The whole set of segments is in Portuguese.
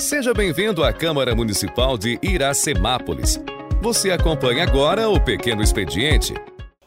Seja bem-vindo à Câmara Municipal de Iracemápolis. Você acompanha agora o Pequeno Expediente.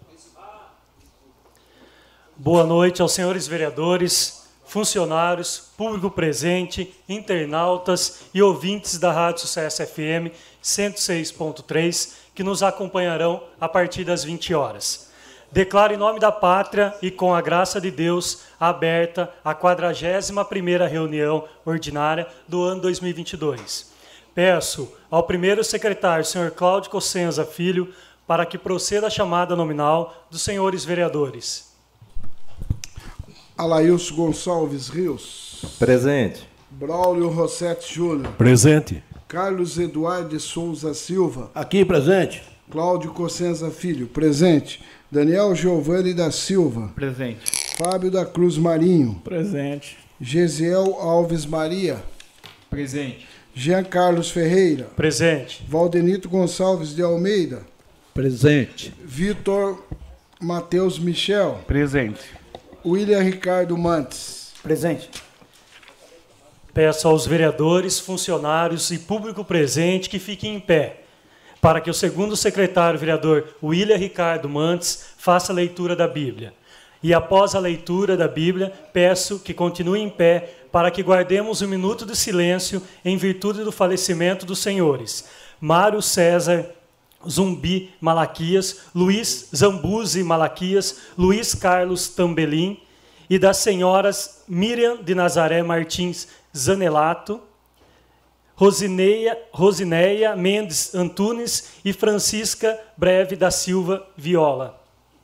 Boa noite aos senhores vereadores, funcionários, público presente, internautas e ouvintes da Rádio Sucesso FM 106.3, que nos acompanharão a partir das 20 horas. Declaro em nome da pátria e com a graça de Deus aberta a 41ª reunião ordinária do ano 2022. Peço ao primeiro secretário, senhor Cláudio Cossenza Filho, para que proceda a chamada nominal dos senhores vereadores. Alailson Gonçalves Rios. Presente. Braulio Rossetti Júnior. Presente. Carlos Eduardo de Souza Silva. Aqui, presente. Cláudio Cossenza Filho. Presente. Daniel Giovanni da Silva. Presente. Fábio da Cruz Marinho. Presente. Gesiel Alves Maria. Presente. Jean Carlos Ferreira. Presente. Valdenito Gonçalves de Almeida. Presente. Vitor Matheus Michel. Presente. William Ricardo Mantes. Presente. Peço aos vereadores, funcionários e público presente que fiquem em pé, para que o segundo secretário vereador William Ricardo Mantes faça a leitura da Bíblia. E após a leitura da Bíblia, peço que continue em pé para que guardemos um minuto de silêncio em virtude do falecimento dos senhores Mário César Zumbi Malaquias, Luiz Zambuzi Malaquias, Luiz Carlos Tambelin e das senhoras Miriam de Nazaré Martins Zanelato, Rosineia Mendes Antunes e Francisca Breve da Silva Viola.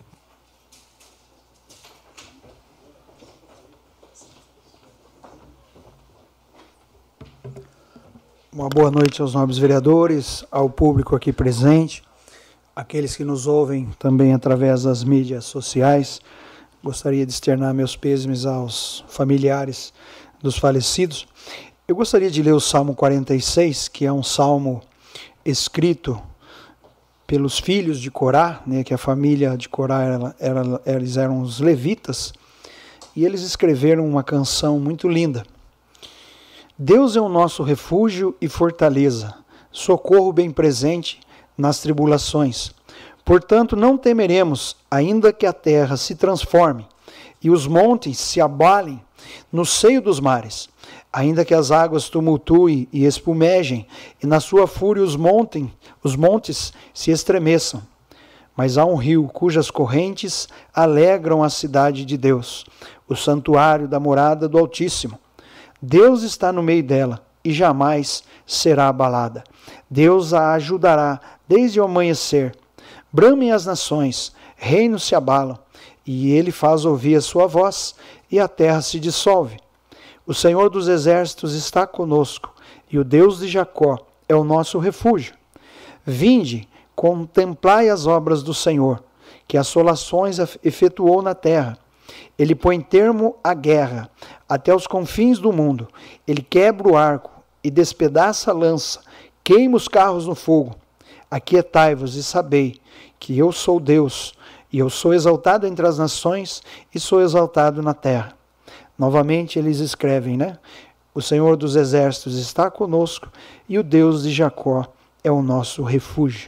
Uma boa noite aos nobres vereadores, ao público aqui presente, aqueles que nos ouvem também através das mídias sociais. Gostaria de externar meus pêsames aos familiares dos falecidos. Eu gostaria de ler o Salmo 46, que é um salmo escrito pelos filhos de Corá, né, que a família de Corá eles eram os levitas, e eles escreveram uma canção muito linda. Deus é o nosso refúgio e fortaleza, socorro bem presente nas tribulações. Portanto, não temeremos, ainda que a terra se transforme e os montes se abalem no seio dos mares, ainda que as águas tumultuem e espumejem, e na sua fúria os montes se estremeçam. Mas há um rio cujas correntes alegram a cidade de Deus, o santuário da morada do Altíssimo. Deus está no meio dela e jamais será abalada. Deus a ajudará desde o amanhecer. Bramem as nações, reinos se abalam, e ele faz ouvir a sua voz, e a terra se dissolve. O Senhor dos exércitos está conosco, e o Deus de Jacó é o nosso refúgio. Vinde, contemplai as obras do Senhor, que assolações efetuou na terra. Ele põe termo à guerra, até os confins do mundo. Ele quebra o arco e despedaça a lança, queima os carros no fogo. Aquietai-vos e sabei que eu sou Deus, e eu sou exaltado entre as nações e sou exaltado na terra. Novamente eles escrevem, né? O Senhor dos exércitos está conosco e o Deus de Jacó é o nosso refúgio.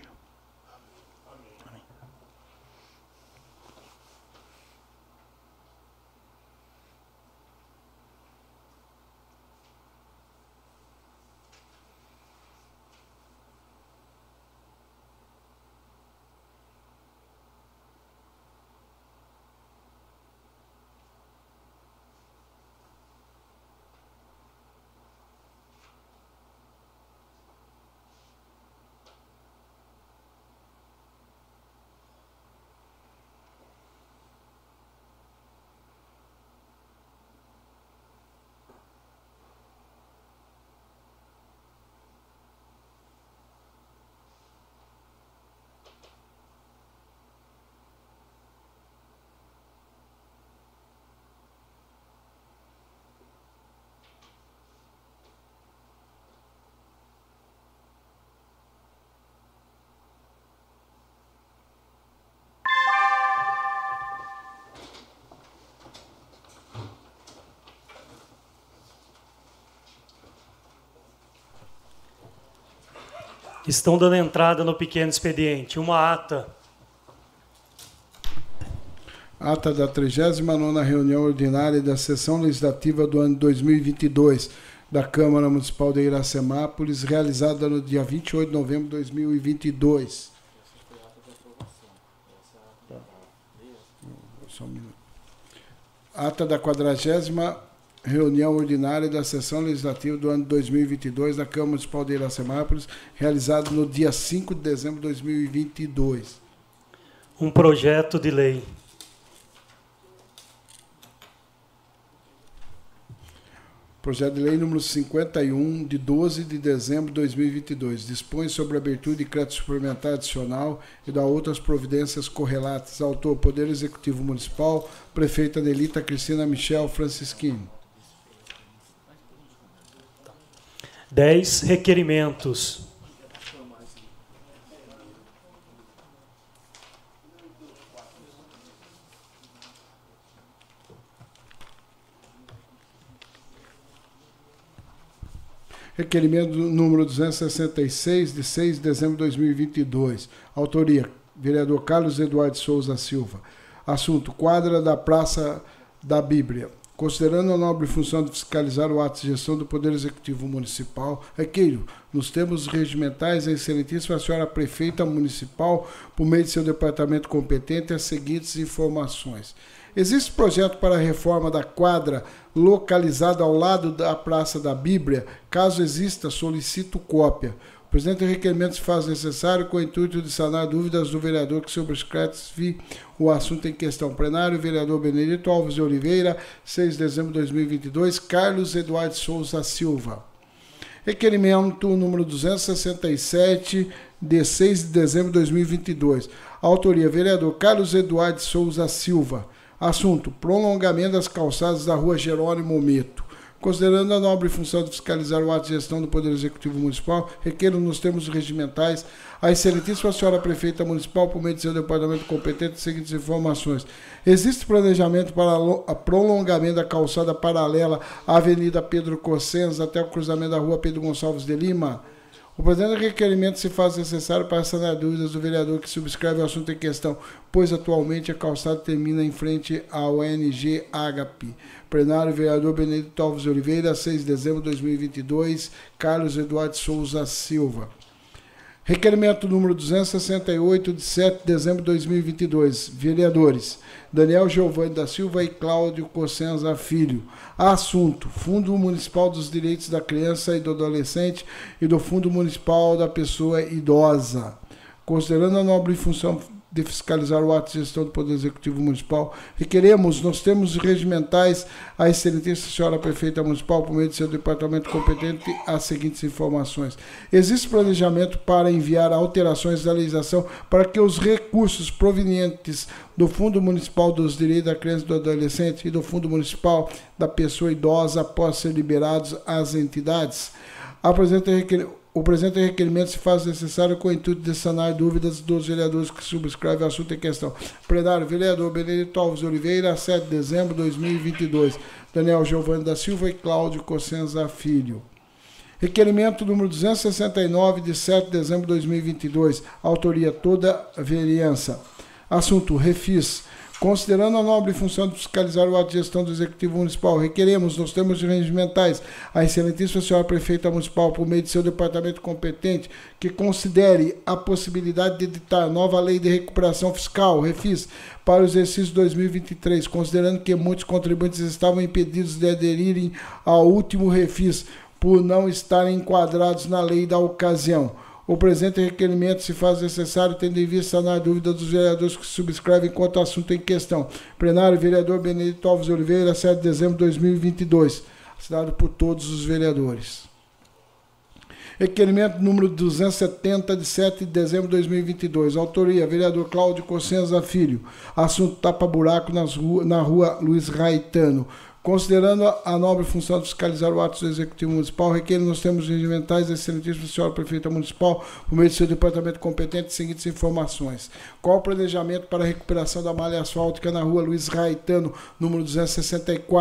Estão dando entrada no pequeno expediente. Uma ata. Ata da 39ª reunião ordinária da sessão legislativa do ano 2022 da Câmara Municipal de Iracemápolis, realizada no dia 28 de novembro de 2022. Só um minuto. Ata da 40ª reunião ordinária da sessão legislativa do ano 2022 da Câmara Municipal de Iracemápolis, realizada no dia 5 de dezembro de 2022. Um projeto de lei. Projeto de lei número 51, de 12 de dezembro de 2022. Dispõe sobre a abertura de crédito suplementar adicional e da outras providências correlatas. Autor, Poder Executivo Municipal, Prefeita Nelita Cristina Michel Francisquini. 10 requerimentos. Requerimento número 266, de 6 de dezembro de 2022. Autoria, vereador Carlos Eduardo Souza Silva. Assunto, quadra da Praça da Bíblia. Considerando a nobre função de fiscalizar o ato de gestão do Poder Executivo Municipal, requeiro, nos termos regimentais, a excelentíssima senhora Prefeita Municipal, por meio de seu departamento competente, as seguintes informações. Existe projeto para a reforma da quadra localizada ao lado da Praça da Bíblia. Caso exista, solicito cópia. O presente requerimento se faz necessário com o intuito de sanar dúvidas do vereador que subscreve o assunto em questão. Plenário, vereador Benedito Alves de Oliveira, 6 de dezembro de 2022, Carlos Eduardo Souza Silva. Requerimento número 267, de 6 de dezembro de 2022. Autoria, vereador Carlos Eduardo Souza Silva. Assunto, prolongamento das calçadas da rua Jerônimo Meto. Considerando a nobre função de fiscalizar o ato de gestão do Poder Executivo Municipal, requeiro nos termos regimentais a excelentíssima senhora Prefeita Municipal, por meio de seu departamento competente, as seguintes informações. Existe planejamento para o prolongamento da calçada paralela à Avenida Pedro Cossenza até o cruzamento da rua Pedro Gonçalves de Lima? O presente requerimento se faz necessário para sanar dúvidas do vereador que subscreve o assunto em questão, pois atualmente a calçada termina em frente ao ONG Agape. Plenário, vereador Benedito Alves de Oliveira, 6 de dezembro de 2022, Carlos Eduardo Souza Silva. Requerimento número 268, de 7 de dezembro de 2022. Vereadores Daniel Giovanni da Silva e Cláudio Cossenza Filho. Assunto, Fundo Municipal dos Direitos da Criança e do Adolescente e do Fundo Municipal da Pessoa Idosa. Considerando a nobre função de fiscalizar o ato de gestão do Poder Executivo Municipal, requeremos, nos termos regimentais, a excelentíssima senhora Prefeita Municipal, por meio de seu departamento competente, as seguintes informações. Existe planejamento para enviar alterações da legislação para que os recursos provenientes do Fundo Municipal dos Direitos da Criança e do Adolescente e do Fundo Municipal da Pessoa Idosa possam ser liberados às entidades. O presente requerimento se faz necessário com o intuito de sanar dúvidas dos vereadores que subscrevem o assunto em questão. Plenário, vereador Benedito Alves de Oliveira, 7 de dezembro de 2022. Daniel Giovanni da Silva e Cláudio Cossenza Filho. Requerimento número 269, de 7 de dezembro de 2022. Autoria toda a vereança. Assunto, Refis. Considerando a nobre função de fiscalizar o ato de gestão do Executivo Municipal, requeremos, nos termos regimentais, a excelentíssima senhora Prefeita Municipal, por meio de seu departamento competente, que considere a possibilidade de editar nova lei de recuperação fiscal, Refis, para o exercício 2023, considerando que muitos contribuintes estavam impedidos de aderirem ao último Refis, por não estarem enquadrados na lei da ocasião. O presente requerimento se faz necessário, tendo em vista sanar dúvidas dos vereadores que subscrevem quanto ao assunto em questão. Plenário, vereador Benedito Alves de Oliveira, 7 de dezembro de 2022. Assinado por todos os vereadores. Requerimento número 270, de 7 de dezembro de 2022. Autoria, vereador Cláudio Cossenza Filho. Assunto, tapa-buraco na rua Luiz Raitano. Considerando a nobre função de fiscalizar o ato do Executivo Municipal, requer nos termos regimentais da excelentíssima senhora Prefeita Municipal, por meio de seu departamento competente, as seguintes informações. Qual o planejamento para a recuperação da malha asfáltica na rua Luiz Raitano, número 264?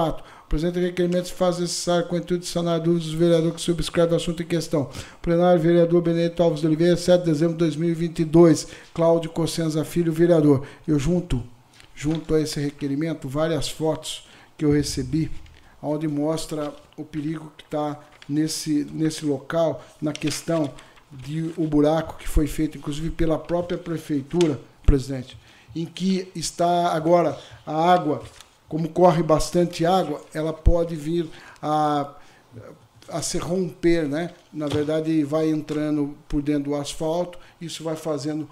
O presente requerimento se faz necessário com o intuito de sanar dúvidas do vereador que subscreve o assunto em questão. Plenário, vereador Benedito Alves de Oliveira, 7 de dezembro de 2022. Cláudio Cossenza Filho, vereador. Eu junto a esse requerimento várias fotos que eu recebi, onde mostra o perigo que está nesse local, na questão de o buraco que foi feito, inclusive pela própria prefeitura, presidente, em que está agora a água, como corre bastante água, ela pode vir a se romper, né? Na verdade, vai entrando por dentro do asfalto, isso vai fazendo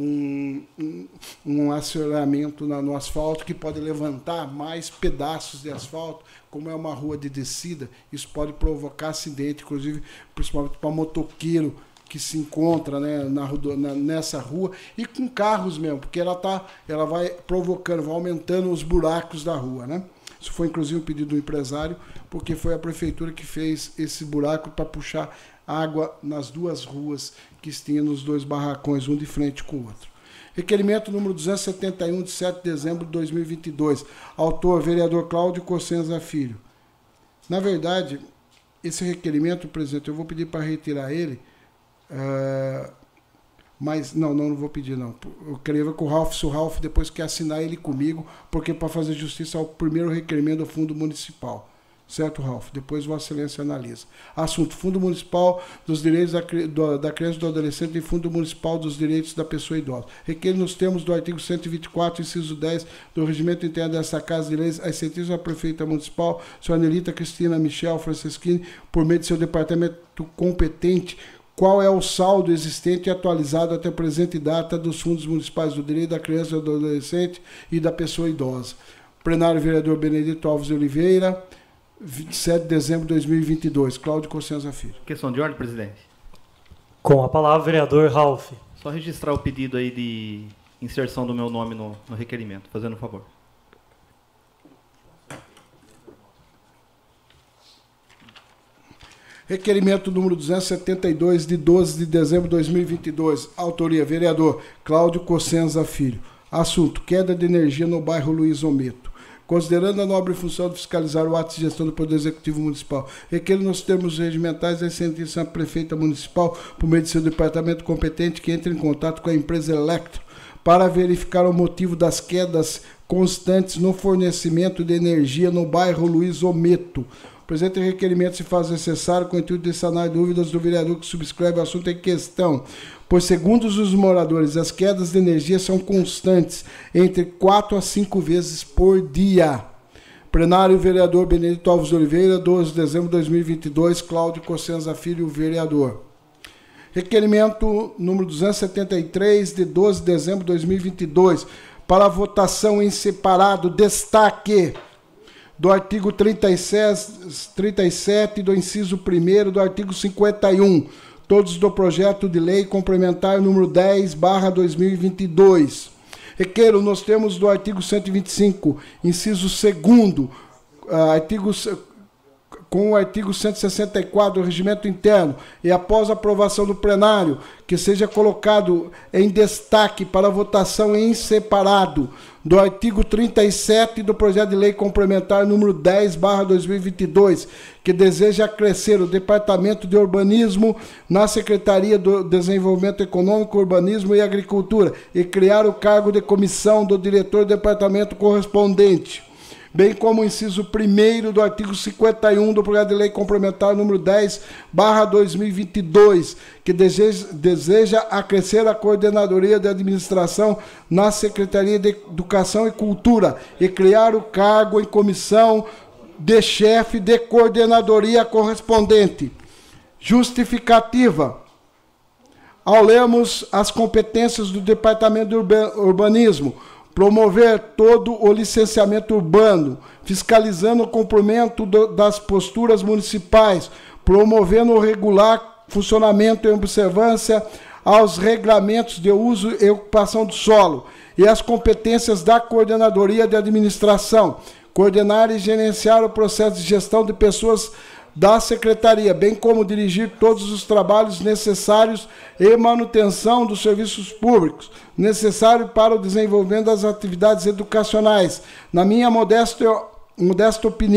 um assoreamento no asfalto que pode levantar mais pedaços de asfalto, como é uma rua de descida, isso pode provocar acidente, inclusive, principalmente para motoqueiro que se encontra, né, nessa rua, e com carros mesmo, porque ela vai provocando, vai aumentando os buracos da rua, né? Isso foi inclusive um pedido do empresário, porque foi a prefeitura que fez esse buraco para puxar água nas duas ruas que tinham nos dois barracões, um de frente com o outro. Requerimento número 271, de 7 de dezembro de 2022. Autor, vereador Cláudio Cossenza Filho. Na verdade, esse requerimento, presidente, eu vou pedir para retirar ele, mas não vou pedir, não. Eu queria ver com o Ralf, se o Ralf depois quer assinar ele comigo, porque para fazer justiça ao primeiro requerimento do Fundo Municipal. Certo, Ralf? Depois Vossa Excelência analisa. Assunto: Fundo Municipal dos Direitos da Criança e do Adolescente e Fundo Municipal dos Direitos da Pessoa Idosa. Requer nos termos do artigo 124, inciso 10 do Regimento Interno desta Casa de Leis, as sentenças da Prefeita Municipal, senhora Anelita Cristina Michel Franceschini, por meio de seu departamento competente, qual é o saldo existente e atualizado até a presente data dos fundos municipais do direito da criança e do adolescente e da pessoa idosa. Plenário, vereador Benedito Alves de Oliveira, 27 de dezembro de 2022. Cláudio Cossenza Filho. Questão de ordem, presidente. Com a palavra, vereador Ralf. Só registrar o pedido aí de inserção do meu nome no requerimento, fazendo um favor. Requerimento número 272, de 12 de dezembro de 2022. Autoria, vereador Cláudio Cossenza Filho. Assunto: queda de energia no bairro Luiz Ometo. Considerando a nobre função de fiscalizar o ato de gestão do Poder Executivo Municipal, requer nos termos regimentais a sentença da Prefeita Municipal, por meio de seu departamento competente, que entre em contato com a empresa Electro para verificar o motivo das quedas constantes no fornecimento de energia no bairro Luiz Ometo. O presente requerimento se faz necessário com o intuito de sanar dúvidas do vereador que subscreve o assunto em questão, pois, segundo os moradores, as quedas de energia são constantes, entre 4 a 5 vezes por dia. Plenário, vereador Benedito Alves de Oliveira, 12 de dezembro de 2022, Cláudio Cossenza Filho, vereador. Requerimento número 273, de 12 de dezembro de 2022, para votação em separado, destaque do artigo 37 do inciso 1º do artigo 51, todos do projeto de lei complementar número 10/2022. Requeiro nos termos do artigo 125, inciso 2º, com o artigo 164 do Regimento Interno, e após a aprovação do plenário, que seja colocado em destaque para votação em separado do artigo 37 do projeto de lei complementar número 10/2022, que deseja acrescer o Departamento de Urbanismo na Secretaria do Desenvolvimento Econômico, Urbanismo e Agricultura e criar o cargo de comissão do diretor do departamento correspondente, bem como o inciso 1º do artigo 51 do projeto de lei complementar número 10/2022, que deseja acrescer a coordenadoria de administração na Secretaria de Educação e Cultura e criar o cargo em comissão de chefe de coordenadoria correspondente. Justificativa. Ao lermos as competências do Departamento de Urbanismo, promover todo o licenciamento urbano, fiscalizando o cumprimento das posturas municipais, promovendo o regular funcionamento e observância aos regramentos de uso e ocupação do solo, e as competências da coordenadoria de administração, coordenar e gerenciar o processo de gestão de pessoas da Secretaria, bem como dirigir todos os trabalhos necessários e manutenção dos serviços públicos, necessário para o desenvolvimento das atividades educacionais. Na minha modesta opinião,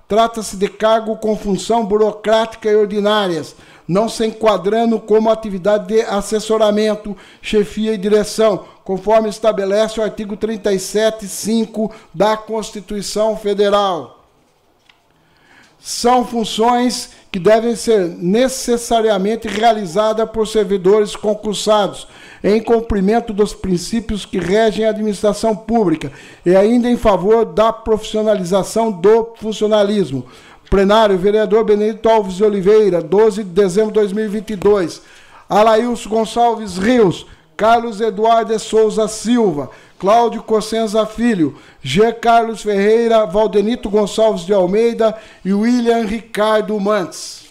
trata-se de cargo com função burocrática e ordinárias, não se enquadrando como atividade de assessoramento, chefia e direção, conforme estabelece o artigo 37(5) da Constituição Federal. São funções que devem ser necessariamente realizadas por servidores concursados, em cumprimento dos princípios que regem a administração pública e ainda em favor da profissionalização do funcionalismo. Plenário, vereador Benedito Alves de Oliveira, 12 de dezembro de 2022. Alailson Gonçalves Rios, Carlos Eduardo de Souza Silva, Cláudio Cossenza Filho, G. Carlos Ferreira, Valdenito Gonçalves de Almeida e William Ricardo Mantes.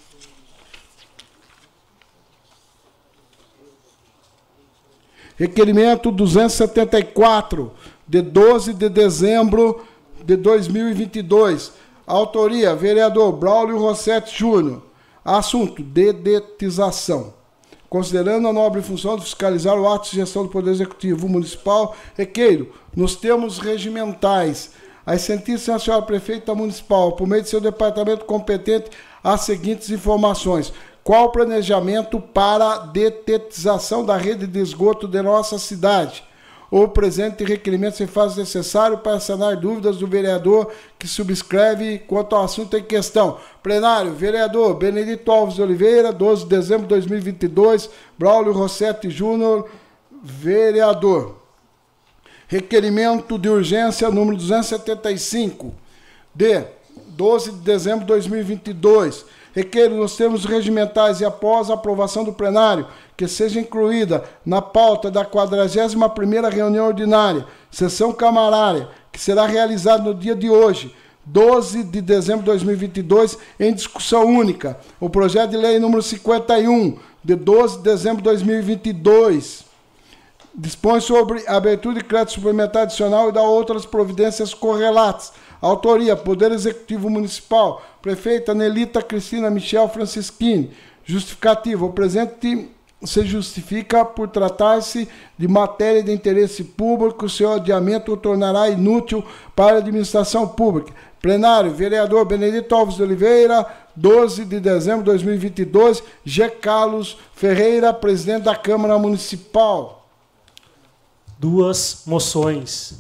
Requerimento 274, de 12 de dezembro de 2022. Autoria, vereador Braulio Rossetti Júnior. Assunto, dedetização. Considerando a nobre função de fiscalizar o ato de gestão do Poder Executivo Municipal, requeiro, nos termos regimentais, a Excelentíssima Senhora Prefeita Municipal, por meio de seu departamento competente, as seguintes informações. Qual o planejamento para a detetização da rede de esgoto de nossa cidade? O presente requerimento se faz necessário para sanar dúvidas do vereador que subscreve quanto ao assunto em questão. Plenário, vereador Benedito Alves de Oliveira, 12 de dezembro de 2022, Braulio Rossetti Júnior, vereador. Requerimento de urgência número 275, de 12 de dezembro de 2022. Requeiro nos termos regimentais e após a aprovação do plenário que seja incluída na pauta da 41ª reunião ordinária, sessão camarária, que será realizada no dia de hoje, 12 de dezembro de 2022, em discussão única, o projeto de lei número 51, de 12 de dezembro de 2022, dispõe sobre a abertura de crédito suplementar adicional e dá outras providências correlatas. Autoria, Poder Executivo Municipal, Prefeita Nelita Cristina Michel Francischini. Justificativa, o presente se justifica por tratar-se de matéria de interesse público, seu adiamento o tornará inútil para a administração pública. Plenário, vereador Benedito Alves de Oliveira, 12 de dezembro de 2022, G. Carlos Ferreira, presidente da Câmara Municipal. Duas moções.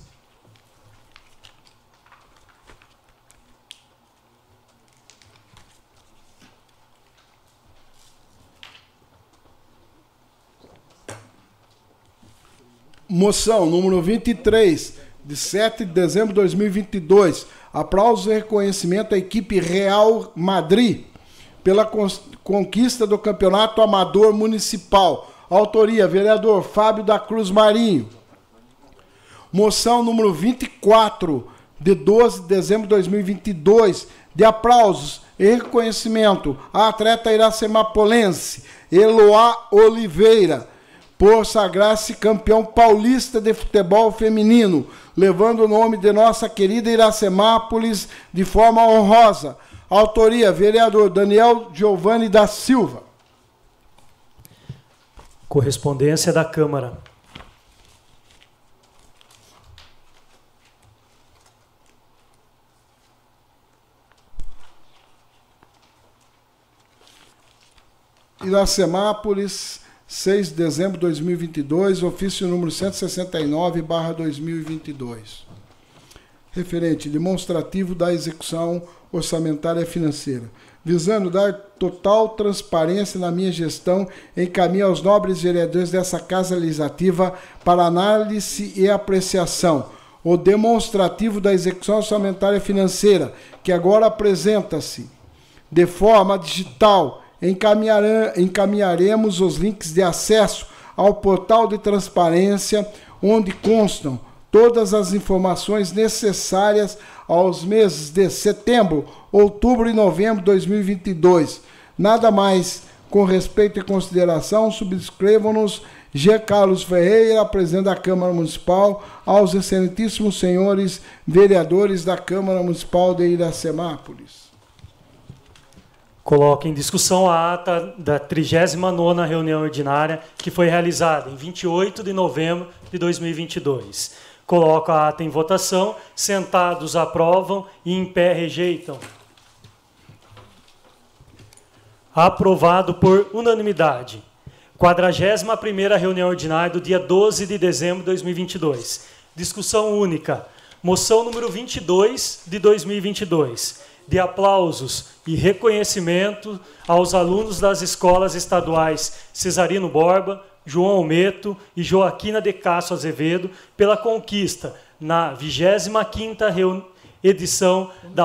Moção número 23, de 7 de dezembro de 2022. Aplausos e reconhecimento à equipe Real Madrid pela conquista do Campeonato Amador Municipal. Autoria, vereador Fábio da Cruz Marinho. Moção número 24, de 12 de dezembro de 2022. De aplausos e reconhecimento à atleta iracemapolense Eloá Oliveira, por sagrar-se campeão paulista de futebol feminino, levando o nome de nossa querida Iracemápolis de forma honrosa. Autoria, vereador Daniel Giovanni da Silva. Correspondência da Câmara. Iracemápolis, 6 de dezembro de 2022, ofício número 169/2022. Referente, demonstrativo da execução orçamentária financeira. Visando dar total transparência na minha gestão, encaminho aos nobres vereadores dessa Casa Legislativa para análise e apreciação o demonstrativo da execução orçamentária financeira, que agora apresenta-se de forma digital. Encaminharemos os links de acesso ao portal de transparência, onde constam todas as informações necessárias aos meses de setembro, outubro e novembro de 2022. Nada mais, com respeito e consideração, subscrevam-nos G. Carlos Ferreira, presidente da Câmara Municipal, aos excelentíssimos senhores vereadores da Câmara Municipal de Iracemápolis. Coloco em discussão a ata da 39ª reunião ordinária, que foi realizada em 28 de novembro de 2022. Coloco a ata em votação. Sentados aprovam e em pé rejeitam. Aprovado por unanimidade. 41ª reunião ordinária do dia 12 de dezembro de 2022. Discussão única. Moção número 22 de 2022. De aplausos e reconhecimento aos alunos das escolas estaduais Cesarino Borba, João Almeto e Joaquina de Castro Azevedo pela conquista na 25ª edição da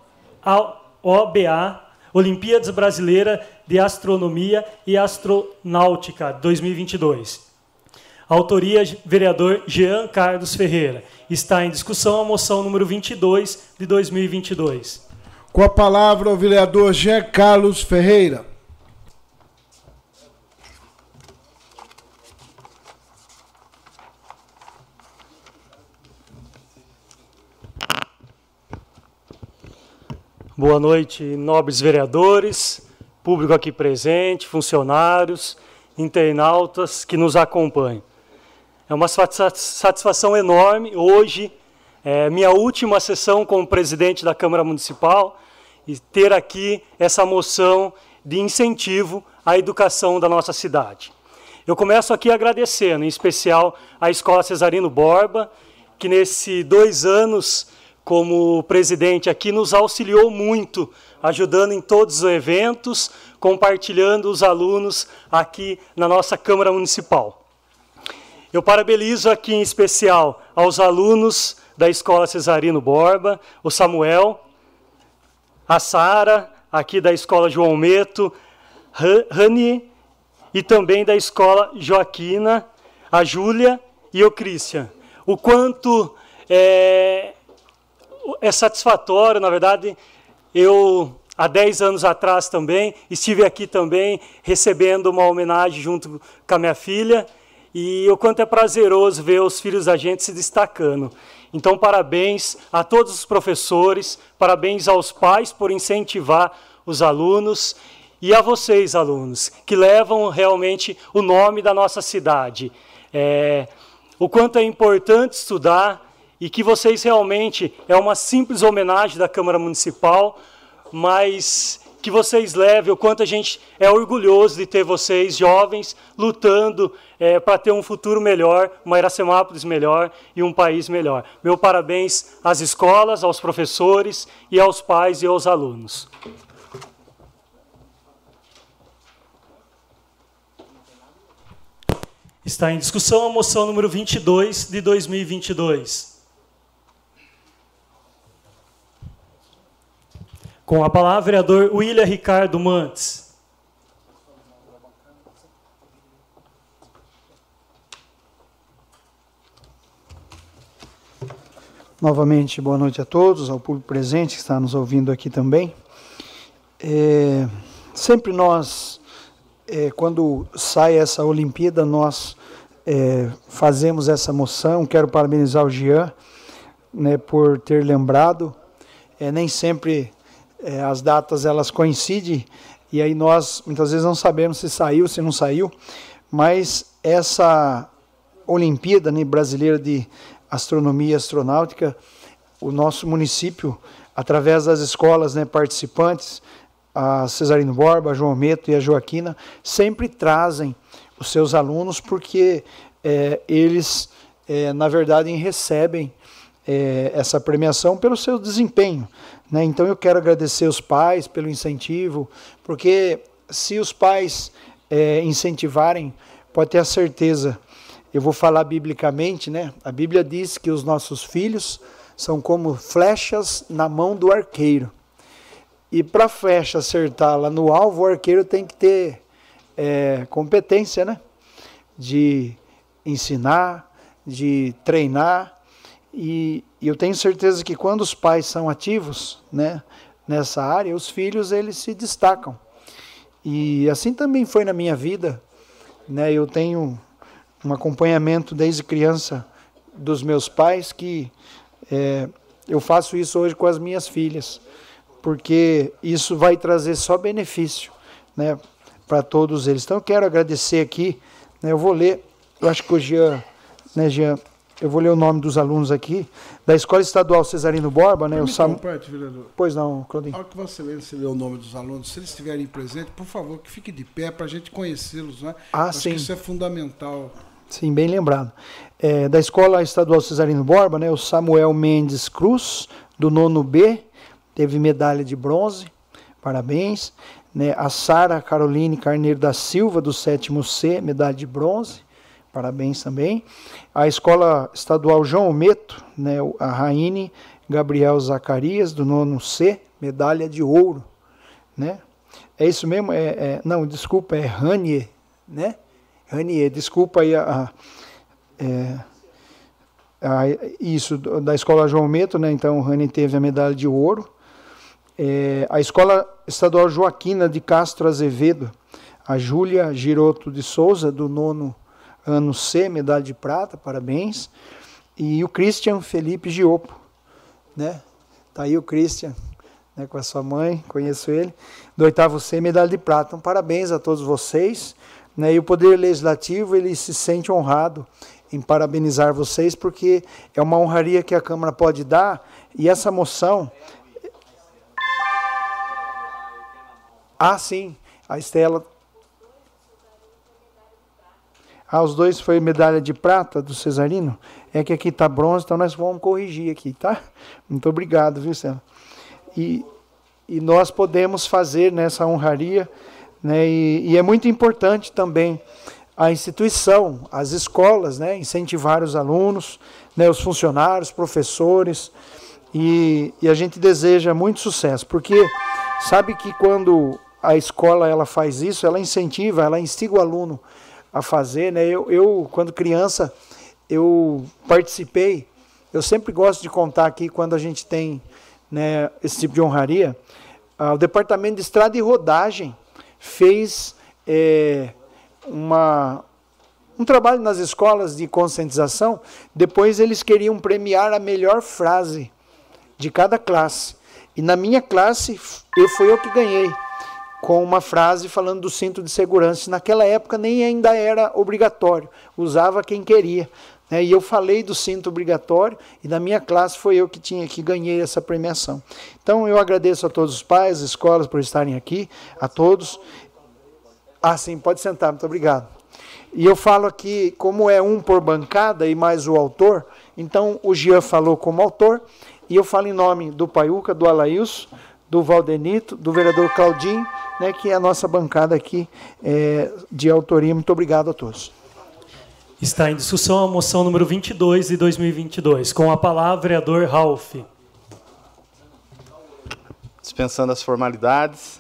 OBA, Olimpíadas Brasileira de Astronomia e Astronáutica 2022. Autoria, vereador Jean Carlos Ferreira. Está em discussão a moção número 22 de 2022. Com a palavra o vereador Jean Carlos Ferreira. Boa noite, nobres vereadores, público aqui presente, funcionários, internautas que nos acompanham. É uma satisfação enorme hoje, minha última sessão como presidente da Câmara Municipal, e ter aqui essa moção de incentivo à educação da nossa cidade. Eu começo aqui agradecendo, em especial, à Escola Cesarino Borba, que nesses 2 anos como presidente aqui nos auxiliou muito, ajudando em todos os eventos, compartilhando os alunos aqui na nossa Câmara Municipal. Eu parabenizo aqui em especial aos alunos da Escola Cesarino Borba, o Samuel, a Sara, aqui da Escola João Almeto, Rani, e também da Escola Joaquina, a Júlia e o Christian. O quanto é satisfatório, na verdade, eu, há 10 anos atrás também, estive aqui também recebendo uma homenagem junto com a minha filha, e o quanto é prazeroso ver os filhos da gente se destacando. Então, parabéns a todos os professores, parabéns aos pais por incentivar os alunos, e a vocês, alunos, que levam realmente o nome da nossa cidade. O quanto é importante estudar, e que vocês realmente, é uma simples homenagem da Câmara Municipal, mas que vocês levem o quanto a gente é orgulhoso de ter vocês, jovens, lutando para ter um futuro melhor, uma Iracemápolis melhor e um país melhor. Meu parabéns às escolas, aos professores e aos pais e aos alunos. Está em discussão a moção número 22 de 2022. Com a palavra, o vereador William Ricardo Mantes. Novamente, boa noite a todos, ao público presente que está nos ouvindo aqui também. Sempre nós, quando sai essa Olimpíada, nós fazemos essa moção. Quero parabenizar o Jean, né, por ter lembrado. Nem sempre as datas elas coincidem, e aí nós muitas vezes não sabemos se saiu, se não saiu, mas essa Olimpíada, né, brasileira de Astronomia e Astronáutica, o nosso município, através das escolas, né, participantes, a Cesarino Borba, a João Almeto e a Joaquina, sempre trazem os seus alunos, porque eles, na verdade, recebem essa premiação pelo seu desempenho, né? Então eu quero agradecer os pais pelo incentivo, porque se os pais incentivarem, pode ter a certeza, eu vou falar biblicamente, né? A Bíblia diz que os nossos filhos são como flechas na mão do arqueiro, e para a flecha acertar lá no alvo, o arqueiro tem que ter competência, né? De ensinar, de treinar. E eu tenho certeza que quando os pais são ativos, né, nessa área, os filhos eles se destacam. E assim também foi na minha vida, né? Eu tenho um acompanhamento desde criança dos meus pais, que eu faço isso hoje com as minhas filhas, porque isso vai trazer só benefício, né, para todos eles. Então eu quero agradecer aqui, né, eu vou ler, eu acho que o Jean, né, Jean, eu vou ler o nome dos alunos aqui, da Escola Estadual Cesarino Borba, né? Vereador. Pois não, Claudinho. Ao que você lê o nome dos alunos, se eles estiverem presentes, por favor, que fique de pé para a gente conhecê-los, né? Acho sim. que isso é fundamental. Sim, bem lembrado. Da Escola Estadual Cesarino Borba, né? O Samuel Mendes Cruz, do 9º B, teve medalha de bronze, parabéns. Né? A Sara Caroline Carneiro da Silva, do 7º C, medalha de bronze. Parabéns também. A Escola Estadual João Ometo, né, a Raine Gabriel Zacarias, do 9º C, medalha de ouro. Né? É isso mesmo? Não, desculpa, é Ranier. Né? Ranier, desculpa aí isso, da Escola João Ometo, né? Então o Ranier teve a medalha de ouro. A Escola Estadual Joaquina de Castro Azevedo, a Júlia Giroto de Souza, do 9º ano C, medalha de prata, parabéns. E o Christian Felipe Giopo, né? Tá aí o Christian, né, com a sua mãe, conheço ele, do 8º C, medalha de prata. Então, parabéns a todos vocês, né? E o Poder Legislativo, ele se sente honrado em parabenizar vocês, porque é uma honraria que a Câmara pode dar, e essa moção... sim, a Estela... os dois foi medalha de prata do Cesarino. É que aqui está bronze, então nós vamos corrigir aqui, tá? Muito obrigado, viu, Estela? E nós podemos fazer nessa honraria, né? E é muito importante também a instituição, as escolas, né? Incentivar os alunos, né? Os funcionários, professores. E a gente deseja muito sucesso, porque sabe que quando a escola ela faz isso, ela incentiva, ela instiga o aluno a fazer, né? Eu quando criança, eu participei, eu sempre gosto de contar aqui quando a gente tem, né, esse tipo de honraria, o Departamento de Estrada e Rodagem fez um trabalho nas escolas de conscientização, depois eles queriam premiar a melhor frase de cada classe, e na minha classe fui eu que ganhei, com uma frase falando do cinto de segurança. Naquela época nem ainda era obrigatório, usava quem queria. Né? E eu falei do cinto obrigatório, e na minha classe foi eu que ganhei essa premiação. Então eu agradeço a todos os pais, as escolas por estarem aqui, a todos. Sim, pode sentar, muito obrigado. E eu falo aqui, como é um por bancada e mais o autor, então o Jean falou como autor, e eu falo em nome do Paiuca, do Alailson, do Valdenito, do vereador Claudinho, né, que é a nossa bancada aqui de autoria. Muito obrigado a todos. Está em discussão a moção número 22 de 2022. Com a palavra, vereador Ralph. Dispensando as formalidades.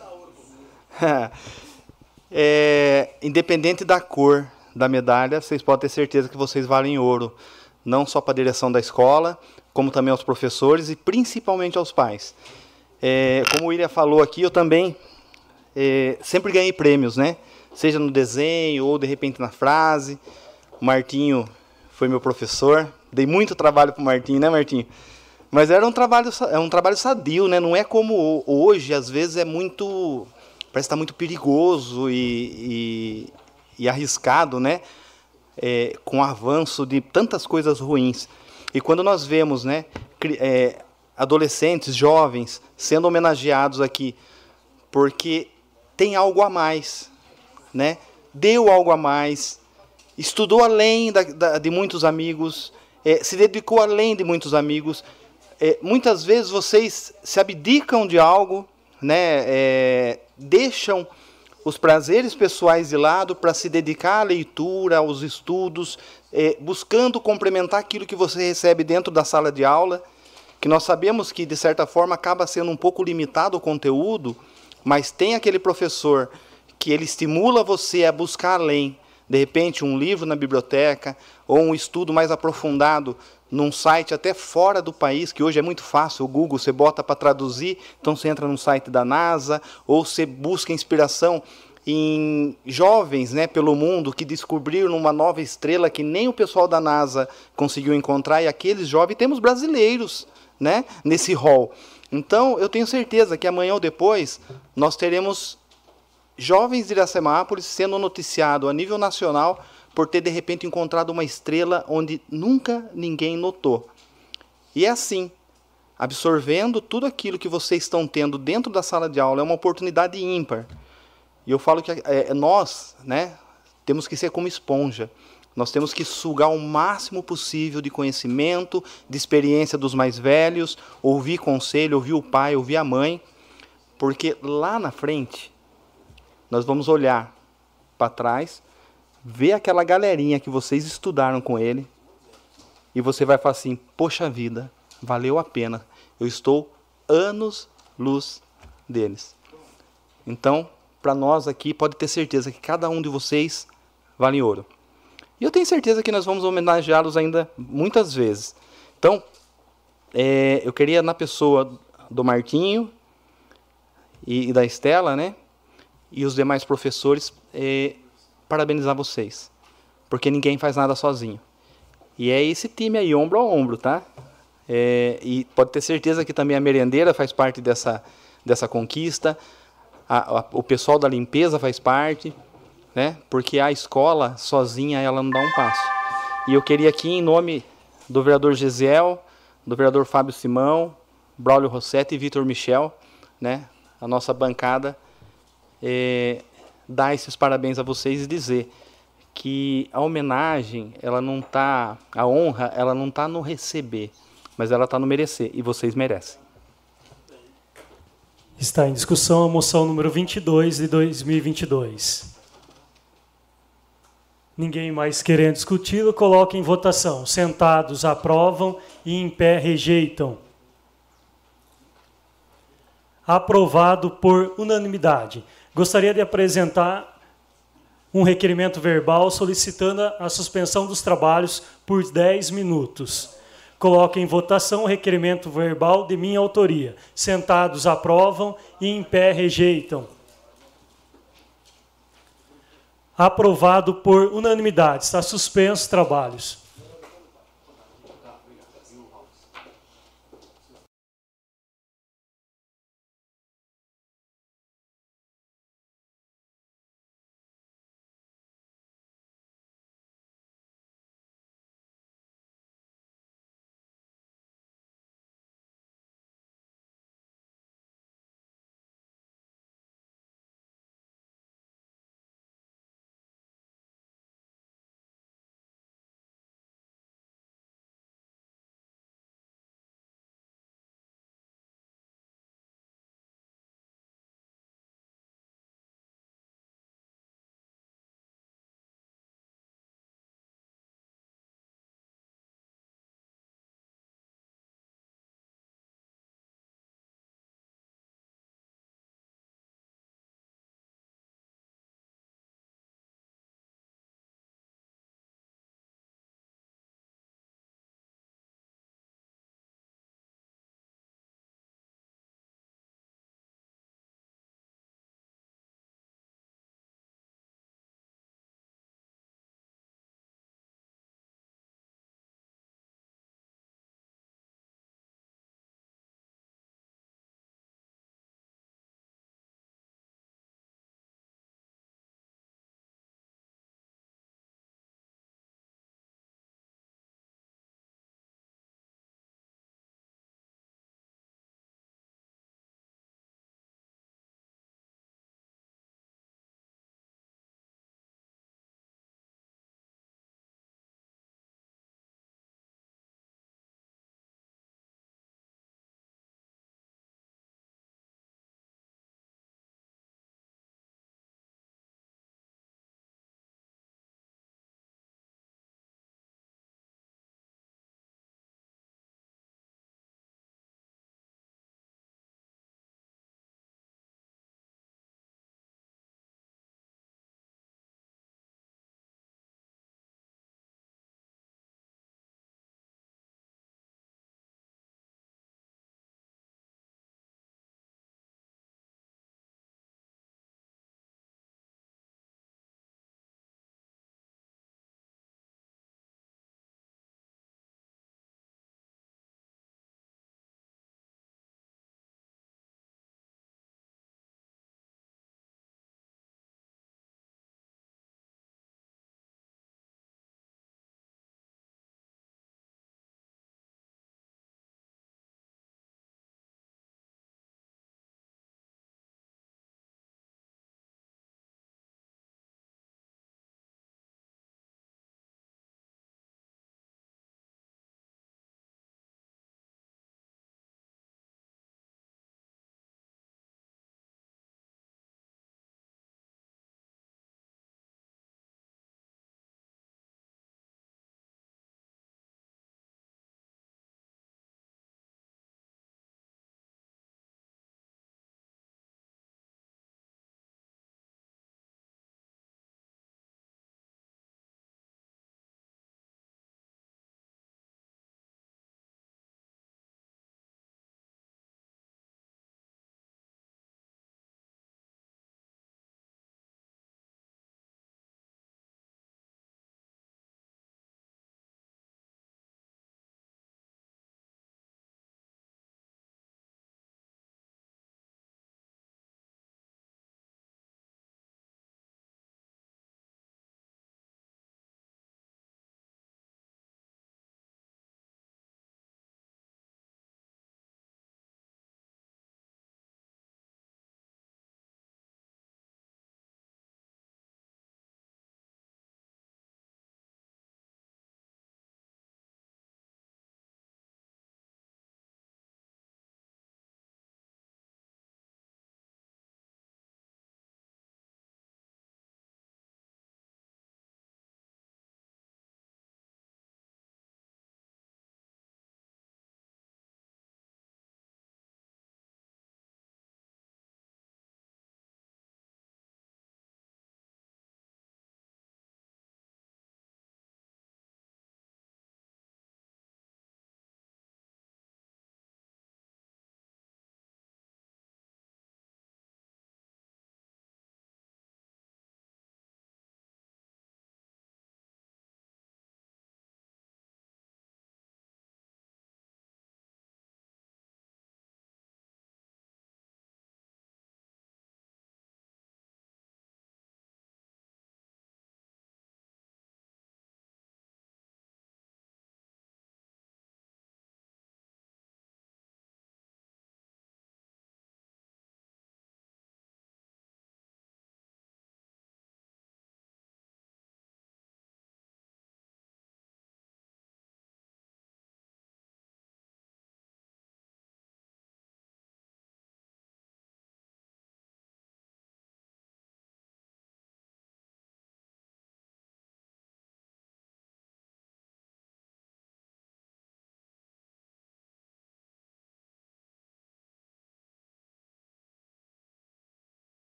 Independente da cor da medalha, vocês podem ter certeza que vocês valem ouro. Não só para a direção da escola, como também aos professores e principalmente aos pais. Como o William falou aqui, eu também sempre ganhei prêmios, né? Seja no desenho ou de repente na frase. O Martinho foi meu professor. Dei muito trabalho para o Martinho, né, Martinho? Mas era um trabalho sadio, né? Não é como hoje, às vezes parece estar muito perigoso e arriscado, né? Com o avanço de tantas coisas ruins. E quando nós vemos, né, adolescentes, jovens, sendo homenageados aqui, porque tem algo a mais, né? Deu algo a mais, estudou além de muitos amigos, se dedicou além de muitos amigos. Muitas vezes vocês se abdicam de algo, né? Deixam os prazeres pessoais de lado para se dedicar à leitura, aos estudos, buscando complementar aquilo que você recebe dentro da sala de aula, que nós sabemos que, de certa forma, acaba sendo um pouco limitado o conteúdo, mas tem aquele professor que ele estimula você a buscar além, de repente, um livro na biblioteca, ou um estudo mais aprofundado num site até fora do país, que hoje é muito fácil, o Google você bota para traduzir, então você entra no site da NASA, ou você busca inspiração em jovens, né, pelo mundo que descobriram uma nova estrela que nem o pessoal da NASA conseguiu encontrar, e aqueles jovens, temos brasileiros, né, nesse hall. Então, eu tenho certeza que amanhã ou depois nós teremos jovens de Iracemápolis sendo noticiado a nível nacional por ter de repente encontrado uma estrela onde nunca ninguém notou. E é assim, absorvendo tudo aquilo que vocês estão tendo dentro da sala de aula, é uma oportunidade ímpar. E eu falo que nós, né, temos que ser como esponja. Nós temos que sugar o máximo possível de conhecimento, de experiência dos mais velhos, ouvir conselho, ouvir o pai, ouvir a mãe, porque lá na frente nós vamos olhar para trás, ver aquela galerinha que vocês estudaram com ele, e você vai falar assim: poxa vida, valeu a pena, eu estou anos-luz deles. Então, para nós aqui, pode ter certeza que cada um de vocês vale ouro. E eu tenho certeza que nós vamos homenageá-los ainda muitas vezes. Então, eu queria, na pessoa do Marquinho e da Estela, né, e os demais professores, parabenizar vocês. Porque ninguém faz nada sozinho. E é esse time aí, ombro a ombro, tá? E pode ter certeza que também a merendeira faz parte dessa conquista. O pessoal da limpeza faz parte, né? Porque a escola sozinha ela não dá um passo. E eu queria aqui, em nome do vereador Gesiel, do vereador Fábio Simão, Braulio Rossetti e Vitor Michel, né? A nossa bancada, dar esses parabéns a vocês e dizer que a homenagem, a honra, ela não está no receber, mas ela está no merecer, e vocês merecem. Está em discussão a moção número 22 de 2022. Ninguém mais querendo discuti-lo, coloca em votação. Sentados aprovam e em pé rejeitam. Aprovado por unanimidade. Gostaria de apresentar um requerimento verbal solicitando a suspensão dos trabalhos por 10 minutos. Coloco em votação o requerimento verbal de minha autoria. Sentados aprovam e em pé rejeitam. Aprovado por unanimidade. Está suspenso os trabalhos.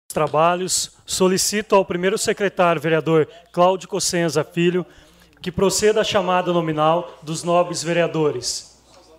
trabalhos, solicito ao primeiro secretário, vereador Cláudio Cossenza Filho, que proceda à chamada nominal dos nobres vereadores.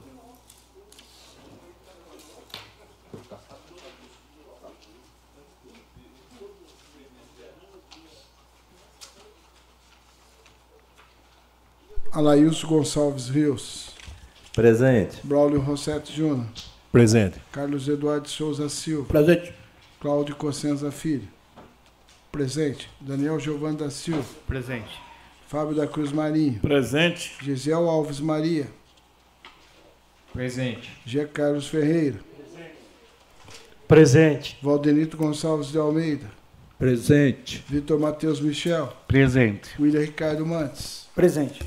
Alailson Gonçalves Rios. Presente. Braulio Rossetti Júnior. Presente. Carlos Eduardo de Souza Silva. Presente. Cláudio Cossenza Filho. Presente. Daniel Giovanni da Silva. Presente. Fábio da Cruz Marinho. Presente. Gisel Alves Maria. Presente. G. Carlos Ferreira. Presente. Valdenito Gonçalves de Almeida. Presente. Vitor Matheus Michel. Presente. William Ricardo Mantes. Presente.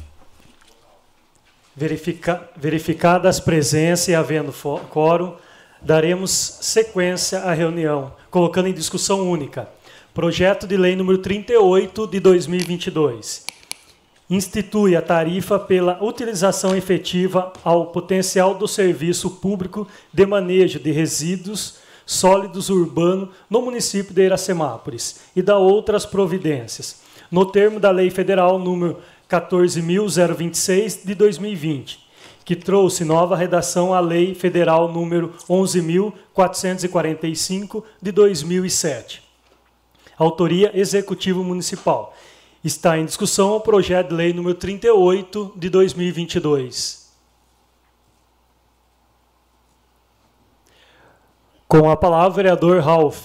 Verificadas as presenças e havendo quórum, daremos sequência à reunião, colocando em discussão única. Projeto de Lei número 38 de 2022. Institui a tarifa pela utilização efetiva ao potencial do serviço público de manejo de resíduos sólidos urbanos no município de Iracemápolis e dá outras providências, no termo da Lei Federal número 14.026 de 2020, que trouxe nova redação à Lei Federal número 11.445 de 2007. Autoria Executivo Municipal. Está em discussão o projeto de lei número 38 de 2022. Com a palavra o vereador Ralph.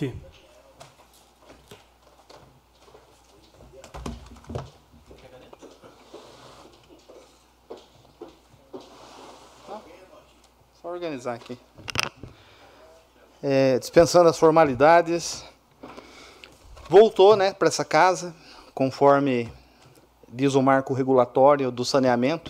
Só organizar aqui. Dispensando as formalidades, voltou, né, para essa casa, conforme diz o marco regulatório do saneamento,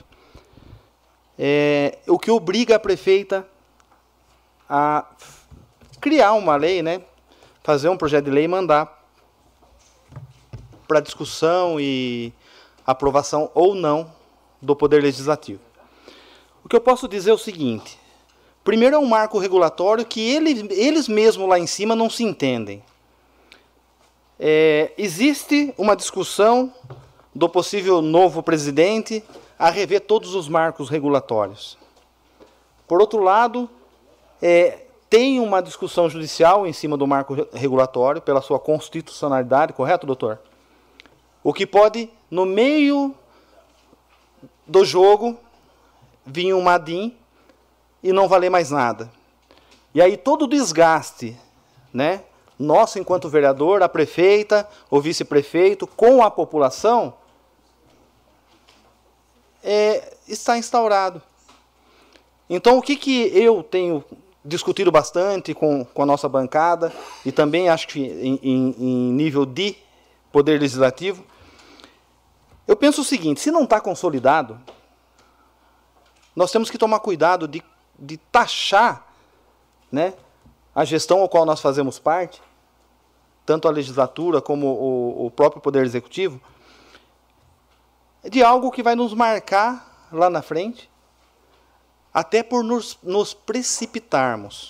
o que obriga a prefeita a criar uma lei, né, fazer um projeto de lei e mandar para discussão e aprovação ou não do Poder Legislativo. O que eu posso dizer é o seguinte: primeiro, é um marco regulatório que eles mesmos lá em cima não se entendem. Existe uma discussão do possível novo presidente a rever todos os marcos regulatórios. Por outro lado, tem uma discussão judicial em cima do marco regulatório pela sua constitucionalidade, correto, doutor? O que pode, no meio do jogo, vir um MADIM e não valer mais nada. E aí todo o desgaste, né, nosso enquanto vereador, a prefeita, o vice-prefeito, com a população, está instaurado. Então, o que eu tenho discutido bastante com a nossa bancada, e também acho que em nível de Poder Legislativo, eu penso o seguinte: se não está consolidado, nós temos que tomar cuidado de taxar, né, a gestão ao qual nós fazemos parte, tanto a legislatura como o próprio Poder Executivo, de algo que vai nos marcar lá na frente, até por nos precipitarmos.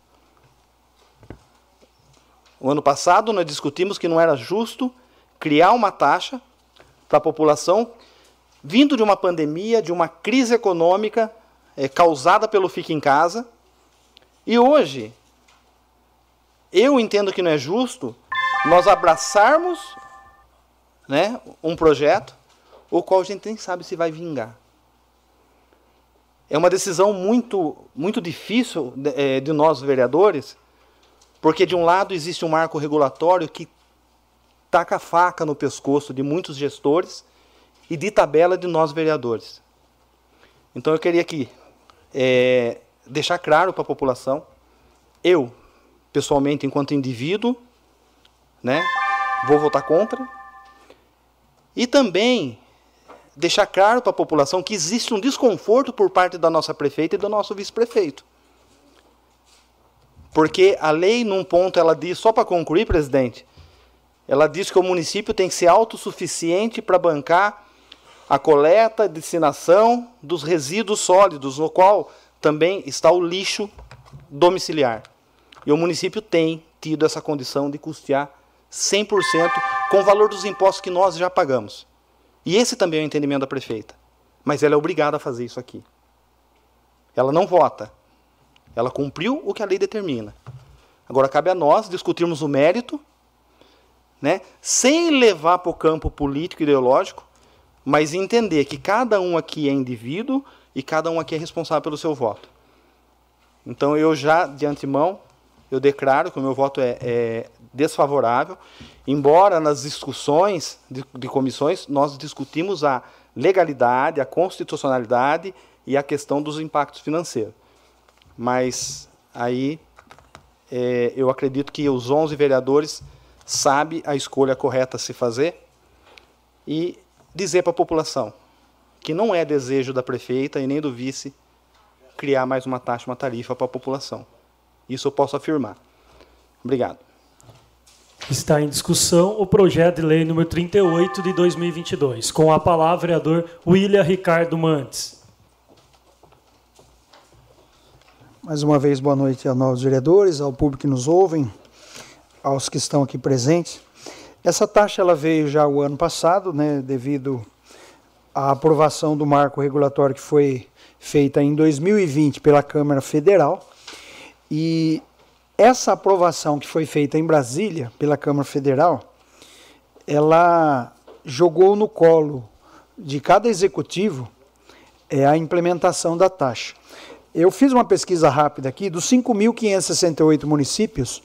O ano passado nós discutimos que não era justo criar uma taxa para a população vindo de uma pandemia, de uma crise econômica causada pelo Fique em Casa. E hoje, eu entendo que não é justo nós abraçarmos, né, um projeto o qual a gente nem sabe se vai vingar. É uma decisão muito, muito difícil de nós vereadores, porque de um lado existe um marco regulatório que taca a faca no pescoço de muitos gestores e de tabela de nós vereadores. Então eu queria aqui deixar claro para a população, eu, pessoalmente, enquanto indivíduo, né, vou votar contra, e também deixar claro para a população que existe um desconforto por parte da nossa prefeita e do nosso vice-prefeito. Porque a lei, num ponto, ela diz, só para concluir, presidente, ela diz que o município tem que ser autossuficiente para bancar a coleta e destinação dos resíduos sólidos, no qual também está o lixo domiciliar. E o município tem tido essa condição de custear 100% com o valor dos impostos que nós já pagamos. E esse também é o entendimento da prefeita. Mas ela é obrigada a fazer isso aqui. Ela não vota. Ela cumpriu o que a lei determina. Agora cabe a nós discutirmos o mérito, né, sem levar para o campo político e ideológico, mas entender que cada um aqui é indivíduo e cada um aqui é responsável pelo seu voto. Então eu já, de antemão, eu declaro que o meu voto é desfavorável, embora nas discussões de comissões nós discutimos a legalidade, a constitucionalidade e a questão dos impactos financeiros. Mas aí eu acredito que os 11 vereadores sabem a escolha correta a se fazer e dizer para a população que não é desejo da prefeita e nem do vice criar mais uma taxa, uma tarifa para a população. Isso eu posso afirmar. Obrigado. Está em discussão o projeto de lei número 38 de 2022. Com a palavra, vereador William Ricardo Mantes. Mais uma vez, boa noite aos novos vereadores, ao público que nos ouvem, aos que estão aqui presentes. Essa taxa ela veio já o ano passado, né, devido à aprovação do marco regulatório que foi feita em 2020 pela Câmara Federal. E essa aprovação que foi feita em Brasília pela Câmara Federal, ela jogou no colo de cada executivo a implementação da taxa. Eu fiz uma pesquisa rápida aqui, dos 5.568 municípios,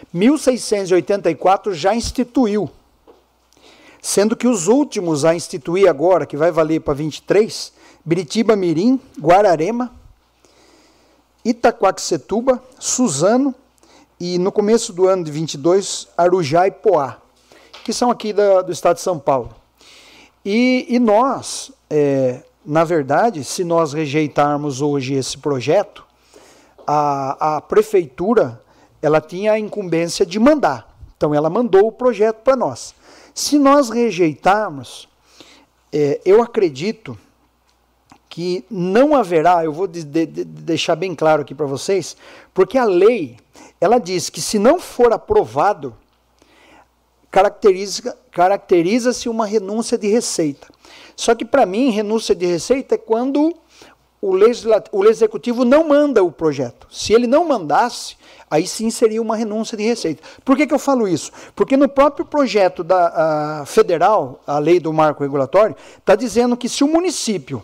1.684 já instituiu, sendo que os últimos a instituir agora, que vai valer para 23, Biritiba Mirim, Guararema, Itaquaquecetuba, Suzano e no começo do ano de 22, Arujá e Poá, que são aqui do estado de São Paulo. E nós, na verdade, se nós rejeitarmos hoje esse projeto, a prefeitura ela tinha a incumbência de mandar. Então ela mandou o projeto para nós. Se nós rejeitarmos, eu acredito que não haverá, eu vou deixar bem claro aqui para vocês, porque a lei, ela diz que se não for aprovado, caracteriza-se uma renúncia de receita. Só que para mim, renúncia de receita é quando o executivo não manda o projeto. Se ele não mandasse, aí sim seria uma renúncia de receita. Por que eu falo isso? Porque no próprio projeto da federal, a lei do marco regulatório, está dizendo que se o município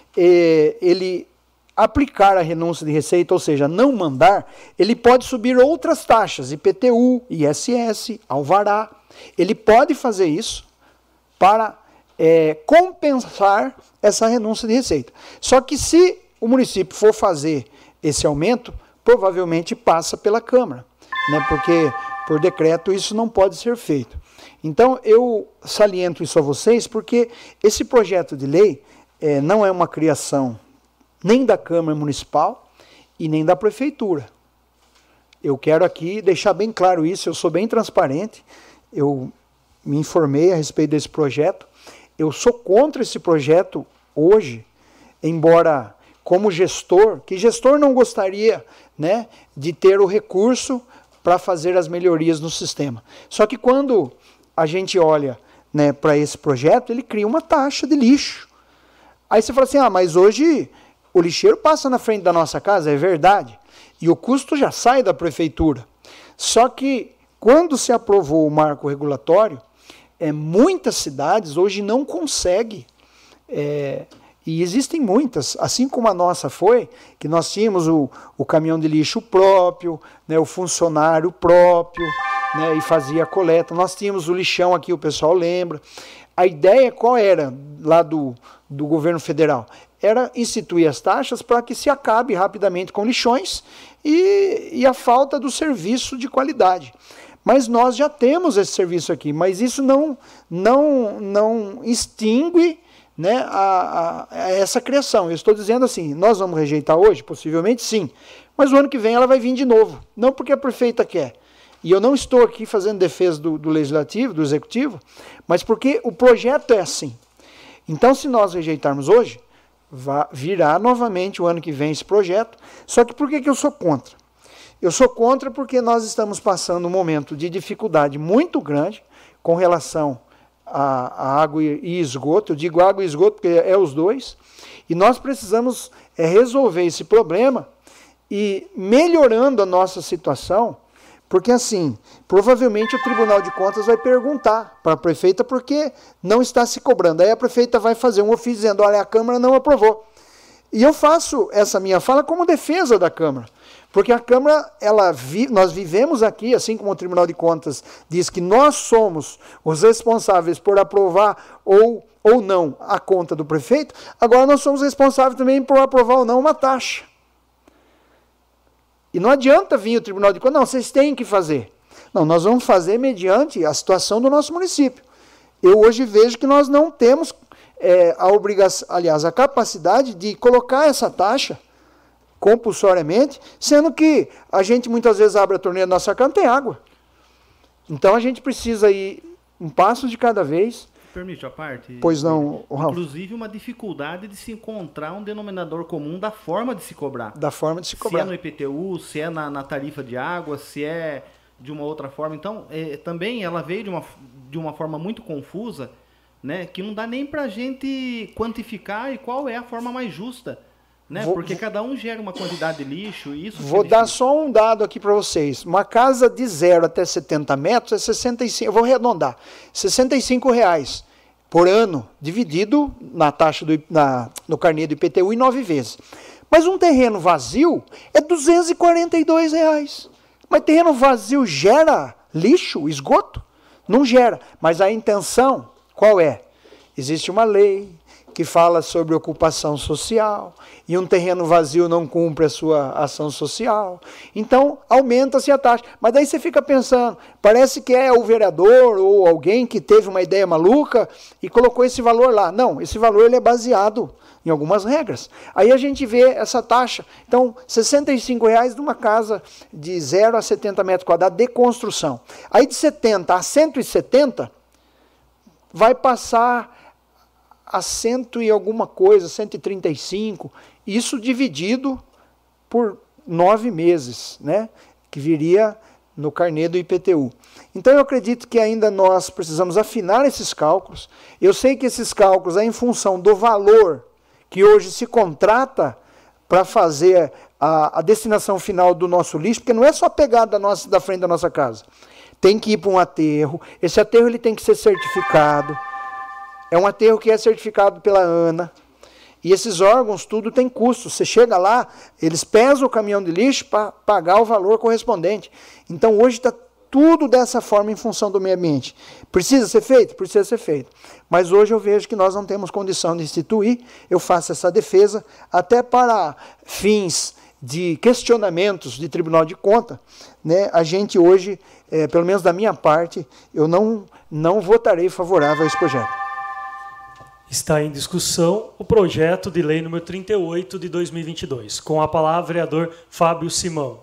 ele aplicar a renúncia de receita, ou seja, não mandar, ele pode subir outras taxas, IPTU, ISS, alvará. Ele pode fazer isso para compensar essa renúncia de receita. Só que se o município for fazer esse aumento, provavelmente passa pela Câmara, né? Porque por decreto isso não pode ser feito. Então eu saliento isso a vocês porque esse projeto de lei não é uma criação nem da Câmara Municipal e nem da Prefeitura. Eu quero aqui deixar bem claro isso, eu sou bem transparente, eu me informei a respeito desse projeto. Eu sou contra esse projeto hoje, embora como gestor, que gestor não gostaria, né, de ter o recurso para fazer as melhorias no sistema. Só que quando a gente olha, né, para esse projeto, ele cria uma taxa de lixo. Aí você fala assim, mas hoje o lixeiro passa na frente da nossa casa, é verdade, e o custo já sai da prefeitura. Só que quando se aprovou o marco regulatório, muitas cidades hoje não conseguem, e existem muitas, assim como a nossa foi, que nós tínhamos o caminhão de lixo próprio, né, o funcionário próprio, né, e fazia a coleta. Nós tínhamos o lixão aqui, o pessoal lembra. A ideia qual era lá do governo federal? Era instituir as taxas para que se acabe rapidamente com lixões e a falta do serviço de qualidade. Mas nós já temos esse serviço aqui, mas isso não extingue, né, essa criação. Eu estou dizendo assim, nós vamos rejeitar hoje? Possivelmente sim, mas o ano que vem ela vai vir de novo, não porque a prefeita quer. E eu não estou aqui fazendo defesa do legislativo, do executivo, mas porque o projeto é assim. Então, se nós rejeitarmos hoje, virá novamente o ano que vem esse projeto. Só que por que eu sou contra? Eu sou contra porque nós estamos passando um momento de dificuldade muito grande com relação a água e esgoto. Eu digo água e esgoto porque é os dois. E nós precisamos resolver esse problema e melhorando a nossa situação, porque assim, provavelmente o Tribunal de Contas vai perguntar para a prefeita por que não está se cobrando. Aí a prefeita vai fazer um ofício dizendo, olha, a Câmara não aprovou. E eu faço essa minha fala como defesa da Câmara. Porque a Câmara, nós vivemos aqui, assim como o Tribunal de Contas diz que nós somos os responsáveis por aprovar ou não a conta do prefeito, agora nós somos responsáveis também por aprovar ou não uma taxa. E não adianta vir o Tribunal de Contas, não, vocês têm que fazer. Não, nós vamos fazer mediante a situação do nosso município. Eu hoje vejo que nós não temos a obrigação, aliás, a capacidade de colocar essa taxa compulsoriamente, sendo que a gente muitas vezes abre a torneira da nossa casa e não tem água. Então a gente precisa ir um passo de cada vez. Permite a parte? Pois não, Ralf. Inclusive uma dificuldade de se encontrar um denominador comum da forma de se cobrar. Da forma de se cobrar. Se é no IPTU, se é na tarifa de água, se é de uma outra forma. Então, também ela veio de uma forma muito confusa, né, que não dá nem para a gente quantificar e qual é a forma mais justa. Né? Porque cada um gera uma quantidade de lixo e isso. Vou dar só um dado aqui para vocês. Uma casa de 0 até 70 metros é 65, eu vou arredondar, R$65 por ano, dividido na taxa no carnê do IPTU em 9 vezes. Mas um terreno vazio é R$242. Mas terreno vazio gera lixo, esgoto? Não gera. Mas a intenção, qual é? Existe uma lei que fala sobre ocupação social, e um terreno vazio não cumpre a sua ação social. Então, aumenta-se a taxa. Mas daí você fica pensando, parece que é o vereador ou alguém que teve uma ideia maluca e colocou esse valor lá. Não, esse valor ele é baseado em algumas regras. Aí a gente vê essa taxa. Então, R$65 de uma casa de 0 a 70 metros quadrados de construção. Aí de 70 a 170, vai passar a 100 e alguma coisa, 135, isso dividido por 9 meses, né, que viria no carnê do IPTU. Então eu acredito que ainda nós precisamos afinar esses cálculos. Eu sei que esses cálculos é em função do valor que hoje se contrata para fazer a destinação final do nosso lixo, porque não é só pegar da frente da nossa casa. Tem que ir para um aterro, esse aterro ele tem que ser certificado. É um aterro que é certificado pela ANA. E esses órgãos, tudo tem custo. Você chega lá, eles pesam o caminhão de lixo para pagar o valor correspondente. Então, hoje está tudo dessa forma em função do meio ambiente. Precisa ser feito? Precisa ser feito. Mas hoje eu vejo que nós não temos condição de instituir. Eu faço essa defesa, até para fins de questionamentos de Tribunal de Contas. Né? A gente hoje, pelo menos da minha parte, eu não votarei favorável a esse projeto. Está em discussão o projeto de lei número 38 de 2022. Com a palavra, vereador Fábio Simão.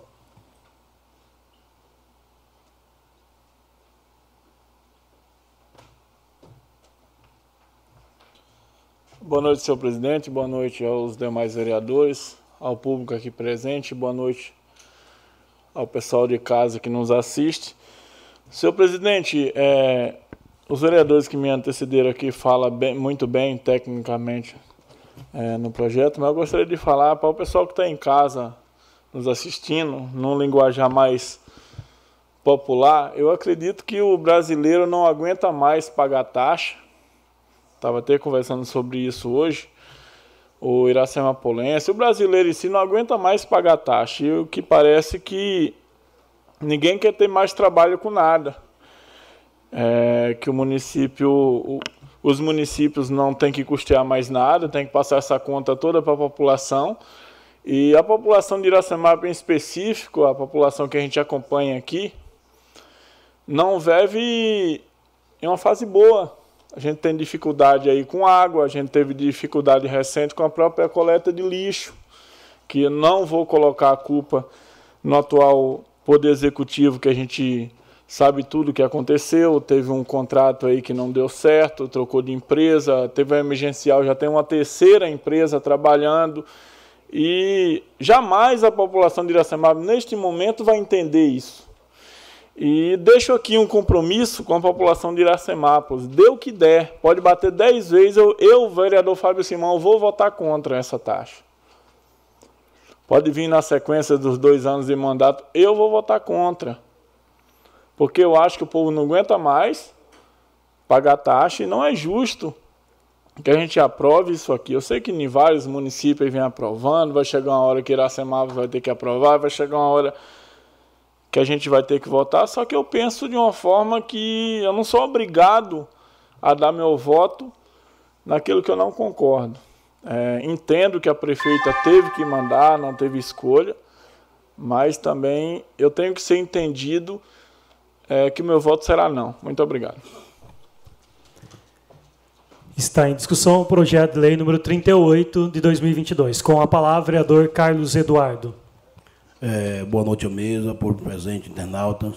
Boa noite, senhor presidente. Boa noite aos demais vereadores, ao público aqui presente. Boa noite ao pessoal de casa que nos assiste. Senhor presidente, os vereadores que me antecederam aqui falam muito bem, tecnicamente, no projeto, mas eu gostaria de falar para o pessoal que está em casa nos assistindo, num linguajar mais popular. Eu acredito que o brasileiro não aguenta mais pagar taxa. Estava até conversando sobre isso hoje, o Iracemapolense. O brasileiro em si não aguenta mais pagar taxa. E o que parece que ninguém quer ter mais trabalho com nada. Que os municípios não têm que custear mais nada, tem que passar essa conta toda para a população. E a população de Iracemap em específico, a população que a gente acompanha aqui, não vive em uma fase boa. A gente tem dificuldade aí com água, a gente teve dificuldade recente com a própria coleta de lixo, que eu não vou colocar a culpa no atual Poder Executivo, que a gente sabe tudo o que aconteceu. Teve um contrato aí que não deu certo, trocou de empresa, teve a emergencial, já tem uma terceira empresa trabalhando, E jamais a população de Iracemápolis, neste momento, vai entender isso. E deixo aqui um compromisso com a população de Iracemápolis. Dê o que der, pode bater 10 vezes. Eu, vereador Fábio Simão, vou votar contra essa taxa. Pode vir na sequência dos 2 anos de mandato, eu vou votar contra. Porque eu acho que o povo não aguenta mais pagar taxa e não é justo que a gente aprove isso aqui. Eu sei que em vários municípios vem aprovando, vai chegar uma hora que Iracemápolis vai ter que aprovar, vai chegar uma hora que a gente vai ter que votar, só que eu penso de uma forma que eu não sou obrigado a dar meu voto naquilo que eu não concordo. Entendo que a prefeita teve que mandar, não teve escolha, mas também eu tenho que ser entendido que o meu voto será não. Muito obrigado. Está em discussão o projeto de lei número 38 de 2022. Com a palavra, vereador Carlos Eduardo. Boa noite à mesa, público presente, internautas.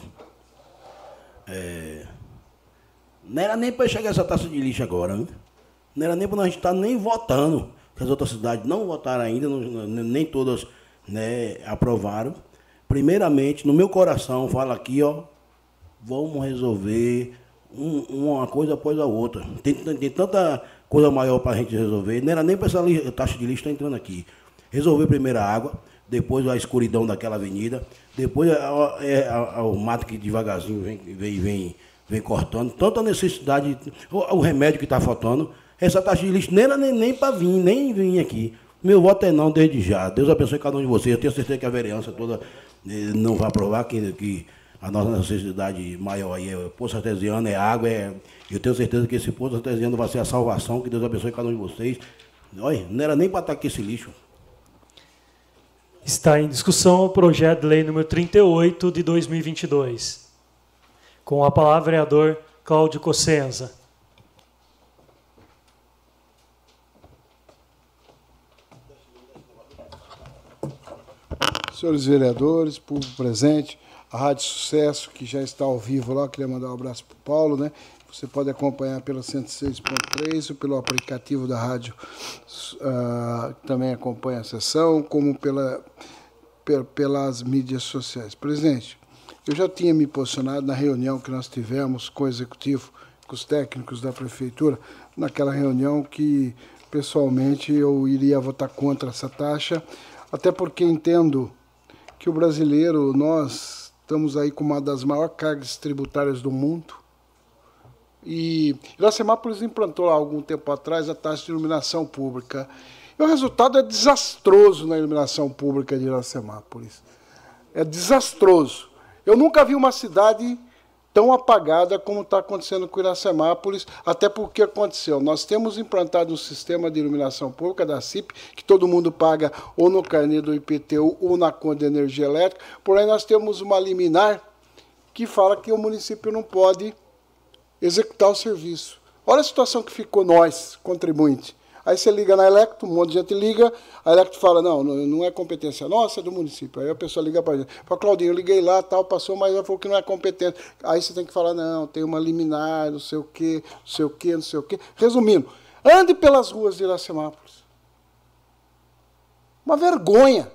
Não era nem para chegar essa taxa de lixo agora, né? Não era nem para nós estar nem votando, que as outras cidades não votaram ainda, nem todas, né, aprovaram. Primeiramente, no meu coração, fala aqui, ó, vamos resolver uma coisa após a outra. Tem tanta coisa maior para a gente resolver. Não era nem para essa taxa de lixo estar entrando aqui. Resolver primeiro a água, depois a escuridão daquela avenida, depois o mato que devagarzinho vem cortando. Tanta necessidade, o remédio que está faltando. Essa taxa de lixo não era nem para vir, nem vir aqui. Meu voto é não desde já. Deus abençoe cada um de vocês. Eu tenho certeza que a vereança toda não vai aprovar que a nossa necessidade maior aí é poço artesiano, é água. Eu tenho certeza que esse poço artesiano vai ser a salvação. Que Deus abençoe cada um de vocês. Olha, não era nem para estar aqui esse lixo. Está em discussão o projeto de lei número 38 de 2022. Com a palavra, vereador Cláudio Cossenza. Senhores vereadores, público presente, a Rádio Sucesso, que já está ao vivo lá, queria mandar um abraço para o Paulo, né? Você pode acompanhar pela 106.3 ou pelo aplicativo da rádio, também acompanha a sessão, como pelas mídias sociais. Presidente, eu já tinha me posicionado na reunião que nós tivemos com o Executivo, com os técnicos da Prefeitura, naquela reunião que, pessoalmente, eu iria votar contra essa taxa, até porque entendo que o brasileiro, nós estamos aí com uma das maiores cargas tributárias do mundo. E Iracemápolis implantou há algum tempo atrás a taxa de iluminação pública. E o resultado é desastroso na iluminação pública de Iracemápolis. É desastroso. Eu nunca vi uma cidade tão apagada como está acontecendo com Iracemápolis, até porque aconteceu. Nós temos implantado um sistema de iluminação pública da CIP, que todo mundo paga ou no carnê do IPTU ou na conta de energia elétrica, porém nós temos uma liminar que fala que o município não pode executar o serviço. Olha a situação que ficou nós, contribuinte. Aí você liga na Electro, um monte de gente liga, a Electro fala, não é competência nossa, é do município. Aí a pessoa liga para a gente, fala, Claudinho, eu liguei lá, tal, passou, mas ela falou que não é competência. Aí você tem que falar, não, tem uma liminar, não sei o quê, não sei o quê, não sei o quê. Resumindo, ande pelas ruas de Iracemápolis. Uma vergonha.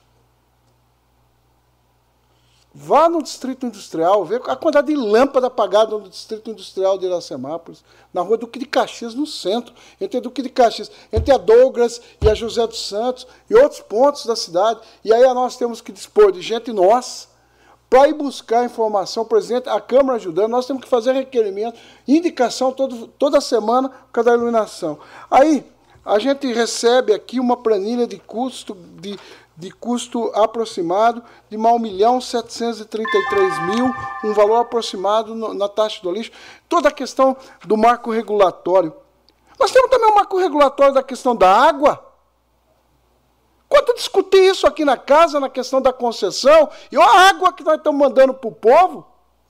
Vá no Distrito Industrial, vê a quantidade de lâmpada apagada no Distrito Industrial de Iracemápolis, na rua Duque de Caxias, no centro, entre a Duque de Caxias, entre a Douglas e a José dos Santos e outros pontos da cidade. E aí nós temos que dispor de gente nossa para ir buscar informação, presidente, a Câmara ajudando, nós temos que fazer requerimento, indicação toda semana por causa da iluminação. Aí a gente recebe aqui uma planilha de custo aproximado de 1.733.000, um valor aproximado na taxa do lixo. Toda a questão do marco regulatório. Nós temos também um marco regulatório da questão da água. Quando eu discuti isso aqui na casa, na questão da concessão, e a água que nós estamos mandando para o povo.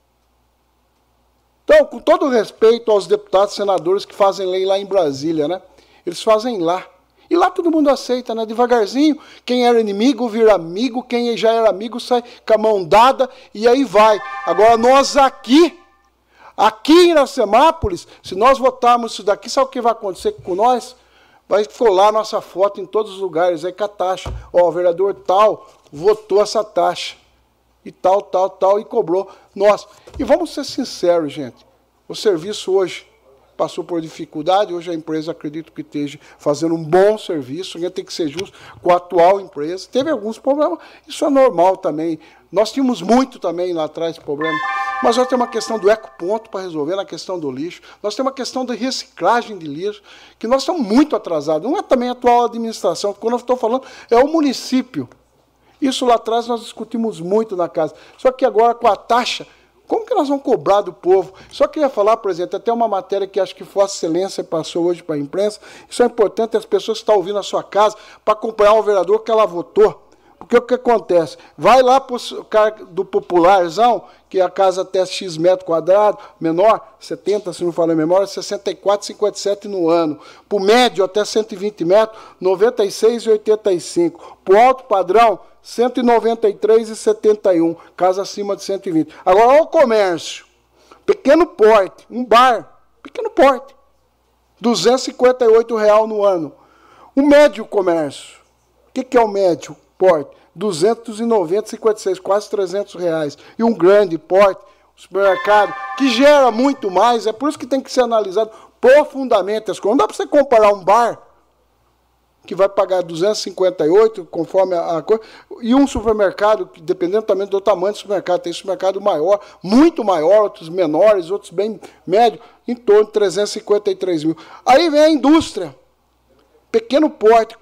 Então, com todo respeito aos deputados e senadores que fazem lei lá em Brasília, né? Eles fazem lá. E lá todo mundo aceita, né? Devagarzinho, quem era inimigo vira amigo, quem já era amigo sai com a mão dada e aí vai. Agora nós aqui em Iracemápolis, se nós votarmos isso daqui, sabe o que vai acontecer com nós? ficou lá a nossa foto em todos os lugares, aí com a taxa. Ó, o vereador tal votou essa taxa. E tal, e cobrou. Nossa, e vamos ser sinceros, gente. O serviço hoje passou por dificuldade, hoje a empresa, acredito que esteja fazendo um bom serviço, a gente tem que ser justo com a atual empresa. Teve alguns problemas, isso é normal também. Nós tínhamos muito também lá atrás de problema, mas nós temos uma questão do ecoponto para resolver, na questão do lixo, nós temos uma questão de reciclagem de lixo, que nós estamos muito atrasados. Não é também a atual administração, quando eu estou falando, é o município. Isso lá atrás nós discutimos muito na casa. Só que agora com a taxa, como que nós vamos cobrar do povo? Só queria falar, presidente, até uma matéria que acho que Vossa Excelência passou hoje para a imprensa. Isso é importante, as pessoas que estão ouvindo na sua casa, para acompanhar o vereador que ela votou. Porque o que acontece? Vai lá para o cara do popularzão, que a casa até X metro quadrado, menor, 70, se não falar em memória, 64,57 no ano. Para o médio, até 120 metros, 96,85. Para o alto padrão, 193,71, casa acima de 120. Agora, olha o comércio. Pequeno porte, um bar, pequeno porte, R$ 258,00 no ano. O médio comércio, o que é o médio porte? 290,56, quase R$300. E um grande porte, supermercado, que gera muito mais, é por isso que tem que ser analisado profundamente as coisas. Não dá para você comparar um bar que vai pagar 258, conforme a coisa, e um supermercado, que dependendo também do tamanho do supermercado, tem supermercado maior, muito maior, outros menores, outros bem médios, em torno de 353 mil. Aí vem a indústria, pequeno porte, R$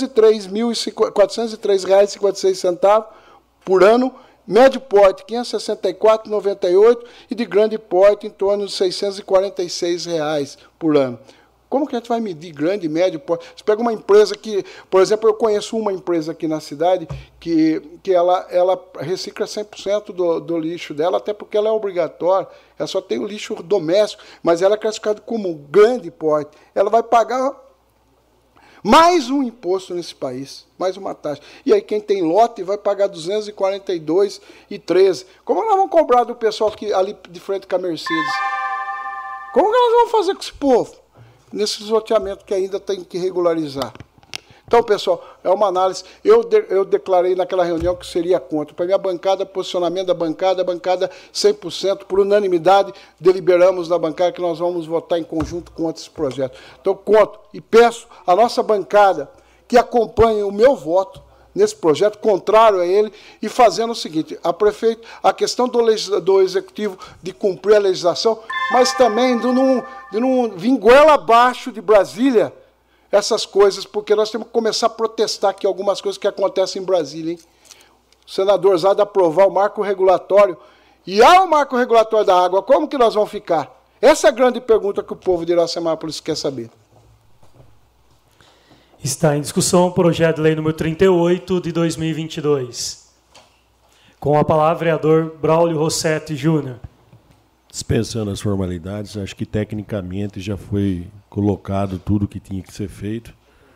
403,56 por ano, médio porte, R$ 564,98, e de grande porte, em torno de R$ 646,00 por ano. Como que a gente vai medir grande, médio? Você pega uma empresa que, por exemplo, eu conheço uma empresa aqui na cidade que ela recicla 100% do lixo dela, até porque ela é obrigatória, ela só tem o lixo doméstico, mas ela é classificada como grande porte. Ela vai pagar mais um imposto nesse país, mais uma taxa. E aí quem tem lote vai pagar R$ 242,13. Como nós vamos cobrar do pessoal que, ali de frente com a Mercedes? Como que nós vamos fazer com esse povo? Nesse loteamento que ainda tem que regularizar. Então, pessoal, é uma análise. Eu declarei naquela reunião que seria contra. Para minha bancada, posicionamento da bancada, a bancada 100%, por unanimidade, deliberamos na bancada que nós vamos votar em conjunto contra esse projeto. Então, conto e peço à nossa bancada que acompanhe o meu voto nesse projeto, contrário a ele, e fazendo o seguinte, a questão do executivo de cumprir a legislação, mas também de não vir goela abaixo de Brasília essas coisas, porque nós temos que começar a protestar aqui algumas coisas que acontecem em Brasília, hein? O senador Zada aprovar o marco regulatório, e há o marco regulatório da água, como que nós vamos ficar? Essa é a grande pergunta que o povo de Iracemápolis quer saber. Está em discussão o projeto de lei número 38 de 2022. Com a palavra, vereador Braulio Rossetti Júnior. Dispensando as formalidades, acho que tecnicamente já foi colocado tudo o que tinha que ser feito.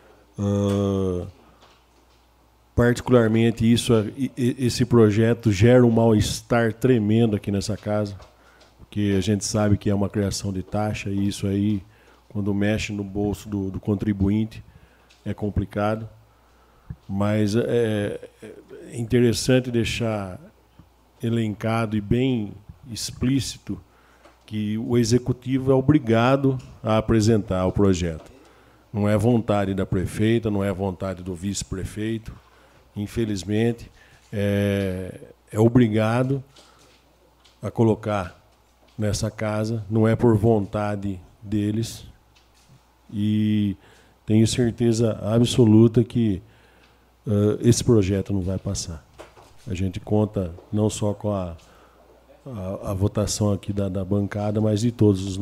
Particularmente, esse projeto gera um mal-estar tremendo aqui nessa casa, porque a gente sabe que é uma criação de taxa, e isso aí, quando mexe no bolso do contribuinte, é complicado, mas é interessante deixar elencado e bem explícito que o executivo é obrigado a apresentar o projeto. Não é vontade da prefeita, não é vontade do vice-prefeito, infelizmente, é obrigado a colocar nessa casa, não é por vontade deles, e tenho certeza absoluta que esse projeto não vai passar. A gente conta não só com a votação aqui da bancada, mas de todos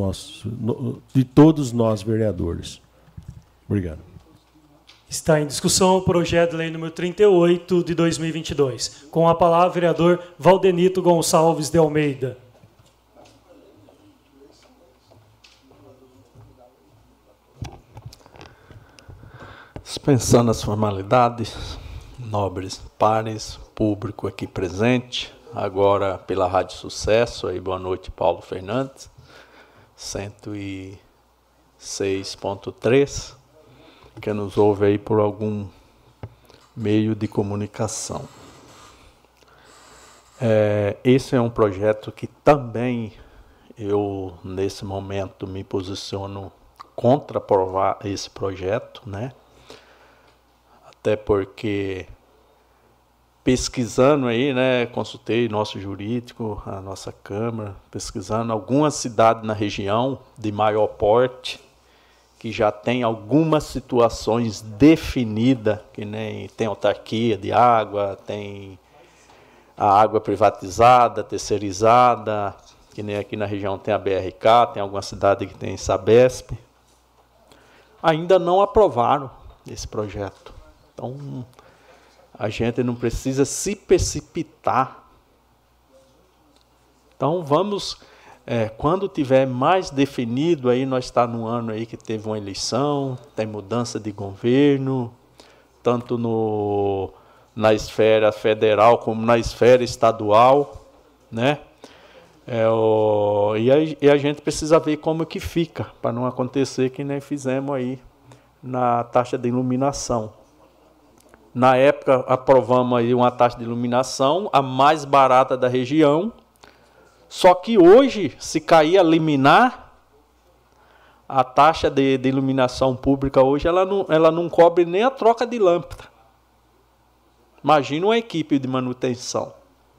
nós vereadores. Obrigado. Está em discussão o projeto de lei número 38 de 2022. Com a palavra, vereador Valdenito Gonçalves de Almeida. Dispensando as formalidades, nobres pares, público aqui presente, agora pela Rádio Sucesso, aí boa noite, Paulo Fernandes, 106.3, que nos ouve aí por algum meio de comunicação. Esse é um projeto que também eu, nesse momento, me posiciono contra aprovar esse projeto, né? Até porque, pesquisando aí, né, consultei nosso jurídico, a nossa Câmara, pesquisando algumas cidades na região de maior porte, que já tem algumas situações definidas, que nem tem autarquia de água, tem a água privatizada, terceirizada, que nem aqui na região tem a BRK, tem alguma cidade que tem Sabesp. Ainda não aprovaram esse projeto. Então, a gente não precisa se precipitar. Então, vamos, quando tiver mais definido, aí nós estamos num ano aí que teve uma eleição, tem mudança de governo, tanto na esfera federal como na esfera estadual, né? E a gente precisa ver como que fica, para não acontecer que nem fizemos aí na taxa de iluminação. Na época, aprovamos aí uma taxa de iluminação, a mais barata da região, só que hoje, se cair a liminar, a taxa de iluminação pública hoje, ela não cobre nem a troca de lâmpada. Imagina uma equipe de manutenção.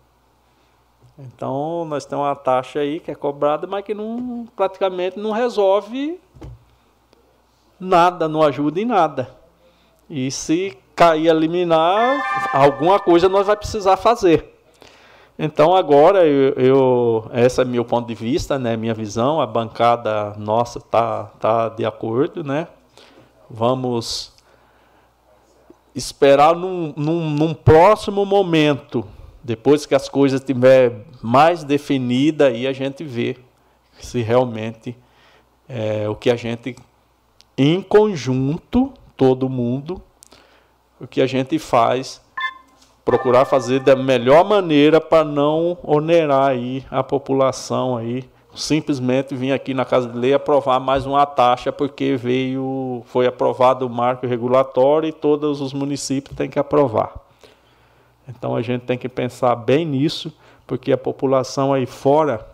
Então, nós temos uma taxa aí que é cobrada, mas que praticamente não resolve nada, não ajuda em nada. E se cair a liminar, alguma coisa nós vamos precisar fazer. Então, agora, esse é meu ponto de vista, né, minha visão, a bancada nossa tá de acordo, né? Vamos esperar num próximo momento, depois que as coisas estiverem mais definidas, aí a gente vê se realmente o que a gente, em conjunto, todo mundo, o que a gente faz, procurar fazer da melhor maneira para não onerar aí a população aí, simplesmente vir aqui na Casa de Lei aprovar mais uma taxa porque foi aprovado o marco regulatório e todos os municípios têm que aprovar. Então a gente tem que pensar bem nisso, porque a população aí fora,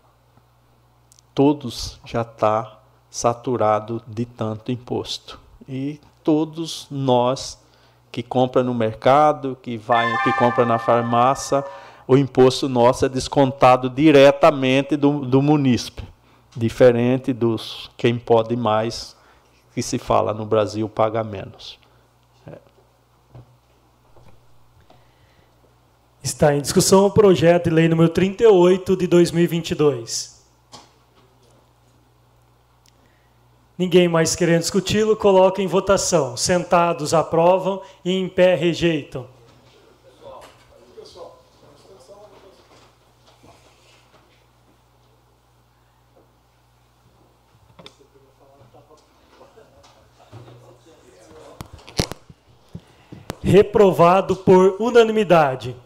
todos já está saturado de tanto imposto. E todos nós que compra no mercado, que compra na farmácia, o imposto nosso é descontado diretamente do munícipe, diferente dos quem pode mais, que se fala no Brasil, paga menos. Está em discussão o projeto de lei número 38 de 2022. Ninguém mais querendo discuti-lo, coloca em votação. Sentados aprovam e em pé rejeitam. Reprovado por unanimidade.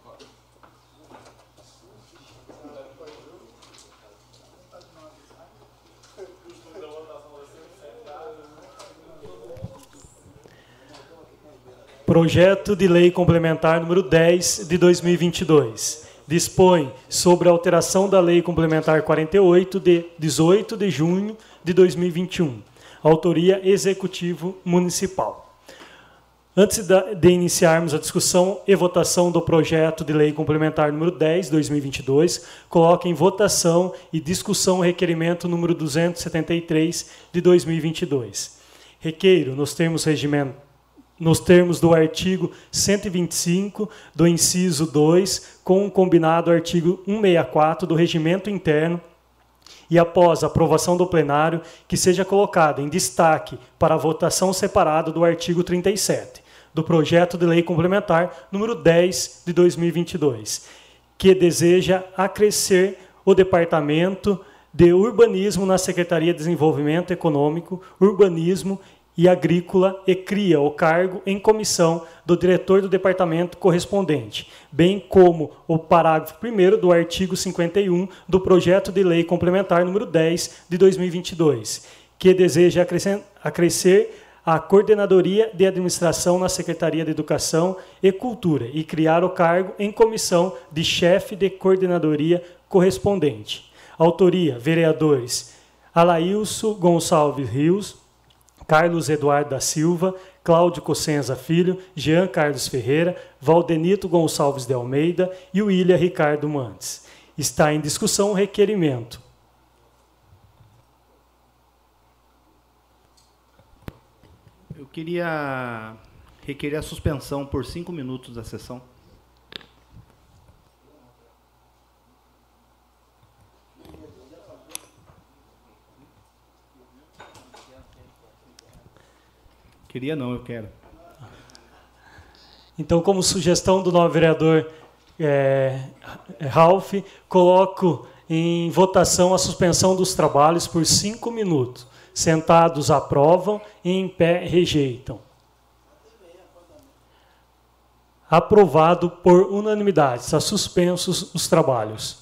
Projeto de Lei Complementar número 10 de 2022. Dispõe sobre a alteração da Lei Complementar 48 de 18 de junho de 2021. Autoria Executivo Municipal. Antes de iniciarmos a discussão e votação do projeto de Lei Complementar número 10 de 2022, coloque em votação e discussão o requerimento número 273 de 2022. Requeiro, nos termos do artigo 125 do inciso 2, com o combinado artigo 164 do Regimento Interno, e após a aprovação do plenário, que seja colocado em destaque para a votação separada do artigo 37 do projeto de lei complementar número 10 de 2022, que deseja acrescer o Departamento de Urbanismo na Secretaria de Desenvolvimento Econômico, Urbanismo e Agrícola e cria o cargo em comissão do diretor do departamento correspondente, bem como o parágrafo 1º do artigo 51 do projeto de lei complementar número 10 de 2022, que deseja acrescer a Coordenadoria de Administração na Secretaria de Educação e Cultura e criar o cargo em comissão de chefe de coordenadoria correspondente. Autoria: vereadores Alailson Gonçalves Rios, Carlos Eduardo da Silva, Cláudio Cossenza Filho, Jean Carlos Ferreira, Valdenito Gonçalves de Almeida e William Ricardo Mantes. Está em discussão o requerimento. Eu queria requerer a suspensão por 5 minutos da sessão. Queria não, eu quero. Então, como sugestão do novo vereador Ralph, coloco em votação a suspensão dos trabalhos por 5 minutos. Sentados aprovam e em pé rejeitam. Aprovado por unanimidade. Está suspensos os trabalhos.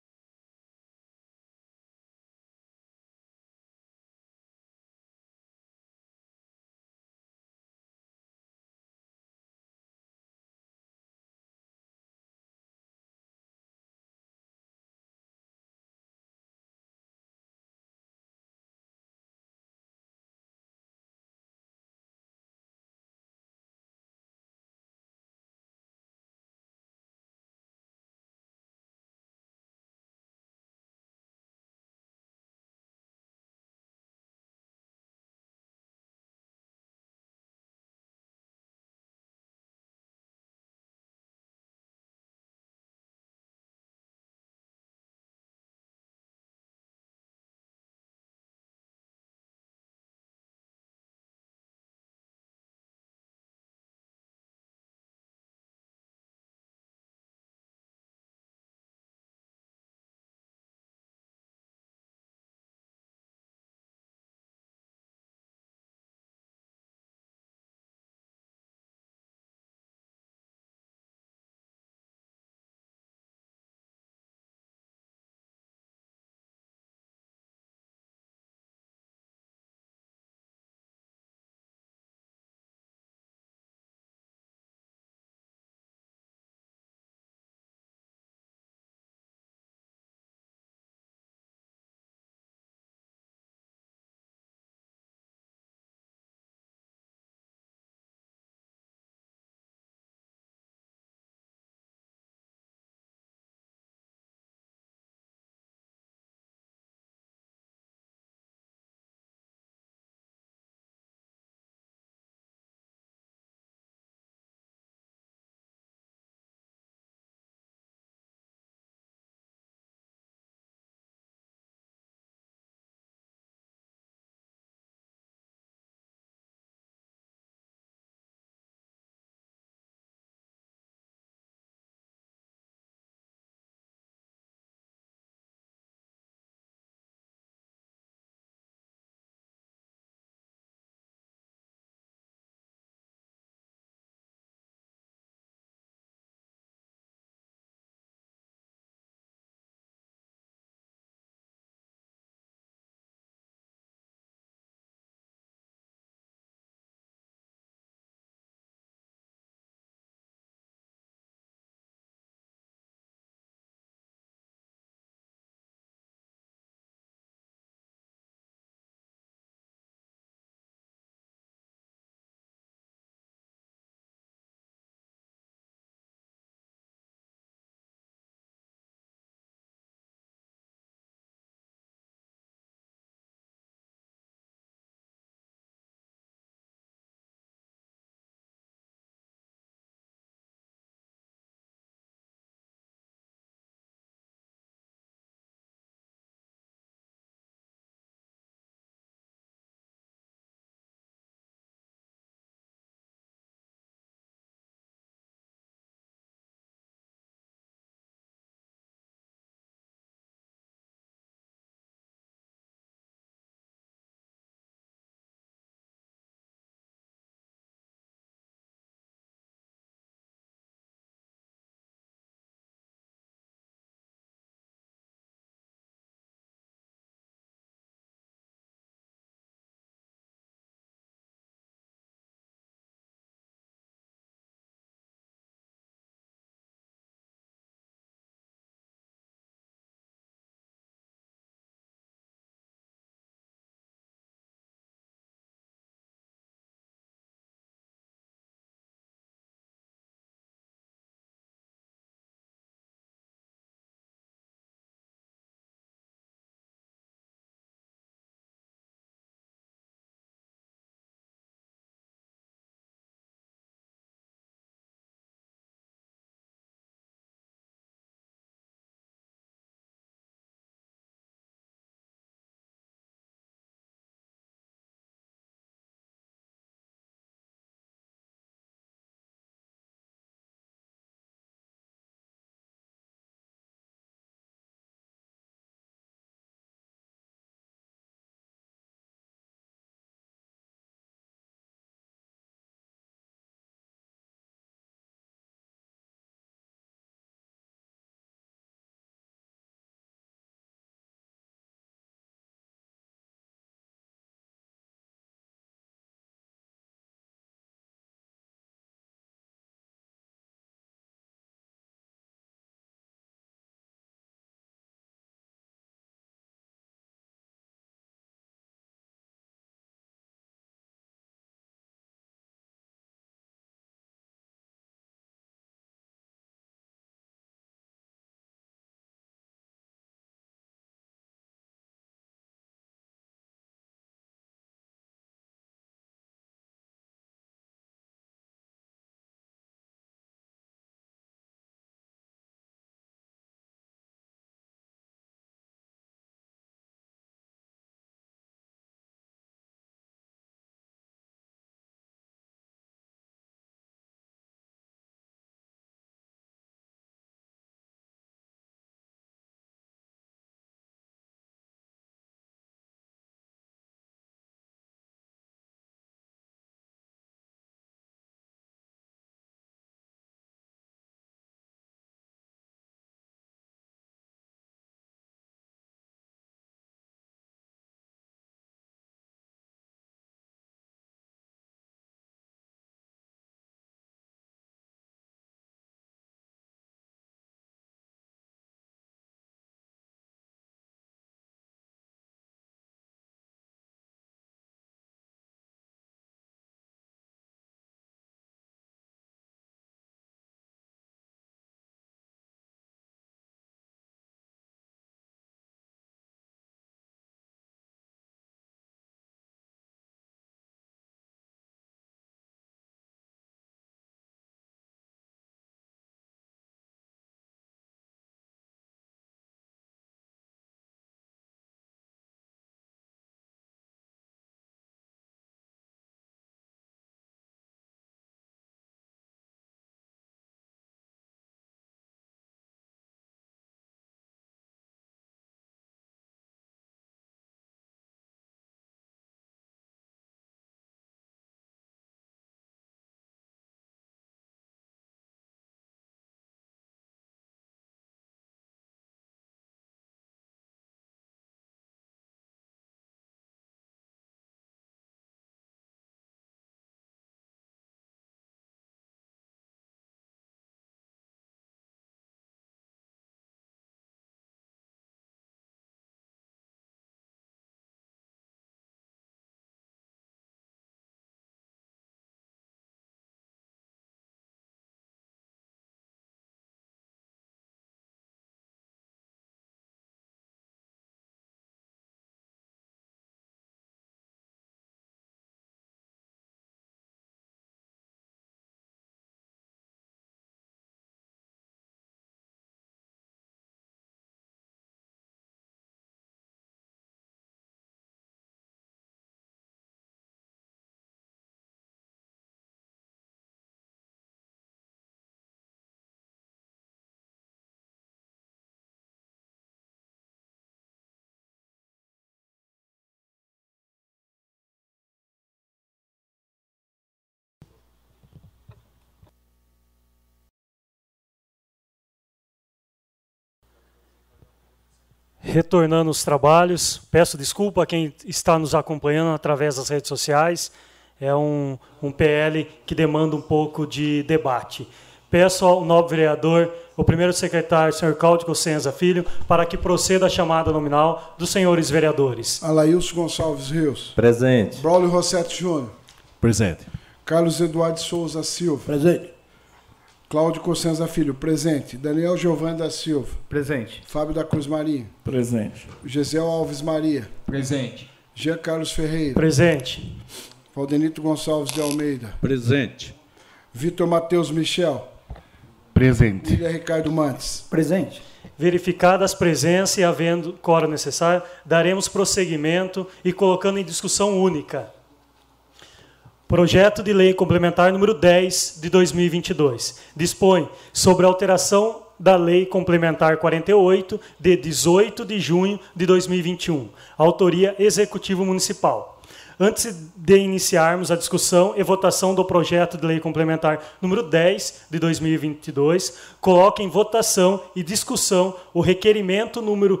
retornando os trabalhos, peço desculpa a quem está nos acompanhando através das redes sociais. É um PL que demanda um pouco de debate. Peço ao nobre vereador, o primeiro secretário, senhor Cláudio Cossenza Filho, para que proceda a chamada nominal dos senhores vereadores. Alailson Gonçalves Rios. Presente. Braulio Rossetti Júnior. Presente. Carlos Eduardo Souza Silva. Presente. Cláudio Cossenza Filho. Presente. Daniel Giovanni da Silva. Presente. Fábio da Cruz Maria. Presente. Gesiel Alves Maria. Presente. Jean Carlos Ferreira. Presente. Valdenito Gonçalves de Almeida. Presente. Vitor Matheus Michel. Presente. William Ricardo Mantes. Presente. Verificadas as presenças e havendo quórum necessário, daremos prosseguimento e colocando em discussão única. Projeto de Lei Complementar número 10 de 2022. Dispõe sobre a alteração da Lei Complementar 48 de 18 de junho de 2021. Autoria Executivo Municipal. Antes de iniciarmos a discussão e votação do projeto de lei complementar número 10 de 2022, coloque em votação e discussão o requerimento número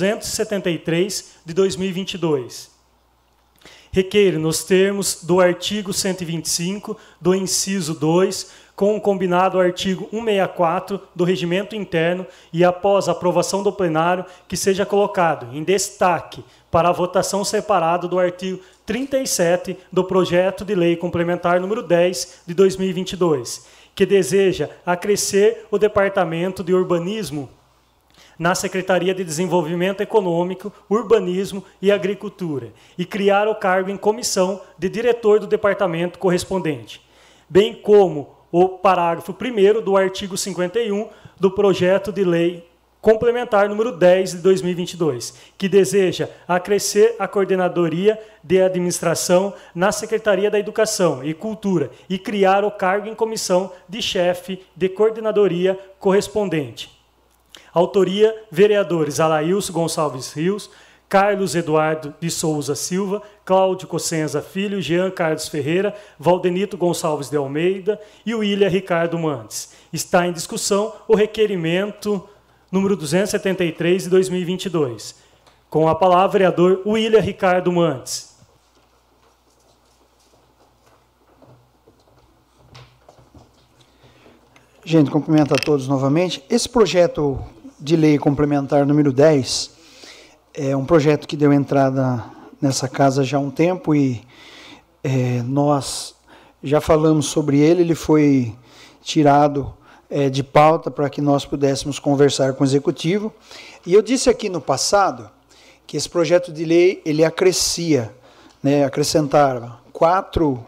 273 de 2022. Requeiro, nos termos do artigo 125 do inciso 2, com o combinado artigo 164 do Regimento Interno e após a aprovação do plenário, que seja colocado em destaque para a votação separada do artigo 37 do projeto de lei complementar número 10 de 2022, que deseja acrescer o Departamento de Urbanismo na Secretaria de Desenvolvimento Econômico, Urbanismo e Agricultura e criar o cargo em comissão de diretor do departamento correspondente, bem como o parágrafo 1º do artigo 51 do projeto de lei complementar número 10 de 2022, que deseja acrescer a coordenadoria de administração na Secretaria da Educação e Cultura e criar o cargo em comissão de chefe de coordenadoria correspondente. Autoria, vereadores Alailson Gonçalves Rios, Carlos Eduardo de Souza Silva, Cláudio Cossenza Filho, Jean Carlos Ferreira, Valdenito Gonçalves de Almeida e William Ricardo Mantes. Está em discussão o requerimento número 273 de 2022. Com a palavra, vereador William Ricardo Mantes. Gente, cumprimento a todos novamente. Esse projeto de lei complementar número 10 é um projeto que deu entrada nessa casa já há um tempo e nós já falamos sobre ele. Ele foi tirado de pauta para que nós pudéssemos conversar com o Executivo. E eu disse aqui no passado que esse projeto de lei ele acrescentava 4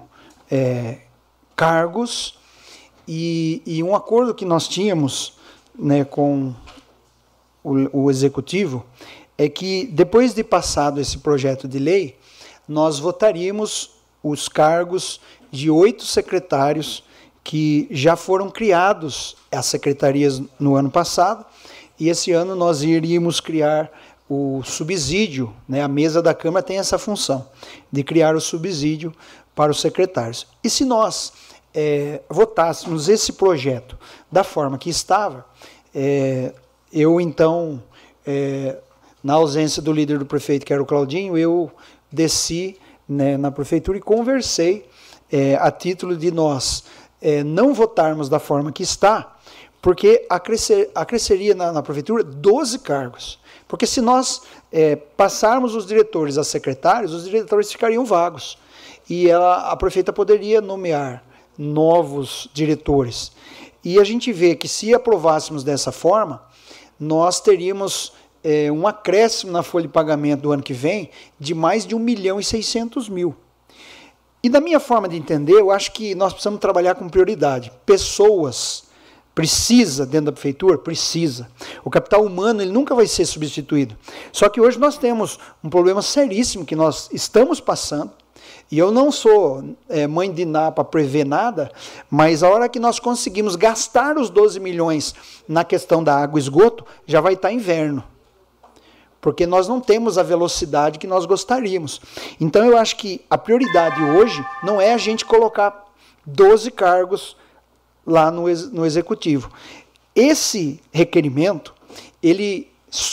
cargos e um acordo que nós tínhamos, né, com o Executivo é que depois de passado esse projeto de lei, nós votaríamos os cargos de 8 secretários que já foram criados as secretarias no ano passado, e esse ano nós iríamos criar o subsídio, né? A mesa da Câmara tem essa função, de criar o subsídio para os secretários. E se nós votássemos esse projeto da forma que estava, eu então, na ausência do líder do prefeito, que era o Claudinho, eu desci, né, na prefeitura e conversei a título de nós não votarmos da forma que está, porque acresceria na prefeitura 12 cargos. Porque se nós passarmos os diretores a secretários, os diretores ficariam vagos. E a prefeita poderia nomear novos diretores. E a gente vê que se aprovássemos dessa forma, nós teríamos um acréscimo na folha de pagamento do ano que vem de mais de 1.600.000. E da minha forma de entender, eu acho que nós precisamos trabalhar com prioridade. Pessoas, precisa dentro da prefeitura? Precisa. O capital humano ele nunca vai ser substituído. Só que hoje nós temos um problema seríssimo que nós estamos passando, e eu não sou mãe de Ná para prever nada, mas a hora que nós conseguimos gastar os 12 milhões na questão da água e esgoto, já vai estar inverno. Porque nós não temos a velocidade que nós gostaríamos. Então eu acho que a prioridade hoje não é a gente colocar 12 cargos lá no Executivo. Esse requerimento, ele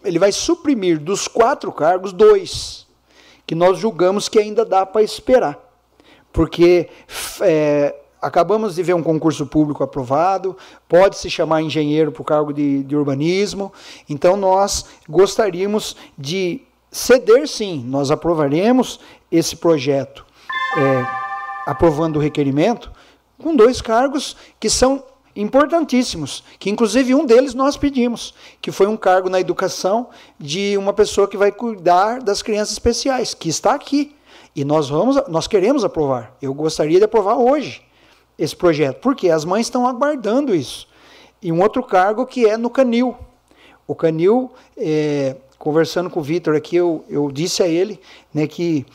ele vai suprimir dos 4 cargos 2, que nós julgamos que ainda dá para esperar. Porque acabamos de ver um concurso público aprovado, pode-se chamar engenheiro para o cargo de urbanismo, então nós gostaríamos de ceder, sim, nós aprovaremos esse projeto, aprovando o requerimento, com 2 cargos que são importantíssimos, que inclusive um deles nós pedimos, que foi um cargo na educação de uma pessoa que vai cuidar das crianças especiais, que está aqui. E nós queremos aprovar. Eu gostaria de aprovar hoje esse projeto, porque as mães estão aguardando isso. E um outro cargo que é no Canil. O Canil, conversando com o Vitor aqui, eu disse a ele, né, que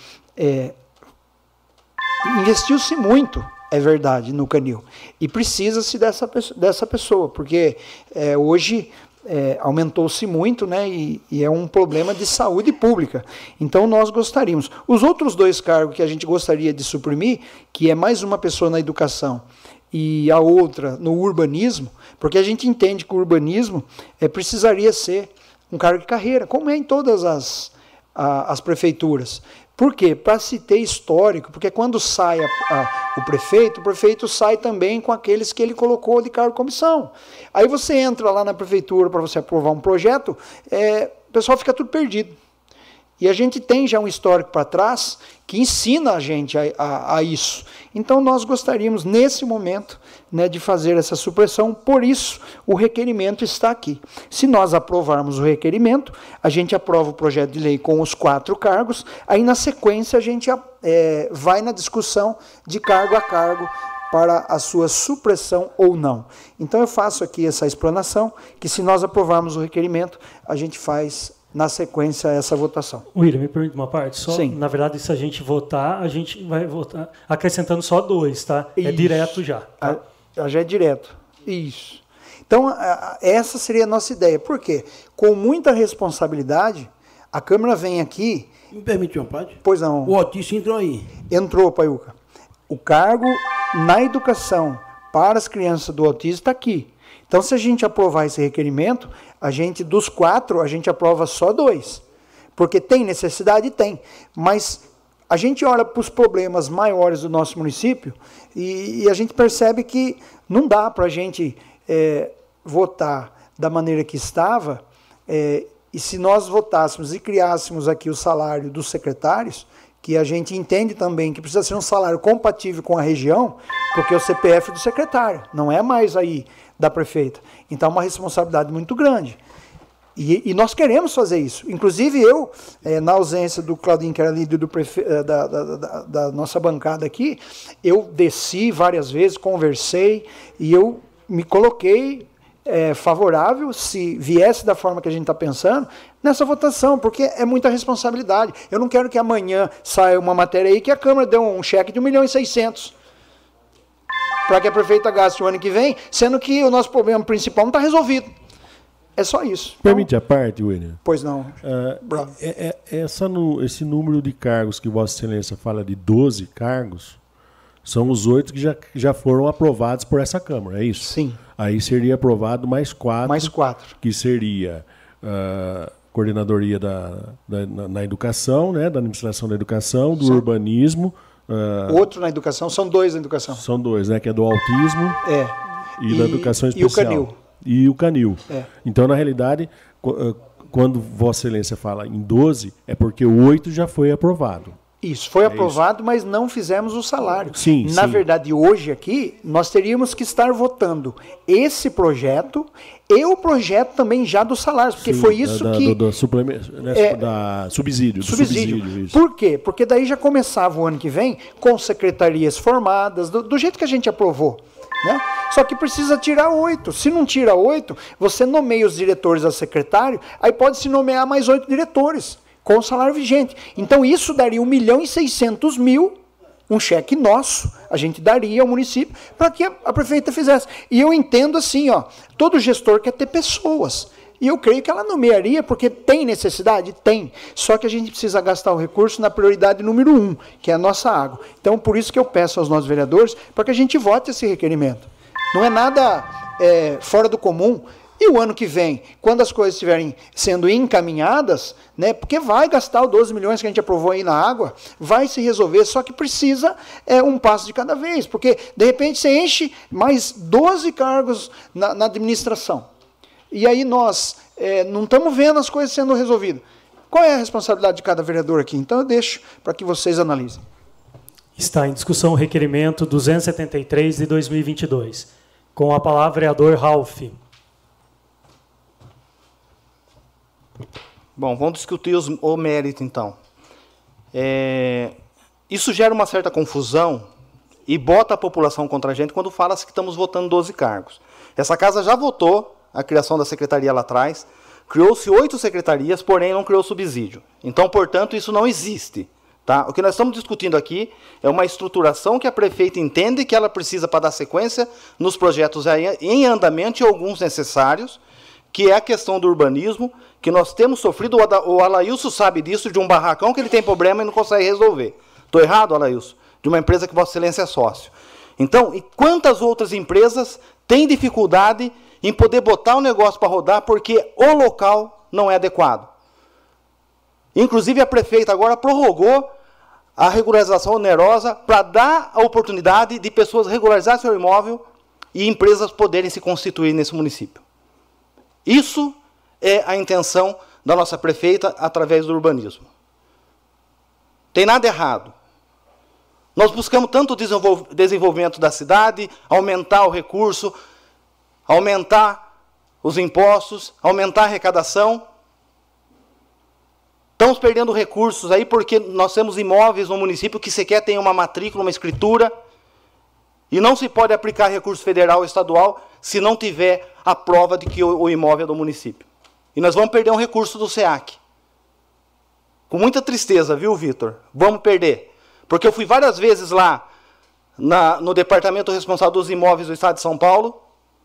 investiu-se muito, é verdade, no Canil. E precisa-se dessa pessoa, porque hoje aumentou-se muito, né, e é um problema de saúde pública. Então nós gostaríamos. Os outros 2 cargos que a gente gostaria de suprimir, que é mais uma pessoa na educação e a outra no urbanismo, porque a gente entende que o urbanismo precisaria ser um cargo de carreira, como é em todas as prefeituras. Por quê? Para se ter histórico, porque quando sai o prefeito sai também com aqueles que ele colocou de cargo de comissão. Aí você entra lá na prefeitura para você aprovar um projeto, o pessoal fica tudo perdido. E a gente tem já um histórico para trás que ensina a gente a isso. Então nós gostaríamos, nesse momento, né, de fazer essa supressão, por isso o requerimento está aqui. Se nós aprovarmos o requerimento, a gente aprova o projeto de lei com os 4 cargos, aí na sequência a gente vai na discussão de cargo a cargo para a sua supressão ou não. Então eu faço aqui essa explanação, que se nós aprovarmos o requerimento, a gente faz na sequência essa votação. William, me permite uma parte? Só, sim. Na verdade, se a gente votar, a gente vai votar acrescentando só 2, tá? Isso. É direto já. Tá? Já é direto. Isso. Então, essa seria a nossa ideia. Por quê? Com muita responsabilidade, a Câmara vem aqui... Me permite uma parte? Pois não. O Otis entrou aí. Entrou, Paiuca. O cargo na educação para as crianças do autismo está aqui. Então, se a gente aprovar esse requerimento, dos 4, a gente aprova só 2. Porque tem necessidade? Tem. Mas a gente olha para os problemas maiores do nosso município e a gente percebe que não dá para a gente votar da maneira que estava. E se nós votássemos e criássemos aqui o salário dos secretários, que a gente entende também que precisa ser um salário compatível com a região, porque é o CPF do secretário, não é mais aí da prefeita. Então é uma responsabilidade muito grande. E nós queremos fazer isso. Inclusive eu, na ausência do Claudinho, que era líder da nossa bancada aqui, eu desci várias vezes, conversei, e eu me coloquei favorável, se viesse da forma que a gente está pensando, nessa votação, porque é muita responsabilidade. Eu não quero que amanhã saia uma matéria aí que a Câmara deu um cheque de 1.600.000 para que a prefeita gaste o ano que vem, sendo que o nosso problema principal não está resolvido. É só isso. Permite a parte, William? Pois não. Esse número de cargos que Vossa Excelência fala de 12 cargos, são os 8 que já foram aprovados por essa Câmara, é isso? Sim. Aí seria aprovado mais 4. Mais 4. Que seria coordenadoria na educação, né, da administração da educação, do urbanismo. Outro na educação, são 2 na educação. São 2, né, que é do autismo e da educação especial. E o Canil. E o Canil. Então, na realidade, quando Vossa Excelência fala em 12, é porque o 8 já foi aprovado. Isso, foi aprovado, mas não fizemos o salário. Sim, Na verdade, hoje aqui, nós teríamos que estar votando esse projeto e o projeto também já dos salários, porque foi isso do suplemento, né, subsídio. Isso. Por quê? Porque daí já começava o ano que vem com secretarias formadas, do jeito que a gente aprovou. Né? Só que precisa tirar 8. Se não tira 8, você nomeia os diretores a secretário, aí pode se nomear mais 8 diretores, com o salário vigente. Então isso daria 1.600.000, um cheque nosso, a gente daria ao município, para que a prefeita fizesse. E eu entendo assim, todo gestor quer ter pessoas. E eu creio que ela nomearia, porque tem necessidade? Tem. Só que a gente precisa gastar o recurso na prioridade número 1, que é a nossa água. Então, por isso que eu peço aos nossos vereadores, para que a gente vote esse requerimento. Não é nada fora do comum. E o ano que vem, quando as coisas estiverem sendo encaminhadas, né, porque vai gastar os 12 milhões que a gente aprovou aí na água, vai se resolver, só que precisa um passo de cada vez, porque de repente você enche mais 12 cargos na administração. E aí nós não estamos vendo as coisas sendo resolvidas. Qual é a responsabilidade de cada vereador aqui? Então eu deixo para que vocês analisem. Está em discussão o requerimento 273 de 2022. Com a palavra, vereador Ralph. Bom, vamos discutir o mérito, então. Isso gera uma certa confusão e bota a população contra a gente quando fala-se que estamos votando 12 cargos. Essa casa já votou a criação da secretaria lá atrás, criou-se 8 secretarias, porém não criou subsídio. Então, portanto, isso não existe. Tá? O que nós estamos discutindo aqui é uma estruturação que a prefeita entende que ela precisa para dar sequência nos projetos em andamento e alguns necessários, que é a questão do urbanismo, que nós temos sofrido, o Alailson sabe disso, de um barracão que ele tem problema e não consegue resolver. Estou errado, Alailson? De uma empresa que Vossa Excelência é sócio. Então, e quantas outras empresas têm dificuldade em poder botar o negócio para rodar porque o local não é adequado? Inclusive, a prefeita agora prorrogou a regularização onerosa para dar a oportunidade de pessoas regularizar seu imóvel e empresas poderem se constituir nesse município. Isso é a intenção da nossa prefeita através do urbanismo. Tem nada errado. Nós buscamos tanto o desenvolvimento da cidade, aumentar o recurso, aumentar os impostos, aumentar a arrecadação. Estamos perdendo recursos aí porque nós temos imóveis no município que sequer tem uma matrícula, uma escritura, e não se pode aplicar recurso federal ou estadual se não tiver a prova de que o imóvel é do município. E nós vamos perder um recurso do SEAC. Com muita tristeza, viu, Vitor? Vamos perder. Porque eu fui várias vezes lá no departamento responsável dos imóveis do Estado de São Paulo.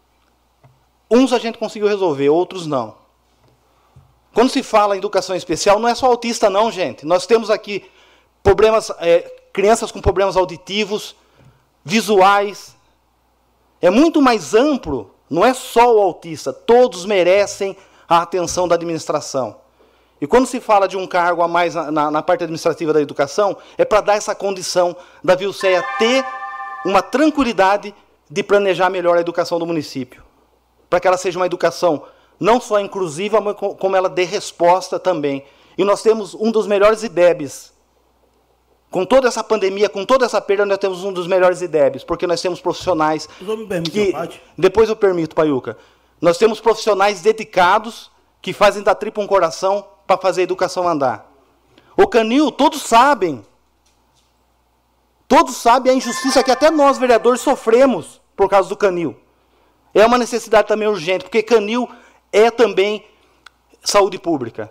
Uns a gente conseguiu resolver, outros não. Quando se fala em educação especial, não é só autista não, gente. Nós temos aqui problemas, crianças com problemas auditivos, visuais. É muito mais amplo, não é só o autista. Todos merecem a atenção da administração. E quando se fala de um cargo a mais na parte administrativa da educação, é para dar essa condição da Vilceia ter uma tranquilidade de planejar melhor a educação do município. Para que ela seja uma educação não só inclusiva, mas como ela dê resposta também. E nós temos um dos melhores IDEBs. Com toda essa pandemia, com toda essa perda, nós temos um dos melhores IDEBs, porque nós temos profissionais que... Depois eu permito, Paiuca. Nós temos profissionais dedicados que fazem da tripa um coração para fazer a educação andar. O Canil, todos sabem a injustiça que até nós, vereadores, sofremos por causa do Canil. É uma necessidade também urgente, porque Canil é também saúde pública.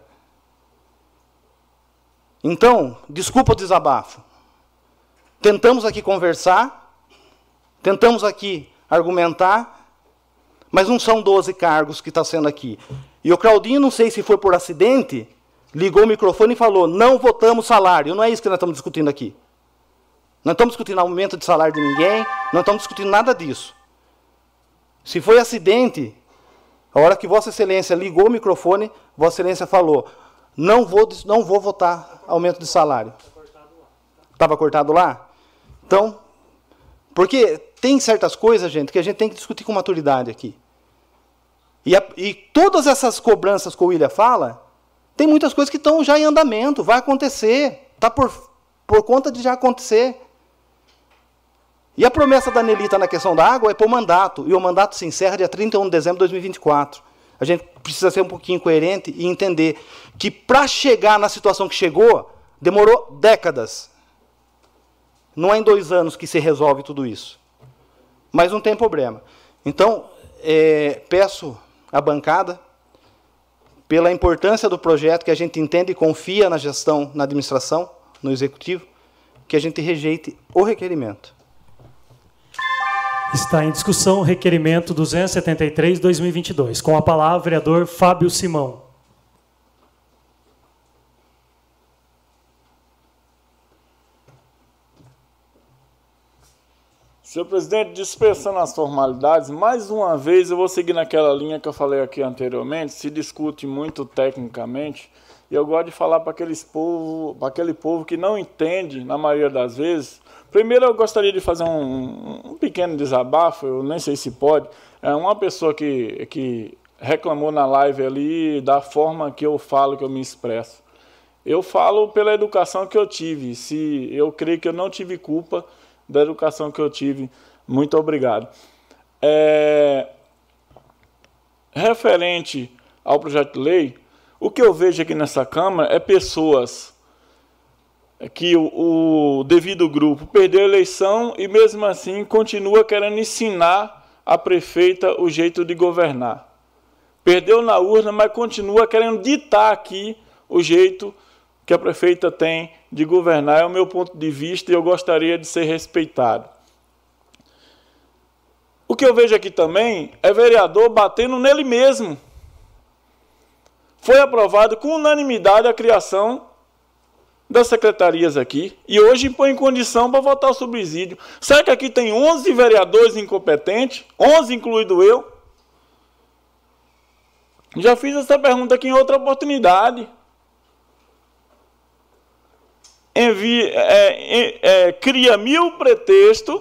Então, desculpa o desabafo. Tentamos aqui conversar, tentamos aqui argumentar, mas não são 12 cargos que estão sendo aqui. E o Claudinho, não sei se foi por acidente, ligou o microfone e falou, não votamos salário. Não é isso que nós estamos discutindo aqui. Não estamos discutindo aumento de salário de ninguém, não estamos discutindo nada disso. Se foi acidente, a hora que Vossa Excelência ligou o microfone, Vossa Excelência falou, não vou votar aumento de salário. Estava cortado lá? Então, porque tem certas coisas, gente, que a gente tem que discutir com maturidade aqui. E todas essas cobranças que o William fala, tem muitas coisas que estão já em andamento, vai acontecer, está por conta de já acontecer. E a promessa da Nelita na questão da água é para o mandato, e o mandato se encerra dia 31 de dezembro de 2024. A gente precisa ser um pouquinho coerente e entender que para chegar na situação que chegou, demorou décadas. Não é em 2 anos que se resolve tudo isso. Mas não tem problema. Então, peço à bancada, pela importância do projeto, que a gente entende e confia na gestão, na administração, no executivo, que a gente rejeite o requerimento. Está em discussão o requerimento 273/2022. Com a palavra, o vereador Fábio Simão. Senhor presidente, dispensando as formalidades, mais uma vez eu vou seguir naquela linha que eu falei aqui anteriormente, se discute muito tecnicamente, e eu gosto de falar para aquele povo que não entende, na maioria das vezes. Primeiro eu gostaria de fazer um pequeno desabafo, eu nem sei se pode. É uma pessoa que reclamou na live ali da forma que eu falo, que eu me expresso. Eu falo pela educação que eu tive. Se eu creio que eu não tive culpa da educação que eu tive. Muito obrigado. Referente ao projeto de lei, o que eu vejo aqui nessa Câmara é pessoas que o devido grupo perdeu a eleição e mesmo assim continua querendo ensinar a prefeita o jeito de governar. Perdeu na urna, mas continua querendo ditar aqui o jeito que a prefeita tem de governar. É o meu ponto de vista e eu gostaria de ser respeitado. O que eu vejo aqui também é vereador batendo nele mesmo. Foi aprovado com unanimidade a criação das secretarias aqui e hoje põe em condição para votar o subsídio. Será que aqui tem 11 vereadores incompetentes? 11 incluído eu? Já fiz essa pergunta aqui em outra oportunidade. Cria mil pretextos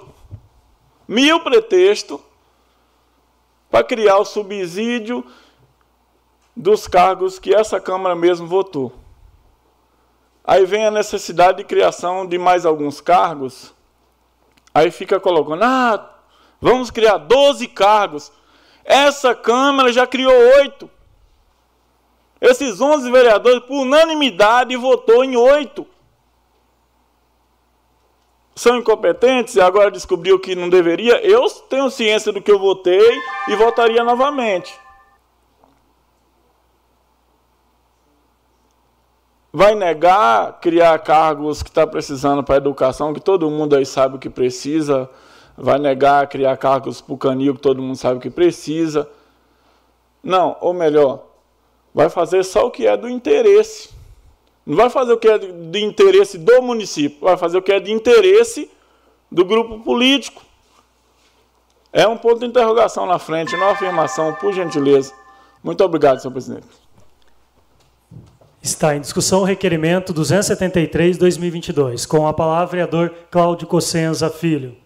para criar o subsídio dos cargos que essa Câmara mesmo votou. Aí vem a necessidade de criação de mais alguns cargos, aí fica colocando, vamos criar 12 cargos. Essa Câmara já criou 8. Esses 11 vereadores, por unanimidade, votou em 8. São incompetentes e agora descobriu que não deveria? Eu tenho ciência do que eu votei e votaria novamente. Vai negar criar cargos que está precisando para a educação, que todo mundo aí sabe o que precisa. Vai negar criar cargos para o canil, que todo mundo sabe o que precisa. Não, ou melhor, vai fazer só o que é do interesse. Não vai fazer o que é de interesse do município, vai fazer o que é de interesse do grupo político. É um ponto de interrogação na frente, não uma afirmação, por gentileza. Muito obrigado, senhor presidente. Está em discussão o requerimento 273/2022. Com a palavra, vereador Cláudio Cossenza Filho.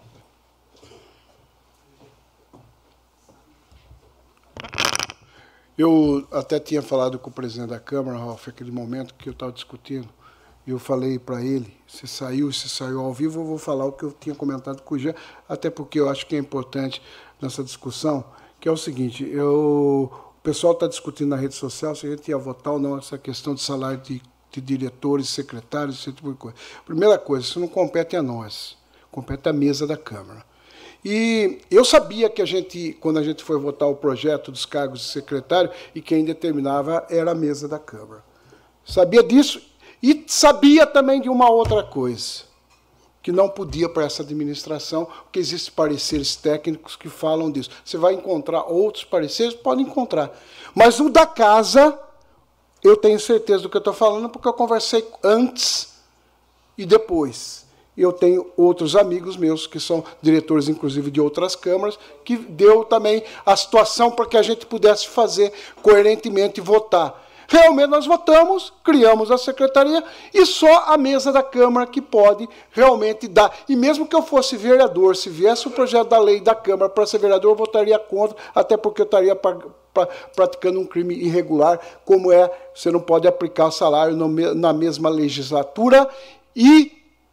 Eu até tinha falado com o presidente da Câmara, Ralf, naquele momento que eu estava discutindo, e eu falei para ele, se saiu ao vivo, eu vou falar o que eu tinha comentado com o Jean, até porque eu acho que é importante nessa discussão, que é o seguinte, o pessoal está discutindo na rede social se a gente ia votar ou não essa questão de salário de diretores, secretários, esse tipo de coisa. Primeira coisa, isso não compete a nós, compete à mesa da Câmara. E eu sabia que quando a gente foi votar o projeto dos cargos de secretário, e quem determinava era a mesa da Câmara. Sabia disso e sabia também de uma outra coisa, que não podia para essa administração, porque existem pareceres técnicos que falam disso. Você vai encontrar outros pareceres? Pode encontrar. Mas o da casa, eu tenho certeza do que eu estou falando, porque eu conversei antes e depois. Eu tenho outros amigos meus que são diretores, inclusive, de outras câmaras, que deu também a situação para que a gente pudesse fazer coerentemente e votar. Realmente nós votamos, criamos a secretaria e só a mesa da Câmara que pode realmente dar. E mesmo que eu fosse vereador, se viesse o projeto da lei da Câmara para ser vereador, eu votaria contra, até porque eu estaria praticando um crime irregular, como você não pode aplicar salário na mesma legislatura e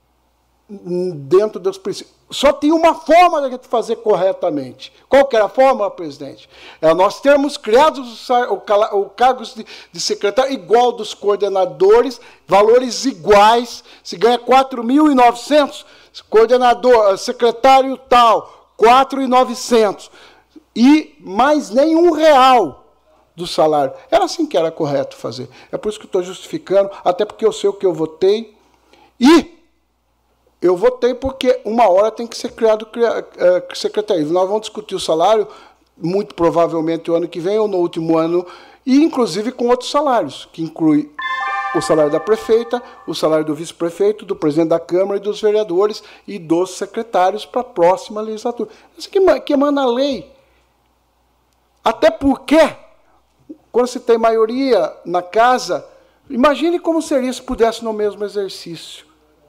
dentro dos princípios. Só tinha uma forma de a gente fazer corretamente. Qual que era a forma, presidente? É nós termos criado o cargos de secretário igual dos coordenadores, valores iguais. Se ganha 4.900, coordenador, secretário tal, 4.900. E mais nenhum real do salário. Era assim que era correto fazer. É por isso que eu estou justificando, até porque eu sei o que eu votei. E eu votei porque uma hora tem que ser criado secretaria. Nós vamos discutir o salário, muito provavelmente o ano que vem ou no último ano, e inclusive com outros salários, que inclui o salário da prefeita, o salário do vice-prefeito, do presidente da Câmara e dos vereadores e dos secretários para a próxima legislatura. Isso que emana a lei. Até porque, quando se tem maioria na casa, imagine como seria se pudesse no mesmo exercício,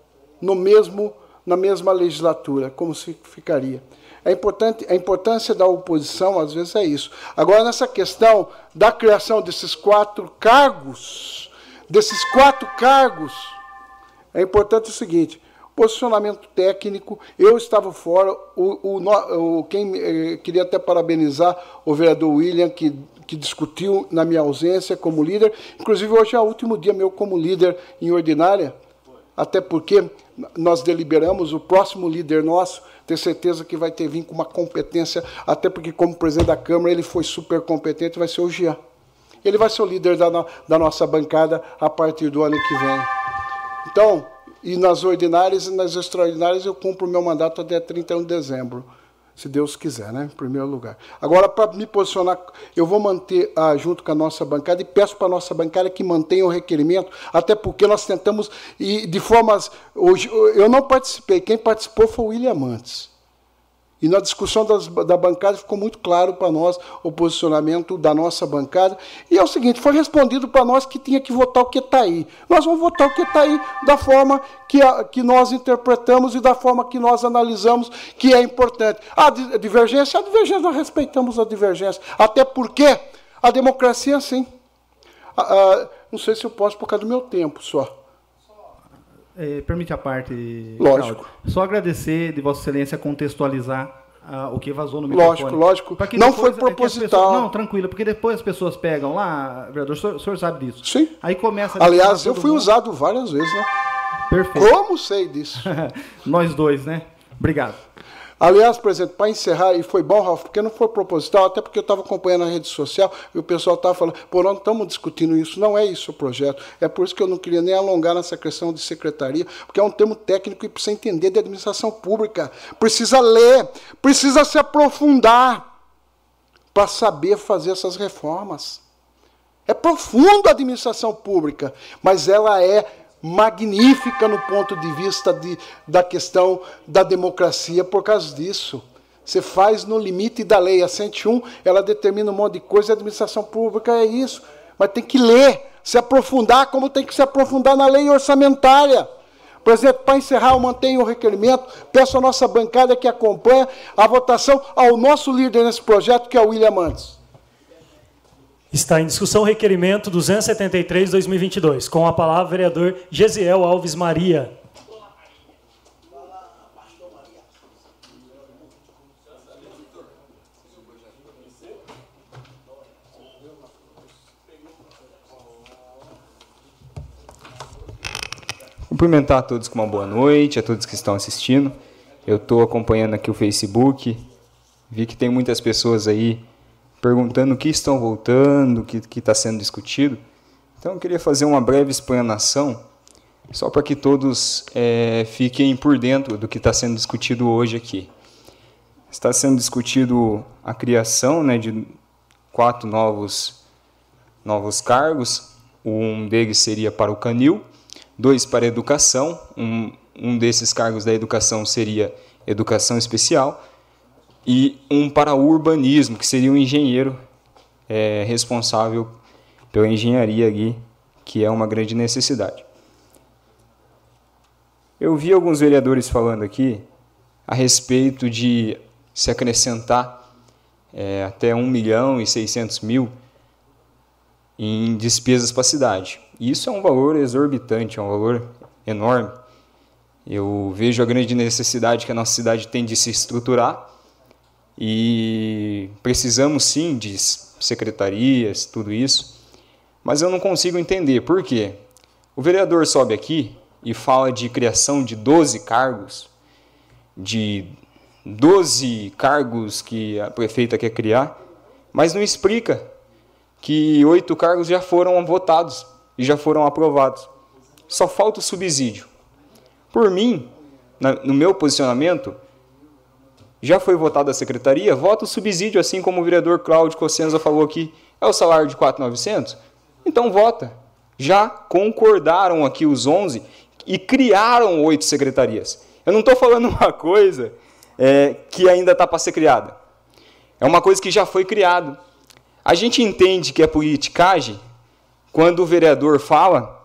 na mesma legislatura, como se ficaria. A importância da oposição, às vezes, é isso. Agora, nessa questão da criação desses 4 cargos, é importante o seguinte: posicionamento técnico, eu estava fora, queria até parabenizar o vereador William, que discutiu na minha ausência como líder, inclusive hoje é o último dia meu como líder em ordinária, até porque nós deliberamos, o próximo líder nosso, ter certeza que vai vir com uma competência, até porque como presidente da Câmara ele foi super competente, vai ser o Jean. Ele vai ser o líder da nossa bancada a partir do ano que vem. Então, e nas ordinárias e nas extraordinárias eu cumpro o meu mandato até 31 de dezembro, se Deus quiser, né? Em primeiro lugar. Agora, para me posicionar, eu vou manter junto com a nossa bancada e peço para a nossa bancada que mantenha o requerimento, até porque nós tentamos, e de formas... Hoje, eu não participei, quem participou foi o William Mantes. E na discussão da bancada ficou muito claro para nós o posicionamento da nossa bancada. E é o seguinte, foi respondido para nós que tinha que votar o que está aí. Nós vamos votar o que está aí da forma que nós interpretamos e da forma que nós analisamos, que é importante. A divergência, nós respeitamos a divergência. Até porque a democracia é assim. Não sei se eu posso por causa do meu tempo só. Permite a parte. Lógico. Cláudio. Só agradecer de Vossa Excelência contextualizar o que vazou no microfone. Lógico. Não foi proposital. Não, tranquilo, porque depois as pessoas pegam lá, vereador, o senhor sabe disso. Sim. Aí começa. Aliás, eu fui usado várias vezes, né? Perfeito. Como sei disso? Nós dois, né? Obrigado. Aliás, presidente, para encerrar, e foi bom, Ralf, porque não foi proposital, até porque eu estava acompanhando a rede social e o pessoal estava falando, nós não estamos discutindo isso, não é isso o projeto. É por isso que eu não queria nem alongar nessa questão de secretaria, porque é um termo técnico e precisa entender de administração pública, precisa ler, precisa se aprofundar para saber fazer essas reformas. É profundo a administração pública, mas ela é magnífica no ponto de vista da questão da democracia por causa disso. Você faz no limite da lei. A 101, ela determina um monte de coisa, e a administração pública é isso. Mas tem que ler, se aprofundar, como tem que se aprofundar na lei orçamentária. Presidente, para encerrar, eu mantenho o requerimento, peço à nossa bancada que acompanha a votação ao nosso líder nesse projeto, que é o William Mantes. Está em discussão o requerimento 273/2022. Com a palavra, o vereador Gesiel Alves Maria. Cumprimentar a todos com uma boa noite, a todos que estão assistindo. Eu estou acompanhando aqui o Facebook, vi que tem muitas pessoas aí perguntando o que estão voltando, o que está sendo discutido. Então, eu queria fazer uma breve explanação, só para que todos fiquem por dentro do que está sendo discutido hoje aqui. Está sendo discutido a criação, né, de 4 novos cargos. Um deles seria para o Canil, 2 para a educação. Um desses cargos da educação seria educação especial. E um para o urbanismo, que seria um engenheiro responsável pela engenharia ali, que é uma grande necessidade. Eu vi alguns vereadores falando aqui a respeito de se acrescentar até 1.600.000 em despesas para a cidade. E isso é um valor exorbitante, é um valor enorme. Eu vejo a grande necessidade que a nossa cidade tem de se estruturar, e precisamos sim de secretarias, tudo isso, mas eu não consigo entender por quê. O vereador sobe aqui e fala de criação de 12 cargos, de 12 cargos que a prefeita quer criar, mas não explica que 8 cargos já foram votados e já foram aprovados. Só falta o subsídio. Por mim, no meu posicionamento, já foi votada a secretaria, vota o subsídio, assim como o vereador Cláudio Cossenza falou aqui, é o salário de 4.900? Então vota. já concordaram aqui os 11 e criaram 8 secretarias. Eu não estou falando uma coisa que ainda está para ser criada. É uma coisa que já foi criada. A gente entende que é politicagem quando o vereador fala,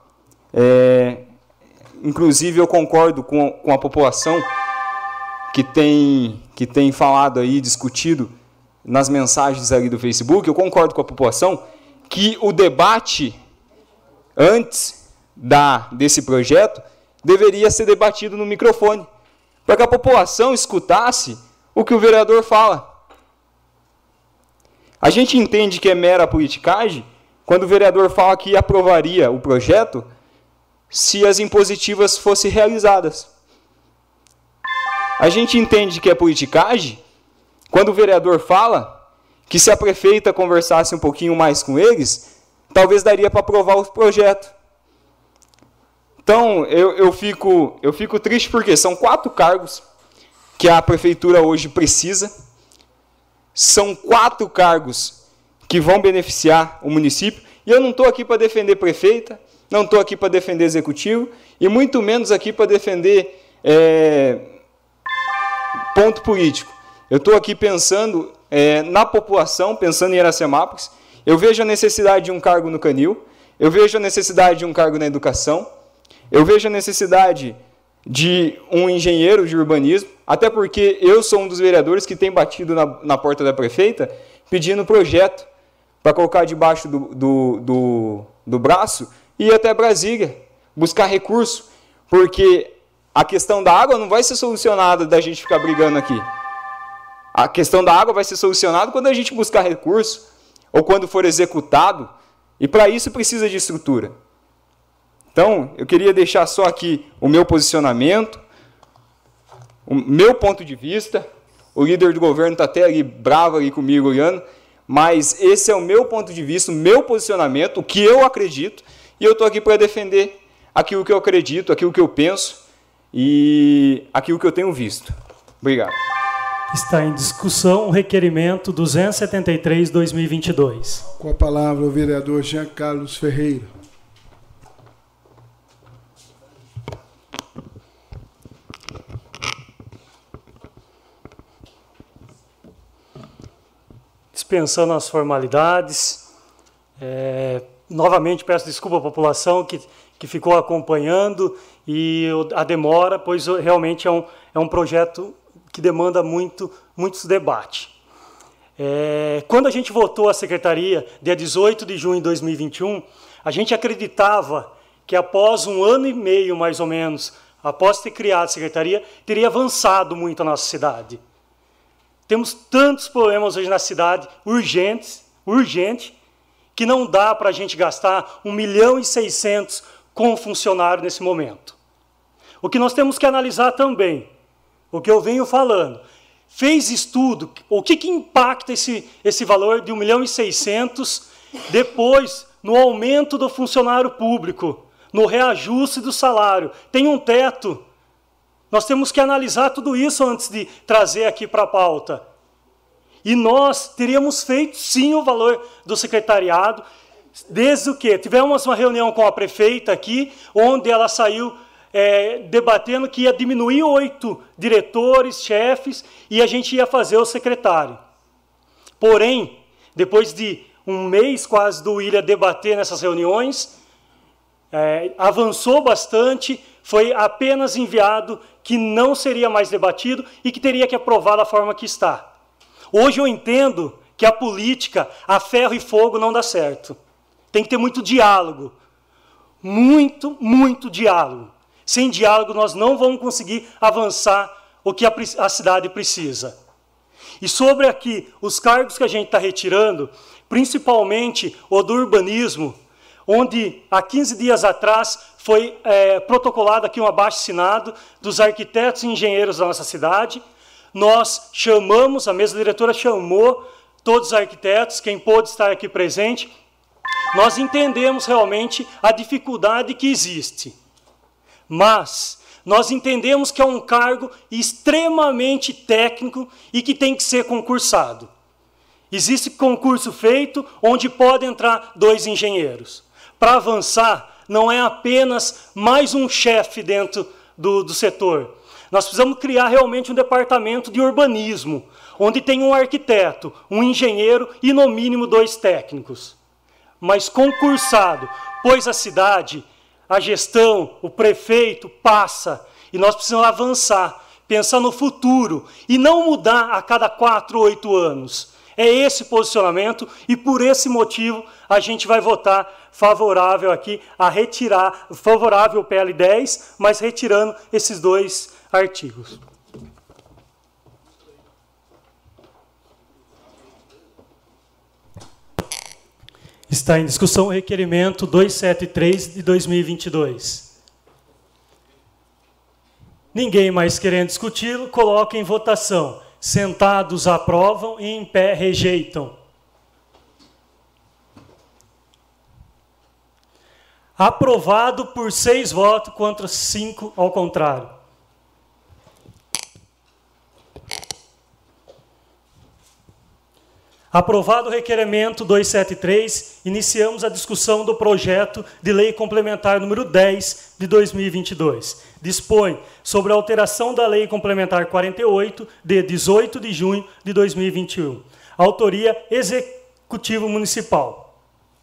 inclusive eu concordo com a população que tem falado aí, discutido nas mensagens ali do Facebook, eu concordo com a população que o debate antes desse projeto deveria ser debatido no microfone, para que a população escutasse o que o vereador fala. A gente entende que é mera politicagem quando o vereador fala que aprovaria o projeto se as impositivas fossem realizadas. A gente entende que é politicagem quando o vereador fala que se a prefeita conversasse um pouquinho mais com eles, talvez daria para aprovar o projeto. Então, eu fico triste porque são 4 cargos que a prefeitura hoje precisa. São 4 cargos que vão beneficiar o município. E eu não estou aqui para defender prefeita, não estou aqui para defender executivo, e muito menos aqui para defender ponto político. Eu estou aqui pensando na população, pensando em Iracemápolis. Eu vejo a necessidade de um cargo no Canil, eu vejo a necessidade de um cargo na educação, eu vejo a necessidade de um engenheiro de urbanismo, até porque eu sou um dos vereadores que tem batido na porta da prefeita pedindo projeto para colocar debaixo do braço e ir até Brasília, buscar recurso, porque a questão da água não vai ser solucionada da gente ficar brigando aqui. A questão da água vai ser solucionada quando a gente buscar recurso ou quando for executado, e para isso precisa de estrutura. Então, eu queria deixar só aqui o meu posicionamento, o meu ponto de vista. O líder do governo está até ali bravo ali comigo olhando, mas esse é o meu ponto de vista, o meu posicionamento, o que eu acredito, e eu estou aqui para defender aquilo que eu acredito, aquilo que eu penso e aquilo que eu tenho visto. Obrigado. Está em discussão o requerimento 273/2022. Com a palavra o vereador Jean Carlos Ferreira. Dispensando as formalidades, novamente peço desculpa à população que ficou acompanhando e a demora, pois realmente é um projeto que demanda muitos debates. Quando a gente votou a secretaria, dia 18 de junho de 2021, a gente acreditava que após 1 ano e meio, mais ou menos, após ter criado a secretaria, teria avançado muito a nossa cidade. Temos tantos problemas hoje na cidade, urgente, que não dá para a gente gastar 1.600.000 com funcionário nesse momento. O que nós temos que analisar também, o que eu venho falando, fez estudo, o que impacta esse valor de 1.600.000 depois no aumento do funcionário público, no reajuste do salário, tem um teto. Nós temos que analisar tudo isso antes de trazer aqui para a pauta. E nós teríamos feito, sim, o valor do secretariado, desde o que? Tivemos uma reunião com a prefeita aqui, onde ela saiu debatendo que ia diminuir 8 diretores, chefes, e a gente ia fazer o secretário. Porém, depois de 1 mês quase do William debater nessas reuniões, avançou bastante, foi apenas enviado que não seria mais debatido e que teria que aprovar da forma que está. Hoje eu entendo que a política, a ferro e fogo, não dá certo. Tem que ter muito diálogo. Muito diálogo. Sem diálogo nós não vamos conseguir avançar o que a cidade precisa. E sobre aqui, os cargos que a gente está retirando, principalmente o do urbanismo, onde há 15 dias atrás foi protocolado aqui um abaixo-assinado dos arquitetos e engenheiros da nossa cidade. Nós chamamos, a mesa diretora chamou todos os arquitetos, quem pôde estar aqui presente. Nós entendemos realmente a dificuldade que existe, mas nós entendemos que é um cargo extremamente técnico e que tem que ser concursado. Existe concurso feito onde pode entrar 2 engenheiros. para avançar, não é apenas mais um chefe dentro do setor. Nós precisamos criar realmente um departamento de urbanismo, onde tem um arquiteto, um engenheiro e, no mínimo, 2 técnicos. Mas concursado, pois a cidade, a gestão, o prefeito passa, e nós precisamos avançar, pensar no futuro, e não mudar a cada 4 ou 8 anos. É esse posicionamento, e por esse motivo a gente vai votar favorável aqui, a retirar, favorável ao PL 10, mas retirando esses 2 artigos. Está em discussão o requerimento 273 de 2022. Ninguém mais querendo discuti-lo, coloca em votação. Sentados aprovam e em pé rejeitam. Aprovado por 6 votos contra 5 ao contrário. Aprovado o requerimento 273, iniciamos a discussão do projeto de lei complementar número 10 de 2022. Dispõe sobre a alteração da lei complementar 48 de 18 de junho de 2021. Autoria Executivo Municipal.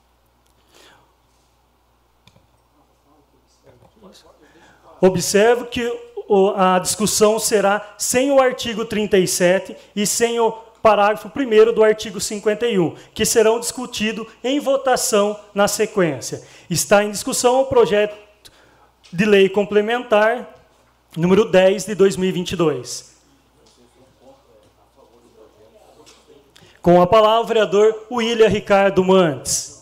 Observo que a discussão será sem o artigo 37 e sem o parágrafo 1º do artigo 51, que serão discutidos em votação na sequência. Está em discussão o projeto de lei complementar número 10 de 2022. Com a palavra, o vereador William Ricardo Mantes.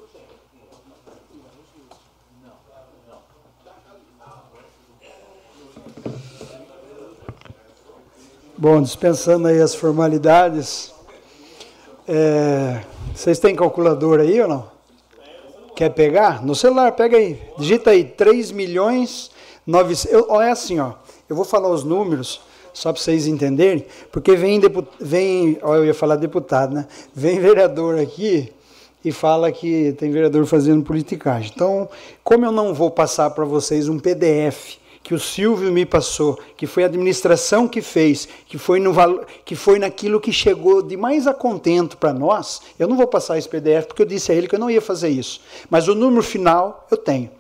Bom, dispensando aí as formalidades, vocês têm calculadora aí ou não? Quer pegar? No celular, pega aí. Digita aí, 3.900.000. É assim, ó. Eu vou falar os números, só para vocês entenderem, porque eu ia falar deputado, né? Vem vereador aqui e fala que tem vereador fazendo politicagem. Então, como eu não vou passar para vocês um PDF que o Silvio me passou, que foi a administração que fez, que foi naquilo que chegou de mais a contento para nós, eu não vou passar esse PDF porque eu disse a ele que eu não ia fazer isso. Mas o número final eu tenho.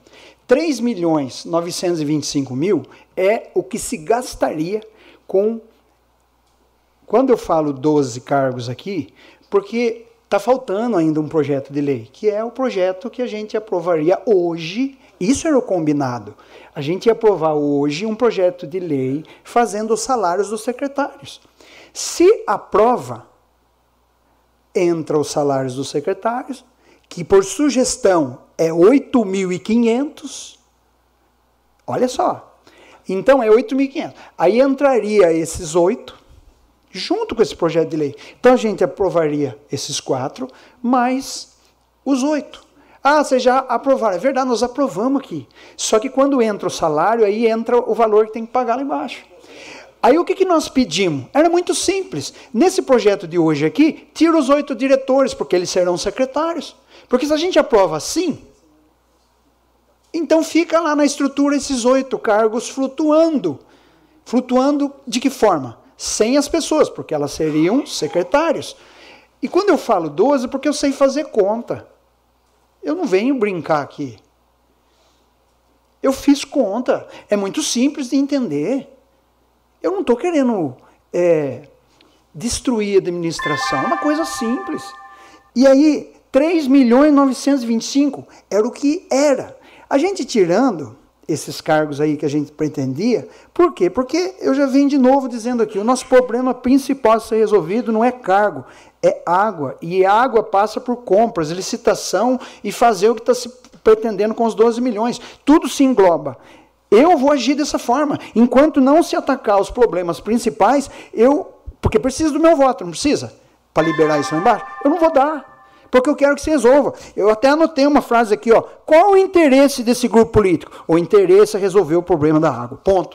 3.925.000 é o que se gastaria com... Quando eu falo 12 cargos aqui, porque está faltando ainda um projeto de lei, que é o projeto que a gente aprovaria hoje. Isso era o combinado. A gente ia aprovar hoje um projeto de lei fazendo os salários dos secretários. Se aprova, entra os salários dos secretários, que por sugestão é 8.500. Olha só. Então é 8.500. Aí entraria esses 8 junto com esse projeto de lei. Então a gente aprovaria esses 4 mais os 8. Ah, vocês já aprovaram. É verdade, nós aprovamos aqui. Só que quando entra o salário, aí entra o valor que tem que pagar lá embaixo. Aí o que nós pedimos? Era muito simples. Nesse projeto de hoje aqui, tira os 8 diretores, porque eles serão secretários. Porque se a gente aprova assim, então fica lá na estrutura esses 8 cargos flutuando. Flutuando de que forma? Sem as pessoas, porque elas seriam secretários. E quando eu falo 12, porque eu sei fazer conta. Eu não venho brincar aqui. Eu fiz conta. É muito simples de entender. Eu não estou querendo destruir a administração. É uma coisa simples. E aí, 3.925.000 era o que era. A gente tirando esses cargos aí que a gente pretendia, por quê? Porque eu já venho de novo dizendo aqui, o nosso problema principal a ser resolvido não é cargo, é água. E a água passa por compras, licitação e fazer o que está se pretendendo com os 12 milhões. Tudo se engloba. Eu vou agir dessa forma. Enquanto não se atacar os problemas principais, porque precisa do meu voto, não precisa? Para liberar isso lá embaixo? Eu não vou dar. Porque eu quero que se resolva. Eu até anotei uma frase aqui, ó. Qual o interesse desse grupo político? O interesse é resolver o problema da água. Ponto.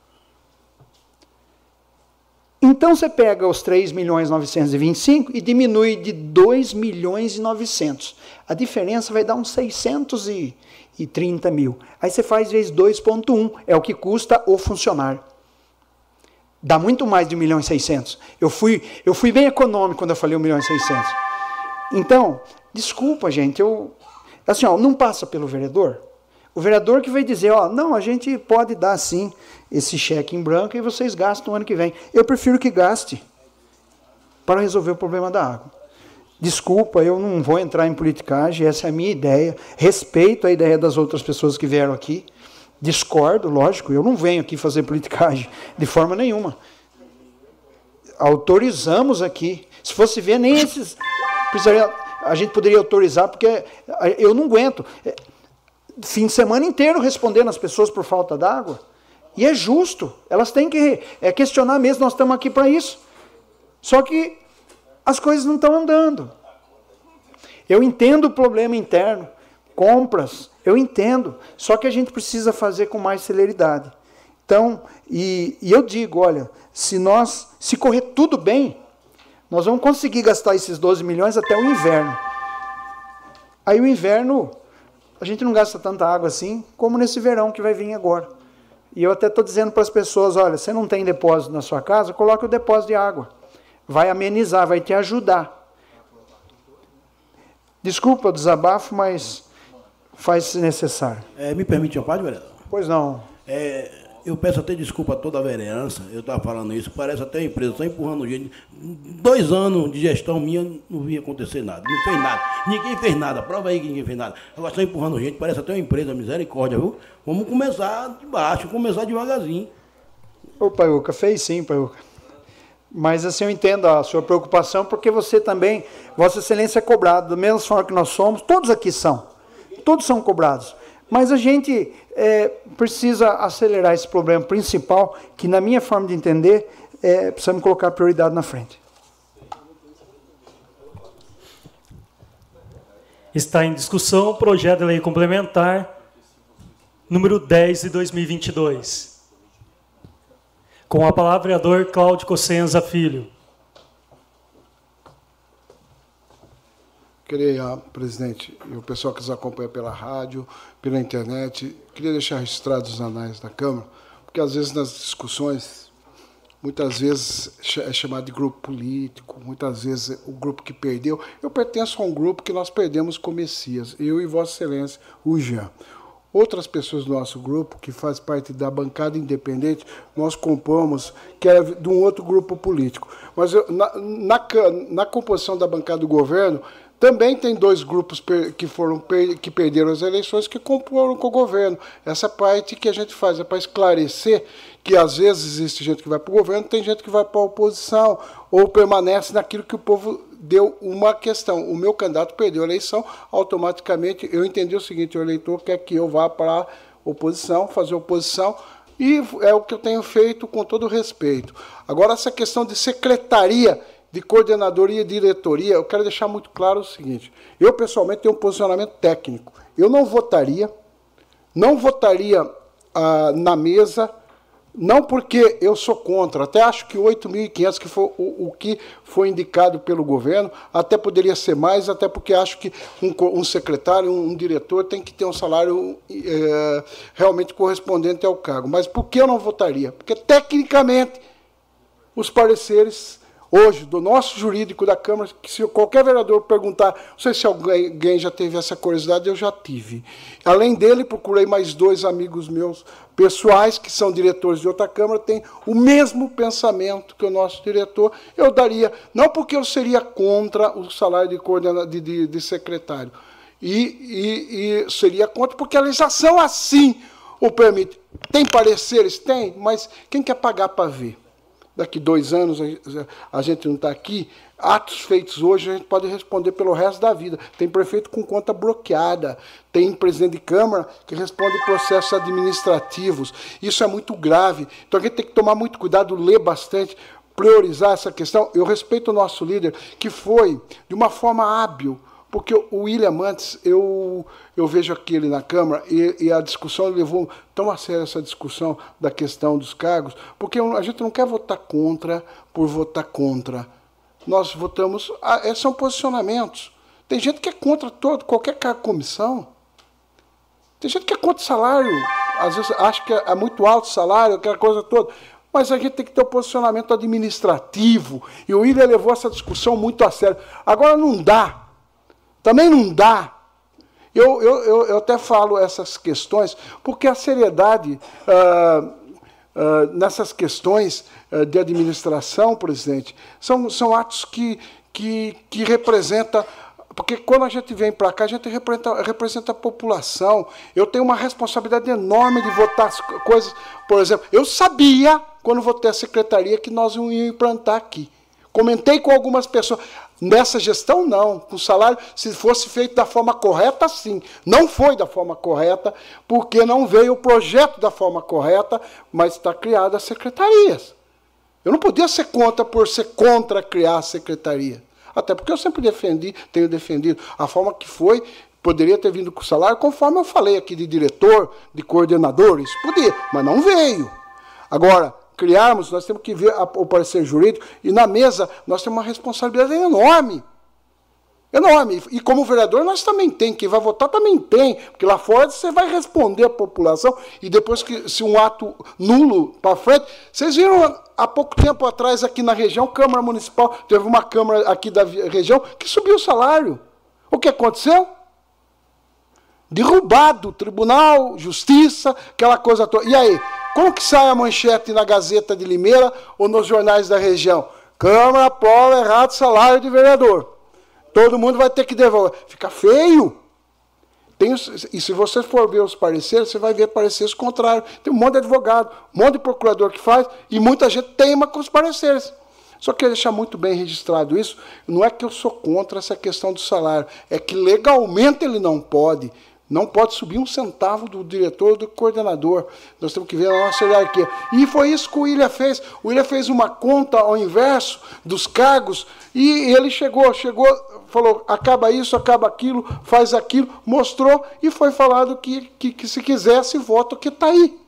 Então você pega os 3.925.000 e diminui de 2.900.000. A diferença vai dar uns 630 mil. Aí você faz vezes 2,1, é o que custa o funcionário. Dá muito mais de 1.600.000. Eu fui bem econômico quando eu falei 1.600.000. Então, desculpa, gente, assim, não passa pelo vereador. O vereador que vai dizer, não, a gente pode dar sim esse cheque em branco e vocês gastam no ano que vem. Eu prefiro que gaste para resolver o problema da água. Desculpa, eu não vou entrar em politicagem, essa é a minha ideia. Respeito a ideia das outras pessoas que vieram aqui. Discordo, lógico, eu não venho aqui fazer politicagem de forma nenhuma. Autorizamos aqui. Se fosse ver, nem esses... a gente poderia autorizar, porque eu não aguento. Fim de semana inteiro respondendo as pessoas por falta d'água. E é justo, elas têm que questionar mesmo, nós estamos aqui para isso. Só que as coisas não estão andando. Eu entendo o problema interno, compras, eu entendo, só que a gente precisa fazer com mais celeridade. Então, e eu digo, olha, se correr tudo bem, nós vamos conseguir gastar esses 12 milhões até o inverno. Aí o inverno, a gente não gasta tanta água assim, como nesse verão que vai vir agora. E eu até estou dizendo para as pessoas, olha, você não tem depósito na sua casa, coloque o depósito de água. Vai amenizar, vai te ajudar. Desculpa o desabafo, mas faz-se necessário. Me permite uma parte, vereador? Pois não. Eu peço até desculpa a toda a vereança, eu estava falando isso, parece até a empresa, só empurrando gente. 2 anos de gestão minha, não vi acontecer nada, não fez nada. Ninguém fez nada, prova aí que ninguém fez nada. Agora só empurrando gente, parece até uma empresa, misericórdia, viu? Vamos começar de baixo, começar devagarzinho. Ô, Paiuca, fez sim, Paiuca. Mas assim, eu entendo a sua preocupação, porque você também, Vossa Excelência é cobrado, da mesma forma que nós somos, todos aqui são. Todos são cobrados. Mas a gente precisa acelerar esse problema principal, que na minha forma de entender, precisamos colocar a prioridade na frente. Está em discussão o projeto de lei complementar número 10 de 2022. Com a palavra, o vereador Cláudio Cossenza Filho. Queria, presidente, e o pessoal que nos acompanha pela rádio, pela internet, queria deixar registrados os anais da Câmara, porque às vezes nas discussões, muitas vezes é chamado de grupo político, muitas vezes o grupo que perdeu. Eu pertenço a um grupo que nós perdemos com Messias, eu e Vossa Excelência, o Jean. Outras pessoas do nosso grupo, que faz parte da bancada independente, nós compomos, que era de um outro grupo político. Mas na composição da bancada do governo, também tem 2 grupos que perderam as eleições que comporam com o governo. Essa parte que a gente faz é para esclarecer que, às vezes, existe gente que vai para o governo, tem gente que vai para a oposição, ou permanece naquilo que o povo deu uma questão. O meu candidato perdeu a eleição, automaticamente eu entendi o seguinte: o eleitor quer que eu vá para a oposição, fazer oposição, e é o que eu tenho feito com todo respeito. Agora, essa questão de secretaria, de coordenadoria e diretoria, eu quero deixar muito claro o seguinte: eu, pessoalmente, tenho um posicionamento técnico. Eu não votaria na mesa, não porque eu sou contra, até acho que 8.500, que foi o que foi indicado pelo governo, até poderia ser mais, até porque acho que um secretário, um diretor tem que ter um salário realmente correspondente ao cargo. Mas por que eu não votaria? Porque, tecnicamente, os pareceres hoje, do nosso jurídico da Câmara, que se qualquer vereador perguntar, não sei se alguém já teve essa curiosidade, eu já tive. Além dele, procurei mais 2 amigos meus pessoais, que são diretores de outra Câmara, têm o mesmo pensamento que o nosso diretor. Eu daria, não porque eu seria contra o salário de secretário, e seria contra porque a legislação assim o permite. Tem pareceres? Tem, mas quem quer pagar para ver? Daqui 2 anos a gente não está aqui, atos feitos hoje a gente pode responder pelo resto da vida. Tem prefeito com conta bloqueada, tem presidente de Câmara que responde processos administrativos. Isso é muito grave. Então a gente tem que tomar muito cuidado, ler bastante, priorizar essa questão. Eu respeito o nosso líder, que foi, de uma forma hábil, porque o William antes, eu vejo aqui ele na Câmara, e a discussão levou tão a sério essa discussão da questão dos cargos, porque a gente não quer votar contra por votar contra. Nós votamos, são posicionamentos. Tem gente que é contra qualquer cargo de comissão. Tem gente que é contra o salário. Às vezes acha que é muito alto o salário, aquela coisa toda. Mas a gente tem que ter um posicionamento administrativo. E o William levou essa discussão muito a sério. Agora não dá. Também não dá. Eu até falo essas questões, porque a seriedade nessas questões de administração, presidente, são atos que representam. Porque quando a gente vem para cá, a gente representa a população. Eu tenho uma responsabilidade enorme de votar as coisas. Por exemplo, eu sabia, quando votei a secretaria, que nós íamos implantar aqui. Comentei com algumas pessoas. Nessa gestão, não. Com o salário, se fosse feito da forma correta, sim. Não foi da forma correta, porque não veio o projeto da forma correta, mas está criada as secretarias. Eu não podia ser contra por ser contra criar a secretaria. Até porque eu sempre tenho defendido a forma que foi, poderia ter vindo com o salário, conforme eu falei aqui de diretor, de coordenadores, podia, mas não veio. Agora, criarmos, nós temos que ver o parecer jurídico, e na mesa nós temos uma responsabilidade enorme. Enorme. E como vereador nós também tem, quem vai votar também tem, porque lá fora você vai responder à população, e depois que se um ato nulo para frente, vocês viram há pouco tempo atrás aqui na região, Câmara Municipal, teve uma Câmara aqui da região que subiu o salário. O que aconteceu? Derrubado, Tribunal, Justiça, aquela coisa toda. E aí, como que sai a manchete na Gazeta de Limeira ou nos jornais da região? Câmara aprova errado salário de vereador. Todo mundo vai ter que devolver. Fica feio. E se você for ver os pareceres, você vai ver pareceres contrários. Tem um monte de advogado, um monte de procurador que faz, e muita gente teima com os pareceres. Só queria deixar muito bem registrado isso. Não é que eu sou contra essa questão do salário, é que legalmente ele não pode. Não pode subir um centavo do diretor ou do coordenador. Nós temos que ver a nossa hierarquia. E foi isso que o William fez. O William fez uma conta ao inverso dos cargos e ele chegou, falou, acaba isso, acaba aquilo, faz aquilo, mostrou e foi falado que se quisesse, vota o que está aí.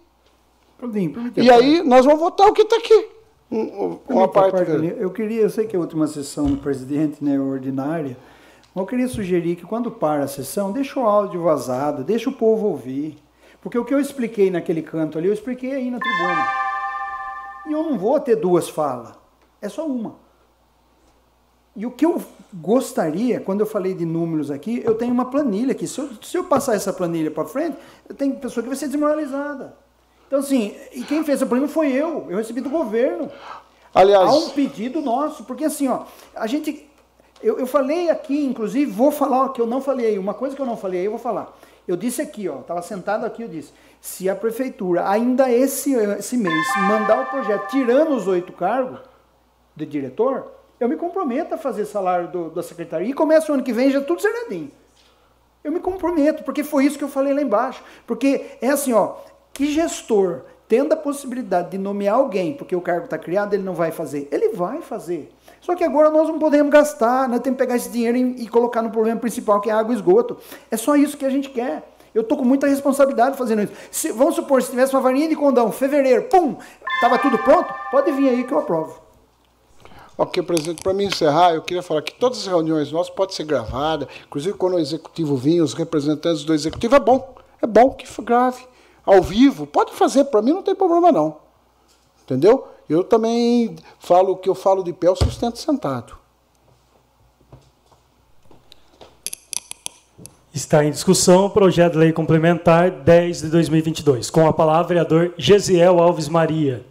E aí nós vamos votar o que está aqui. Uma parte eu sei que é a última sessão do presidente, né, ordinária, mas eu queria sugerir que quando para a sessão, deixa o áudio vazado, deixa o povo ouvir. Porque o que eu expliquei naquele canto ali, eu expliquei aí na tribuna. E eu não vou ter duas falas, é só uma. E o que eu gostaria, quando eu falei de números aqui, eu tenho uma planilha aqui. Se eu passar essa planilha para frente, eu tenho pessoa que vai ser desmoralizada. Então, assim, e quem fez essa planilha foi eu recebi do governo. Aliás, há um pedido nosso, porque assim, ó, a gente... Eu falei aqui, inclusive, vou falar que eu não falei aí. Uma coisa que eu não falei aí, eu vou falar. Eu disse aqui, ó, estava sentado aqui, eu disse, se a prefeitura, ainda esse mês, mandar o projeto tirando os 8 cargos de diretor, eu me comprometo a fazer salário da secretaria e começa o ano que vem já tudo zeradinho. Eu me comprometo, porque foi isso que eu falei lá embaixo. Porque é assim, ó, que gestor, tendo a possibilidade de nomear alguém, porque o cargo está criado, ele não vai fazer. Ele vai fazer. Só que agora nós não podemos gastar, nós temos que pegar esse dinheiro e colocar no problema principal, que é água e esgoto. É só isso que a gente quer. Eu estou com muita responsabilidade fazendo isso. Vamos supor, se tivesse uma varinha de condão, fevereiro, pum, estava tudo pronto, pode vir aí que eu aprovo. Ok, presidente, para me encerrar, eu queria falar que todas as reuniões nossas podem ser gravadas, inclusive quando o executivo vinha, os representantes do executivo, é bom que grave, ao vivo, pode fazer, para mim não tem problema não, entendeu? Eu também falo o que eu falo de pé, eu sustento sentado. Está em discussão o projeto de lei complementar 10 de 2022. Com a palavra, vereador Gesiel Alves Maria.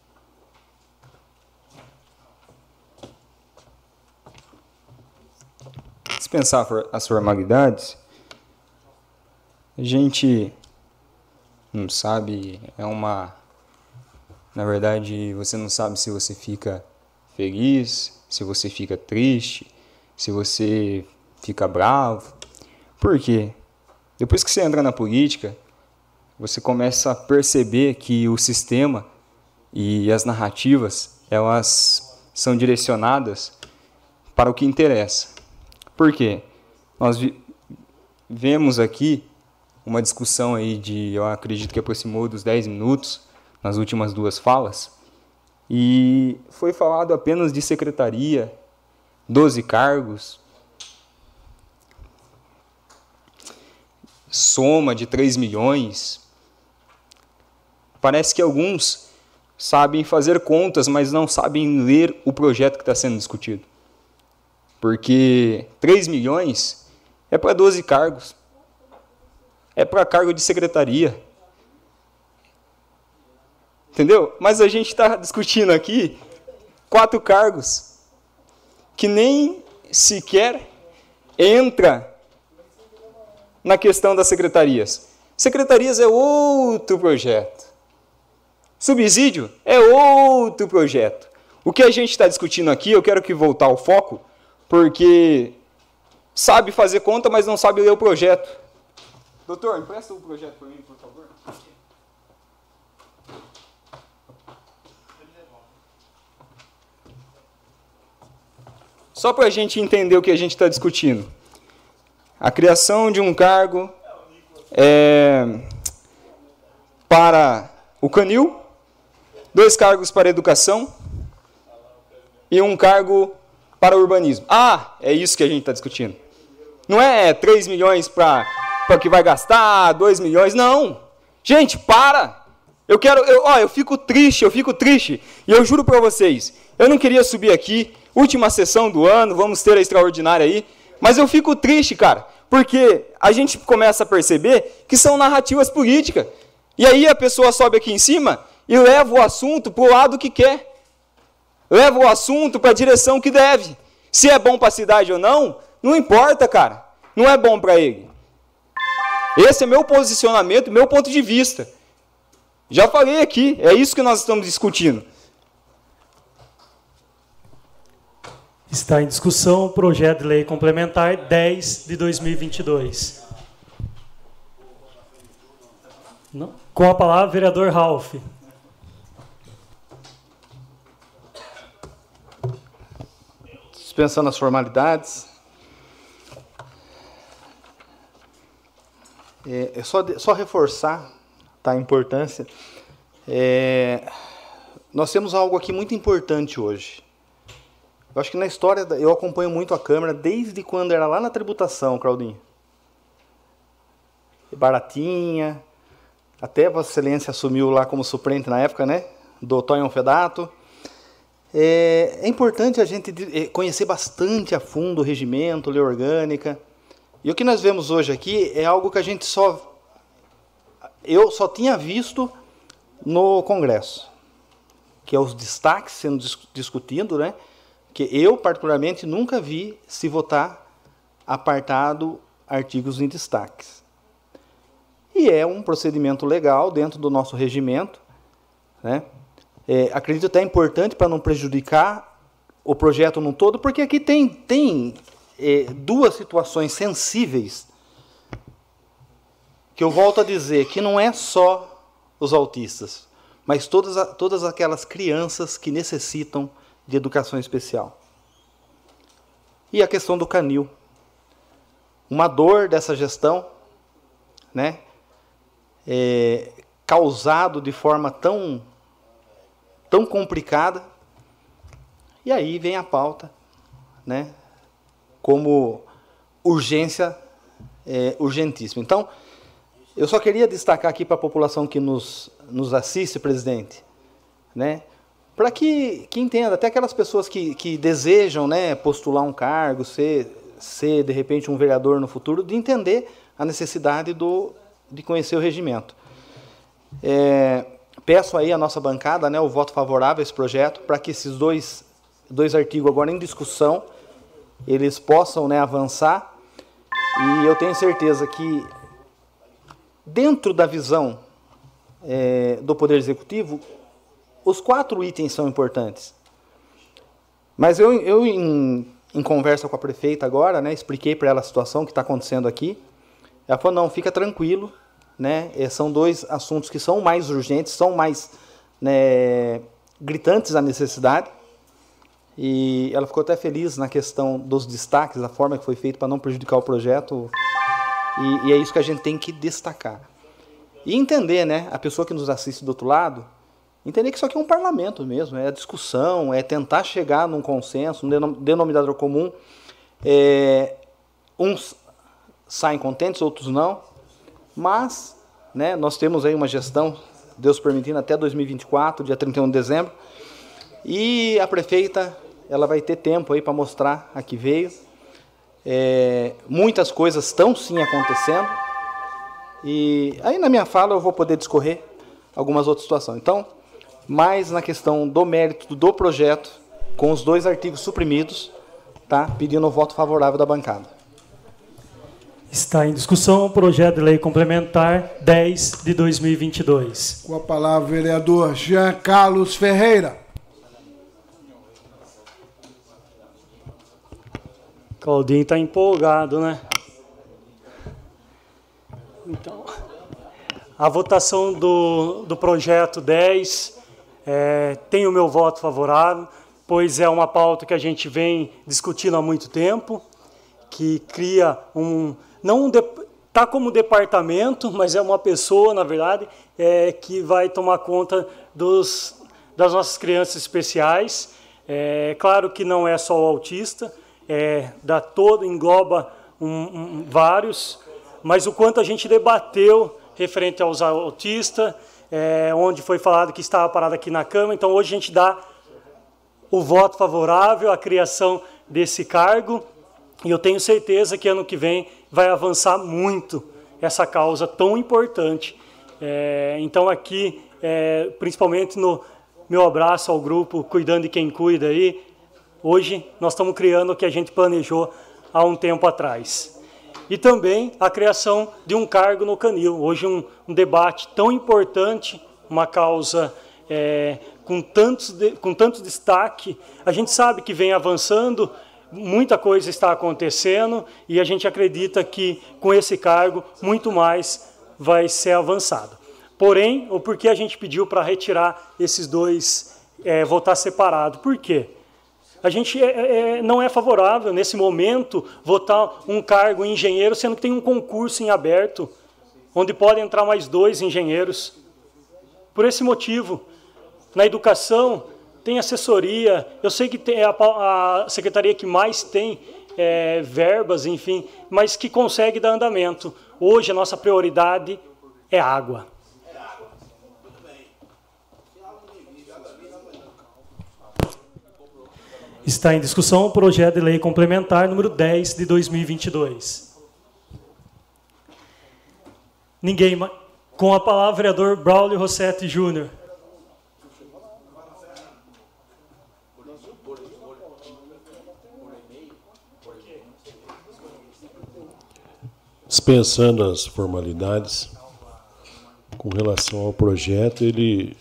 Dispensar as formalidades, a gente não sabe, na verdade, você não sabe se você fica feliz, se você fica triste, se você fica bravo. Por quê? Depois que você entra na política, você começa a perceber que o sistema e as narrativas, elas são direcionadas para o que interessa. Por quê? Nós vemos aqui uma discussão aí eu acredito que aproximou dos 10 minutos, nas últimas 2 falas, e foi falado apenas de secretaria, 12 cargos. soma de 3 milhões. Parece que alguns sabem fazer contas, mas não sabem ler o projeto que está sendo discutido. Porque 3 milhões é para 12 cargos. É para cargo de secretaria. Entendeu? Mas a gente está discutindo aqui 4 cargos que nem sequer entra na questão das secretarias. Secretarias é outro projeto. Subsídio é outro projeto. O que a gente está discutindo aqui, eu quero que voltar ao foco, porque sabe fazer conta, mas não sabe ler o projeto. Doutor, empresta o projeto para mim, por favor. Só para a gente entender o que a gente está discutindo. A criação de um cargo para o Canil, 2 cargos para a educação e 1 cargo para o urbanismo. Ah, é isso que a gente está discutindo. Não é 3 milhões para que vai gastar, 2 milhões, não. Gente, para! Eu fico triste. E eu juro para vocês, eu não queria subir aqui, última sessão do ano, vamos ter a extraordinária aí, mas eu fico triste, cara, porque a gente começa a perceber que são narrativas políticas. E aí a pessoa sobe aqui em cima e leva o assunto para o lado que quer. Leva o assunto para a direção que deve. Se é bom para a cidade ou não, não importa, cara. Não é bom para ele. Esse é meu posicionamento, meu ponto de vista. Já falei aqui, é isso que nós estamos discutindo. Está em discussão o projeto de lei complementar 10 de 2022. Não? Com a palavra, vereador Ralph. Dispensando as formalidades. Só reforçar, tá, a importância. Nós temos algo aqui muito importante hoje. Eu acho que na história, eu acompanho muito a Câmara desde quando era lá na tributação, Claudinho. Baratinha, até Vossa Excelência assumiu lá como suplente na época, né? Do Tonho Fedato. É importante a gente conhecer bastante a fundo o regimento, lei orgânica. E o que nós vemos hoje aqui é algo que eu só tinha visto no Congresso, que é os destaques sendo discutido, né? Que eu, particularmente, nunca vi se votar apartado artigos em destaques. E é um procedimento legal dentro do nosso regimento, né? Acredito até importante para não prejudicar o projeto no todo, porque aqui tem 2 situações sensíveis que eu volto a dizer que não é só os autistas, mas todas aquelas crianças que necessitam de educação especial. E a questão do canil. Uma dor dessa gestão, né, causado de forma tão complicada, e aí vem a pauta, né, como urgência urgentíssima. Então, eu só queria destacar aqui para a população que nos assiste, presidente, né, para que entenda, até aquelas pessoas que desejam, né, postular um cargo, ser, de repente, um vereador no futuro, de entender a necessidade de conhecer o regimento. Peço aí à nossa bancada, né, o voto favorável a esse projeto, para que esses dois artigos agora em discussão, eles possam, né, avançar. E eu tenho certeza que, dentro da visão do Poder Executivo, os 4 itens são importantes. Mas eu em conversa com a prefeita agora, né, expliquei para ela a situação que está acontecendo aqui. Ela falou, não, fica tranquilo, né, são 2 assuntos que são mais urgentes, são mais, né, gritantes a necessidade. E ela ficou até feliz na questão dos destaques, da forma que foi feito para não prejudicar o projeto. E é isso que a gente tem que destacar. E entender, né, a pessoa que nos assiste do outro lado, entender que isso aqui é um parlamento mesmo, é a discussão, é tentar chegar num consenso, um denominador comum. Uns saem contentes, outros não, mas, né, nós temos aí uma gestão, Deus permitindo, até 2024, dia 31 de dezembro, e a prefeita ela vai ter tempo aí para mostrar a que veio. Muitas coisas estão sim acontecendo, e aí na minha fala eu vou poder discorrer algumas outras situações. Então, mais na questão do mérito do projeto, com os 2 artigos suprimidos, tá? Pedindo o voto favorável da bancada. Está em discussão o projeto de lei complementar 10 de 2022. Com a palavra, vereador Jean Carlos Ferreira. Claudinho está empolgado, né? Então, a votação do projeto 10 tem o meu voto favorável, pois é uma pauta que a gente vem discutindo há muito tempo, que cria não está como departamento, mas é uma pessoa, na verdade, que vai tomar conta das nossas crianças especiais. Claro que não é só o autista, engloba vários, mas o quanto a gente debateu referente aos autistas, onde foi falado que estava parado aqui na Câmara. Então, hoje a gente dá o voto favorável à criação desse cargo, e eu tenho certeza que ano que vem vai avançar muito essa causa tão importante. Então, aqui, principalmente no meu abraço ao grupo Cuidando de Quem Cuida aí, hoje nós estamos criando o que a gente planejou há um tempo atrás. E também a criação de um cargo no Canil. Hoje um debate tão importante, uma causa com tanto destaque. A gente sabe que vem avançando, muita coisa está acontecendo, e a gente acredita que com esse cargo muito mais vai ser avançado. Porém, o porquê a gente pediu para retirar esses 2, votar separado? Por quê? A gente não é favorável, nesse momento, votar um cargo em engenheiro, sendo que tem um concurso em aberto, onde podem entrar mais 2 engenheiros. Por esse motivo, na educação, tem assessoria, eu sei que é a secretaria que mais tem verbas, enfim, mas que consegue dar andamento. Hoje, a nossa prioridade é água. Está em discussão o projeto de lei complementar número 10 de 2022. Ninguém mais. Com a palavra, vereador Braulio Rossetti Júnior. Dispensando as formalidades, com relação ao projeto, ele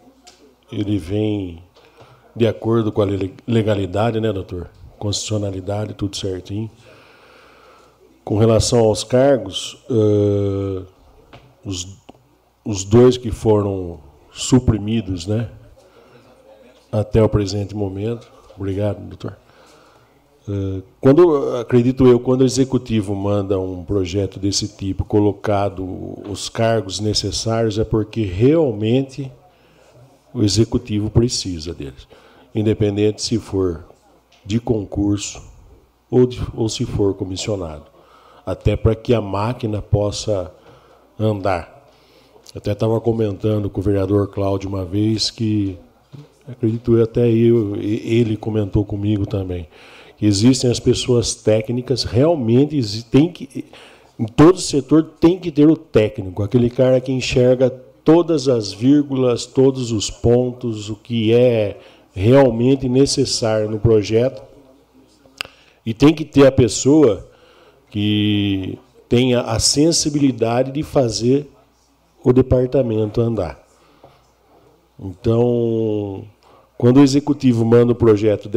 vem de acordo com a legalidade, né, doutor? Constitucionalidade, tudo certinho. Com relação aos cargos, os 2 que foram suprimidos, né, até o presente momento. Obrigado, doutor. Acredito eu, quando o executivo manda um projeto desse tipo, colocado os cargos necessários, é porque realmente o executivo precisa deles, independente se for de concurso ou se for comissionado, até para que a máquina possa andar. Até estava comentando com o vereador Cláudio uma vez que, acredito eu, até ele comentou comigo também, que existem as pessoas técnicas, realmente em todo setor tem que ter o técnico, aquele cara que enxerga todas as vírgulas, todos os pontos, o que é realmente necessário no projeto. E tem que ter a pessoa que tenha a sensibilidade de fazer o departamento andar. Então, quando o executivo manda um projeto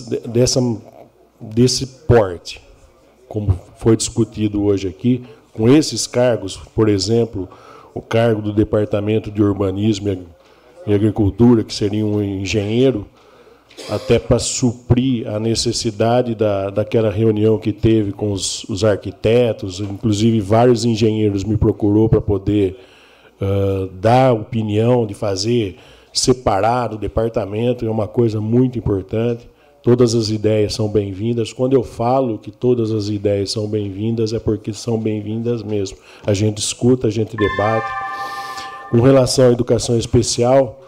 desse porte, como foi discutido hoje aqui, com esses cargos, por exemplo, o cargo do Departamento de Urbanismo e Agricultura, que seria um engenheiro, até para suprir a necessidade daquela reunião que teve com os arquitetos, inclusive vários engenheiros me procurou para poder dar opinião de fazer separado o departamento, é uma coisa muito importante. Todas as ideias são bem-vindas. Quando eu falo que todas as ideias são bem-vindas, é porque são bem-vindas mesmo. A gente escuta, a gente debate. Com relação à educação especial,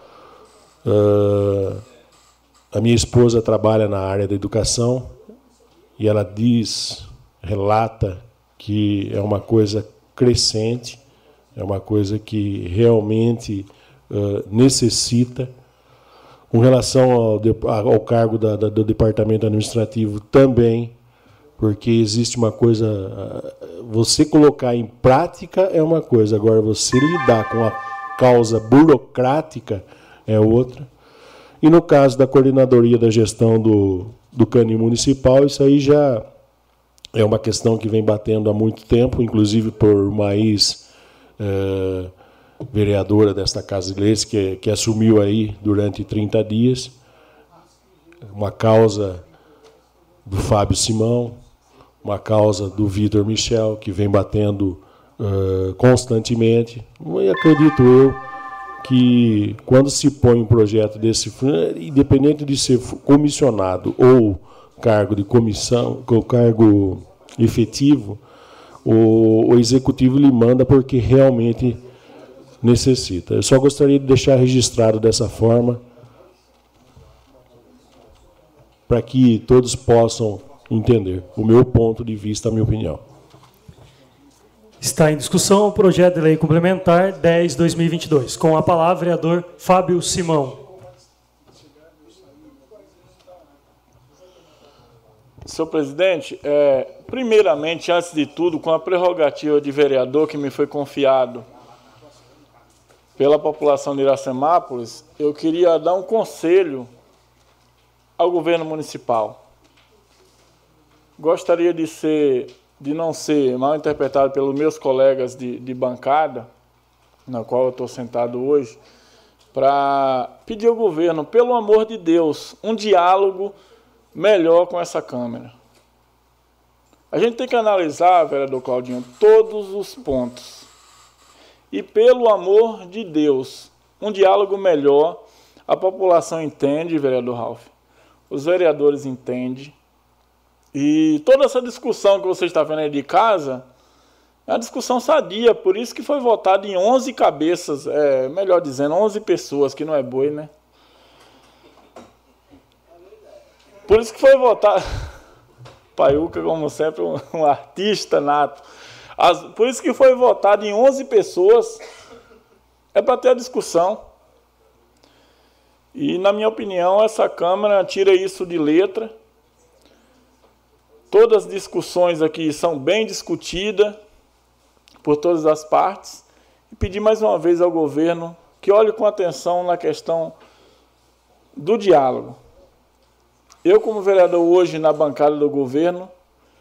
a minha esposa trabalha na área da educação e ela relata que é uma coisa crescente, é uma coisa que realmente necessita. Com relação ao cargo do departamento administrativo também, porque existe uma coisa, você colocar em prática é uma coisa, agora você lidar com a causa burocrática é outra. E no caso da coordenadoria da gestão do Canil Municipal, isso aí já é uma questão que vem batendo há muito tempo, inclusive por uma ex-vereadora desta Casa de Leis, que assumiu aí durante 30 dias, uma causa do Fábio Simão, uma causa do Vitor Michel, que vem batendo constantemente. E acredito eu que quando se põe um projeto desse, independente de ser comissionado ou cargo de comissão, cargo efetivo, o executivo lhe manda porque realmente necessita. Eu só gostaria de deixar registrado dessa forma para que todos possam entender o meu ponto de vista, a minha opinião. Está em discussão o projeto de lei complementar 10/2022. Com a palavra, vereador Fábio Simão. Senhor presidente, primeiramente, antes de tudo, com a prerrogativa de vereador que me foi confiado pela população de Iracemápolis, eu queria dar um conselho ao governo municipal. Gostaria de não ser mal interpretado pelos meus colegas de bancada, na qual eu estou sentado hoje, para pedir ao governo, pelo amor de Deus, um diálogo melhor com essa Câmara. A gente tem que analisar, vereador Claudinho, todos os pontos. E, pelo amor de Deus, um diálogo melhor, a população entende, vereador Ralf, os vereadores entendem. E toda essa discussão que você está vendo aí de casa é uma discussão sadia, por isso que foi votado em 11 cabeças, melhor dizendo, 11 pessoas, que não é boi, né? Por isso que foi votado... Paiuca, como sempre, um artista nato. Por isso que foi votado em 11 pessoas, é para ter a discussão. E, na minha opinião, essa Câmara tira isso de letra. Todas as discussões aqui são bem discutidas por todas as partes. E pedir mais uma vez ao governo que olhe com atenção na questão do diálogo. Eu, como vereador hoje na bancada do governo,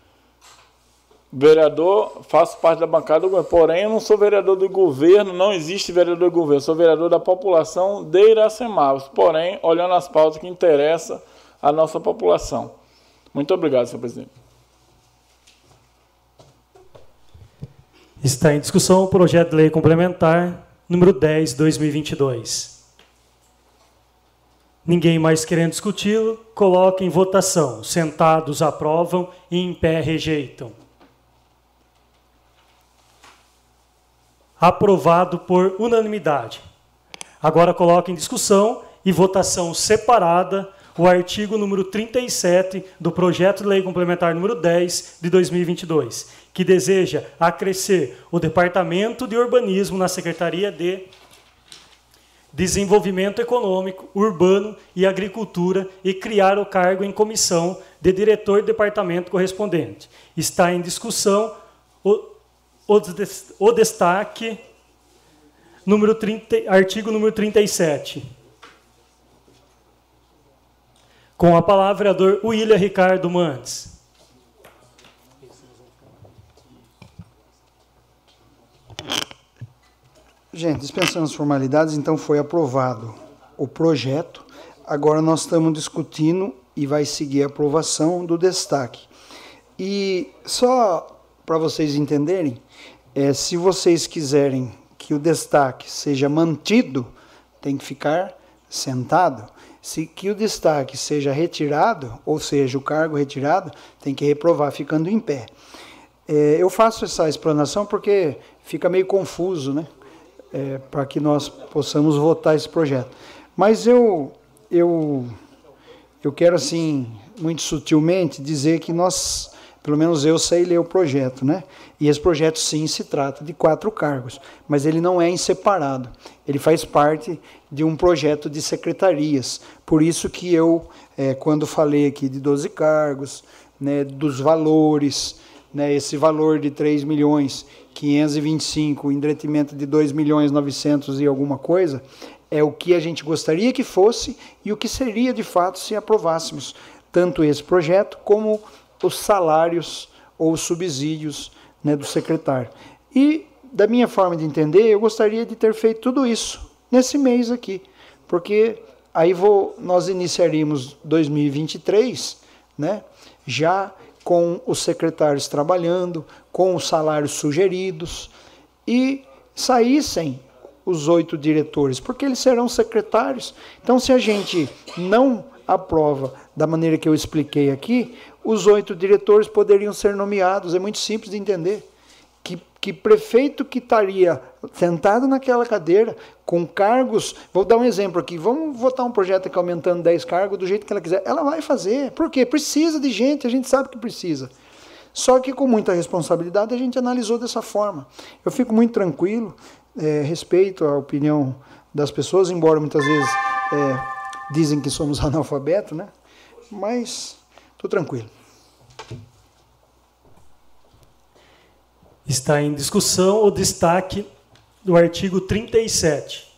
faço parte da bancada do governo, porém eu não sou vereador do governo, não existe vereador do governo, sou vereador da população de Iracemápolis, porém, olhando as pautas que interessam à nossa população. Muito obrigado, senhor presidente. Está em discussão o projeto de lei complementar número 10/2022. Ninguém mais querendo discuti-lo, coloca em votação. Sentados aprovam e em pé rejeitam. Aprovado por unanimidade. Agora coloca em discussão e votação separada o artigo número 37 do projeto de lei complementar número 10 de 2022, que deseja acrescer o Departamento de Urbanismo na Secretaria de Desenvolvimento Econômico, Urbano e Agricultura e criar o cargo em comissão de diretor do departamento correspondente. Está em discussão o destaque, artigo número 37. Com a palavra, vereador William Ricardo Mantes. Gente, dispensando as formalidades, então foi aprovado o projeto. Agora nós estamos discutindo e vai seguir a aprovação do destaque. E só para vocês entenderem, se vocês quiserem que o destaque seja mantido, tem que ficar sentado. que o destaque seja retirado, ou seja, o cargo retirado, tem que reprovar ficando em pé. Eu faço essa explanação porque fica meio confuso, né? Para que nós possamos votar esse projeto. Mas eu quero, assim, muito sutilmente, dizer que nós, pelo menos eu sei ler o projeto, né? E esse projeto, sim, se trata de 4 cargos, mas ele não é em separado. Ele faz parte de um projeto de secretarias. Por isso que eu, quando falei aqui de 12 cargos, né, dos valores, né, esse valor de 3.525.000, em detrimento de 2.900.000 e alguma coisa, é o que a gente gostaria que fosse e o que seria, de fato, se aprovássemos tanto esse projeto como os salários ou os subsídios, né, do secretário. E, da minha forma de entender, eu gostaria de ter feito tudo isso nesse mês aqui, porque aí nós iniciaríamos 2023, né, já com os secretários trabalhando, com os salários sugeridos, e saíssem os 8 diretores, porque eles serão secretários. Então, se a gente não aprova da maneira que eu expliquei aqui, os 8 diretores poderiam ser nomeados. É muito simples de entender. Que prefeito que estaria sentado naquela cadeira, com cargos... Vou dar um exemplo aqui. Vamos votar um projeto aqui aumentando 10 cargos do jeito que ela quiser. Ela vai fazer. Por quê? Precisa de gente, a gente sabe que precisa. Só que com muita responsabilidade a gente analisou dessa forma. Eu fico muito tranquilo, respeito a opinião das pessoas, embora muitas vezes dizem que somos analfabetos, né? Mas estou tranquilo. Está em discussão o destaque do artigo 37.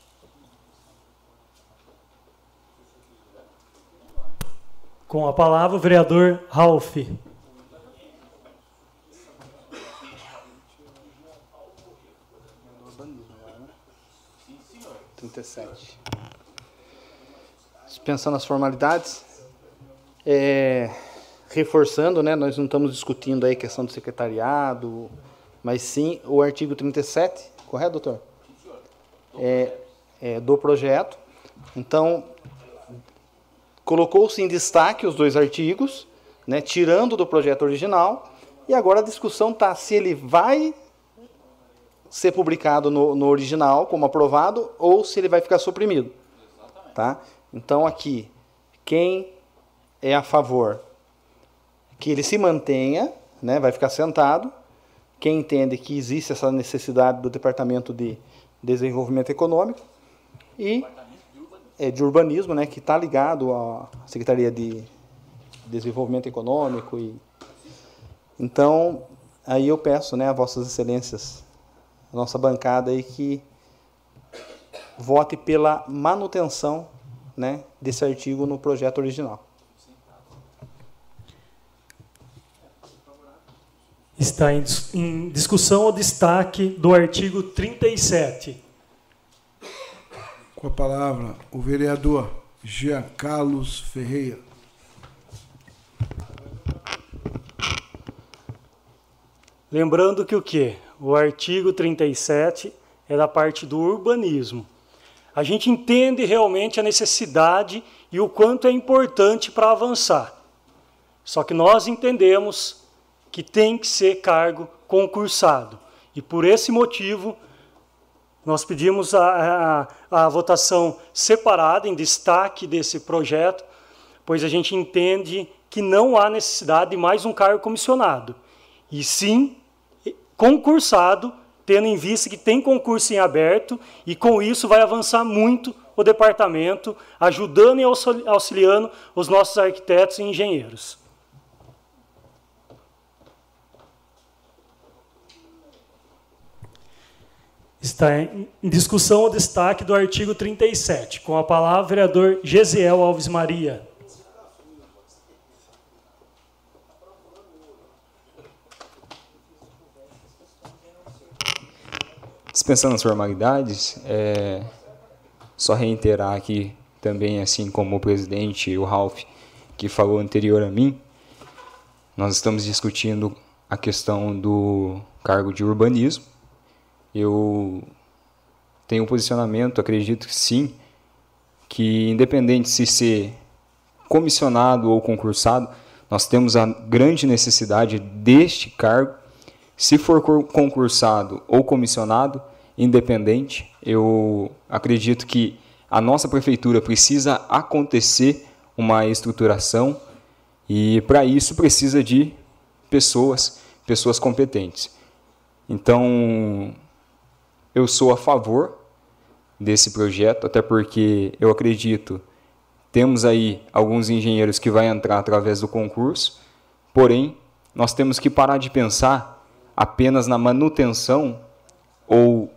Com a palavra o vereador Ralph. Dispensando as formalidades, reforçando, né, nós não estamos discutindo aí a questão do secretariado, mas sim o artigo 37, correto, doutor? Do projeto. Então, colocou-se em destaque os 2 artigos, né, tirando do projeto original, e agora a discussão está se ele vai ser publicado no original como aprovado ou se ele vai ficar suprimido. Tá? Então, aqui, quem é a favor que ele se mantenha, né, vai ficar sentado. Quem entende que existe essa necessidade do Departamento de Desenvolvimento Econômico e de Urbanismo, né, que está ligado à Secretaria de Desenvolvimento Econômico. Então, aí eu peço, né, a Vossas Excelências, a nossa bancada aí, que vote pela manutenção, né, desse artigo no projeto original. Está em discussão o destaque do artigo 37. Com a palavra, o vereador Jean Carlos Ferreira. Lembrando que o quê? O artigo 37 é da parte do urbanismo. A gente entende realmente a necessidade e o quanto é importante para avançar. Só que nós entendemos que tem que ser cargo concursado. E por esse motivo, nós pedimos a votação separada, em destaque desse projeto, pois a gente entende que não há necessidade de mais um cargo comissionado. E sim, concursado, tendo em vista que tem concurso em aberto, e com isso vai avançar muito o departamento, ajudando e auxiliando os nossos arquitetos e engenheiros. Está em discussão o destaque do artigo 37. Com a palavra, o vereador Gesiel Alves Maria. Dispensando as formalidades, só reiterar aqui também, assim como o presidente, o Ralph, que falou anterior a mim, nós estamos discutindo a questão do cargo de urbanismo. Eu tenho um posicionamento, acredito que sim, que, independente se ser comissionado ou concursado, nós temos a grande necessidade deste cargo. Se for concursado ou comissionado, independente, eu acredito que a nossa prefeitura precisa acontecer uma estruturação e, para isso, precisa de pessoas competentes. Então, eu sou a favor desse projeto, até porque eu acredito, temos aí alguns engenheiros que vão entrar através do concurso, porém, nós temos que parar de pensar apenas na manutenção ou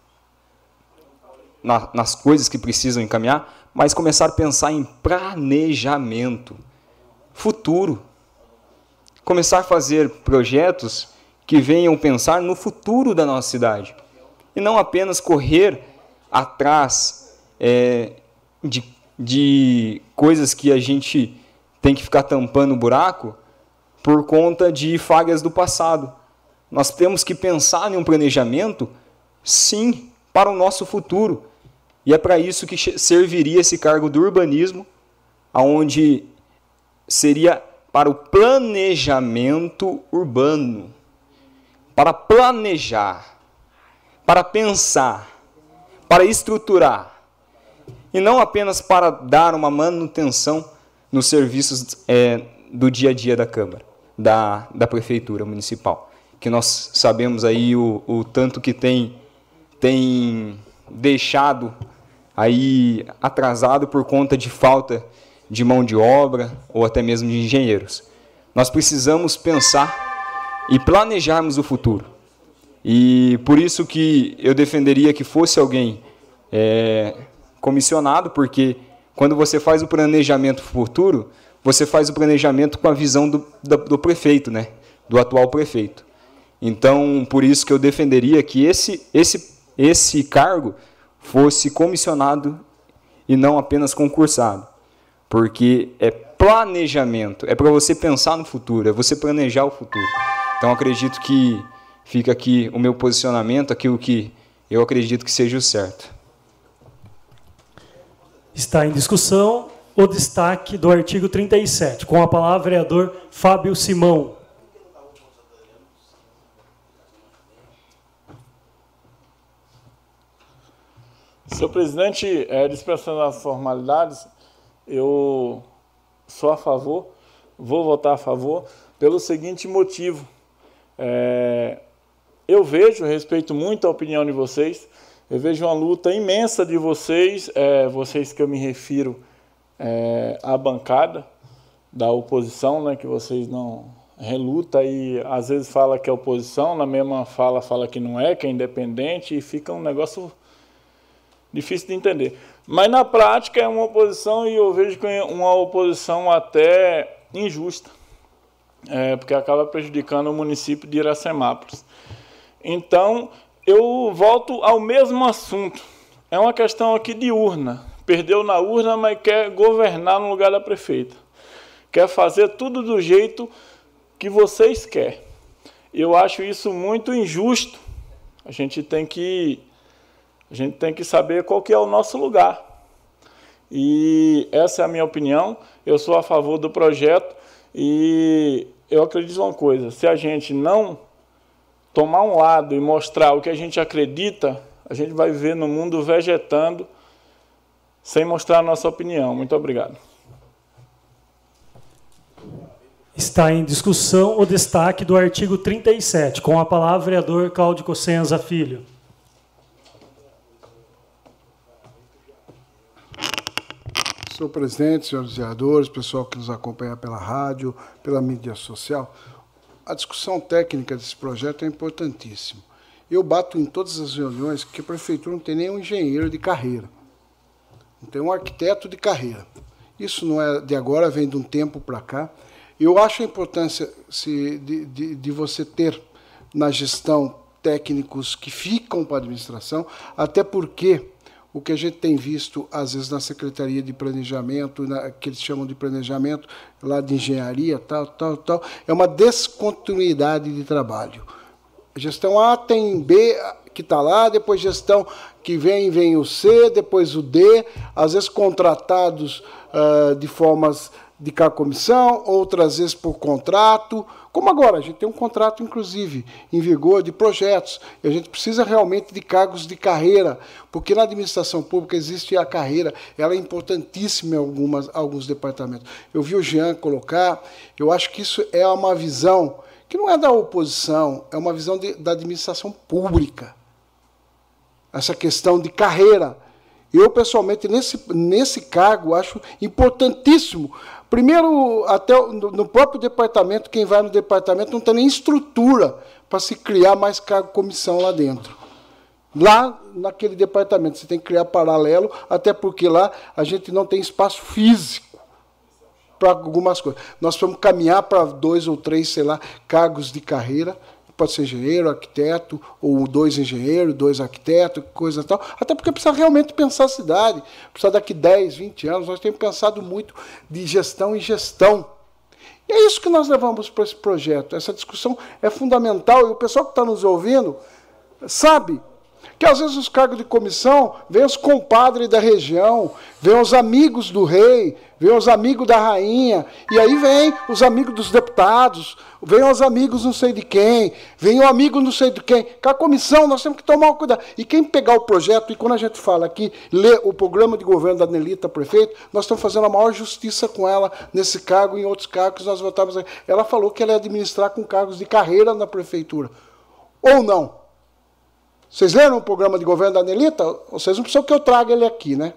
nas coisas que precisam encaminhar, mas começar a pensar em planejamento futuro. Começar a fazer projetos que venham pensar no futuro da nossa cidade. E não apenas correr atrás de coisas que a gente tem que ficar tampando o buraco por conta de falhas do passado. Nós temos que pensar em um planejamento, sim, para o nosso futuro. E é para isso que serviria esse cargo do urbanismo, onde seria para o planejamento urbano, para planejar, para pensar, para estruturar, e não apenas para dar uma manutenção nos serviços do dia a dia da Câmara, da Prefeitura Municipal, que nós sabemos aí o tanto que tem deixado aí atrasado por conta de falta de mão de obra ou até mesmo de engenheiros. Nós precisamos pensar e planejarmos o futuro. E por isso que eu defenderia que fosse alguém comissionado, porque quando você faz o planejamento futuro, você faz o planejamento com a visão do prefeito, né? Do atual prefeito. Então, por isso que eu defenderia que esse cargo fosse comissionado e não apenas concursado. Porque é planejamento, é para você pensar no futuro, é você planejar o futuro. Então, acredito que fica aqui o meu posicionamento, aquilo que eu acredito que seja o certo. Está em discussão o destaque do artigo 37. Com a palavra, vereador Fábio Simão. Senhor presidente, dispensando as formalidades, eu sou a favor, vou votar a favor, pelo seguinte motivo. Eu respeito muito a opinião de vocês, eu vejo uma luta imensa de vocês, vocês que eu me refiro à bancada da oposição, né, que vocês não relutam e às vezes fala que é oposição, na mesma fala que não é, que é independente, e fica um negócio difícil de entender. Mas na prática é uma oposição, e eu vejo que é uma oposição até injusta, porque acaba prejudicando o município de Iracemápolis. Então, eu volto ao mesmo assunto. É uma questão aqui de urna. Perdeu na urna, mas quer governar no lugar da prefeita. Quer fazer tudo do jeito que vocês querem. Eu acho isso muito injusto. A gente tem que saber qual que é o nosso lugar. E essa é a minha opinião. Eu sou a favor do projeto e eu acredito uma coisa: se a gente não tomar um lado e mostrar o que a gente acredita, a gente vai viver no mundo vegetando sem mostrar a nossa opinião. Muito obrigado. Está em discussão o destaque do artigo 37. Com a palavra, vereador Cláudio Cossenza Filho. Senhor presidente, senhores vereadores, pessoal que nos acompanha pela rádio, pela mídia social, a discussão técnica desse projeto é importantíssima. Eu bato em todas as reuniões que a prefeitura não tem nenhum engenheiro de carreira, não tem um arquiteto de carreira. Isso não é de agora, vem de um tempo para cá. Eu acho a importância de você ter na gestão técnicos que ficam para a administração, até porque o que a gente tem visto, às vezes, na Secretaria de Planejamento, que eles chamam de planejamento, lá de engenharia, tal, é uma descontinuidade de trabalho. A gestão A tem B, que está lá, depois gestão que vem o C, depois o D, às vezes contratados de formas de comissão, outras vezes por contrato, como agora, a gente tem um contrato, inclusive, em vigor de projetos, e a gente precisa realmente de cargos de carreira, porque na administração pública existe a carreira, ela é importantíssima em alguns departamentos. Eu vi o Jean colocar, eu acho que isso é uma visão que não é da oposição, é uma visão da administração pública. Essa questão de carreira. Eu, pessoalmente, nesse cargo, acho importantíssimo. Primeiro, até no próprio departamento, quem vai no departamento não tem nem estrutura para se criar mais cargo comissão lá dentro. Lá, naquele departamento, você tem que criar paralelo, até porque lá a gente não tem espaço físico para algumas coisas. Nós vamos caminhar para 2 ou 3, sei lá, cargos de carreira. Pode ser engenheiro, arquiteto, ou 2 engenheiros, 2 arquitetos, coisa e tal. Até porque precisa realmente pensar a cidade. Precisa daqui 10, 20 anos. Nós temos pensado muito de gestão e gestão. E é isso que nós levamos para esse projeto. Essa discussão é fundamental. E o pessoal que está nos ouvindo sabe que, às vezes, os cargos de comissão, vêm os compadres da região, vêm os amigos do rei, vêm os amigos da rainha, e aí vêm os amigos dos deputados, vêm os amigos não sei de quem, vem o amigo não sei de quem. Com a comissão, nós temos que tomar um cuidado. E quem pegar o projeto, e quando a gente fala aqui, lê o programa de governo da Nelita, prefeito, nós estamos fazendo a maior justiça com ela nesse cargo e em outros cargos que nós votamos. Ela falou que ela ia administrar com cargos de carreira na prefeitura. Ou não? Vocês leram o programa de governo da Nelita? Vocês não precisam que eu traga ele aqui, né?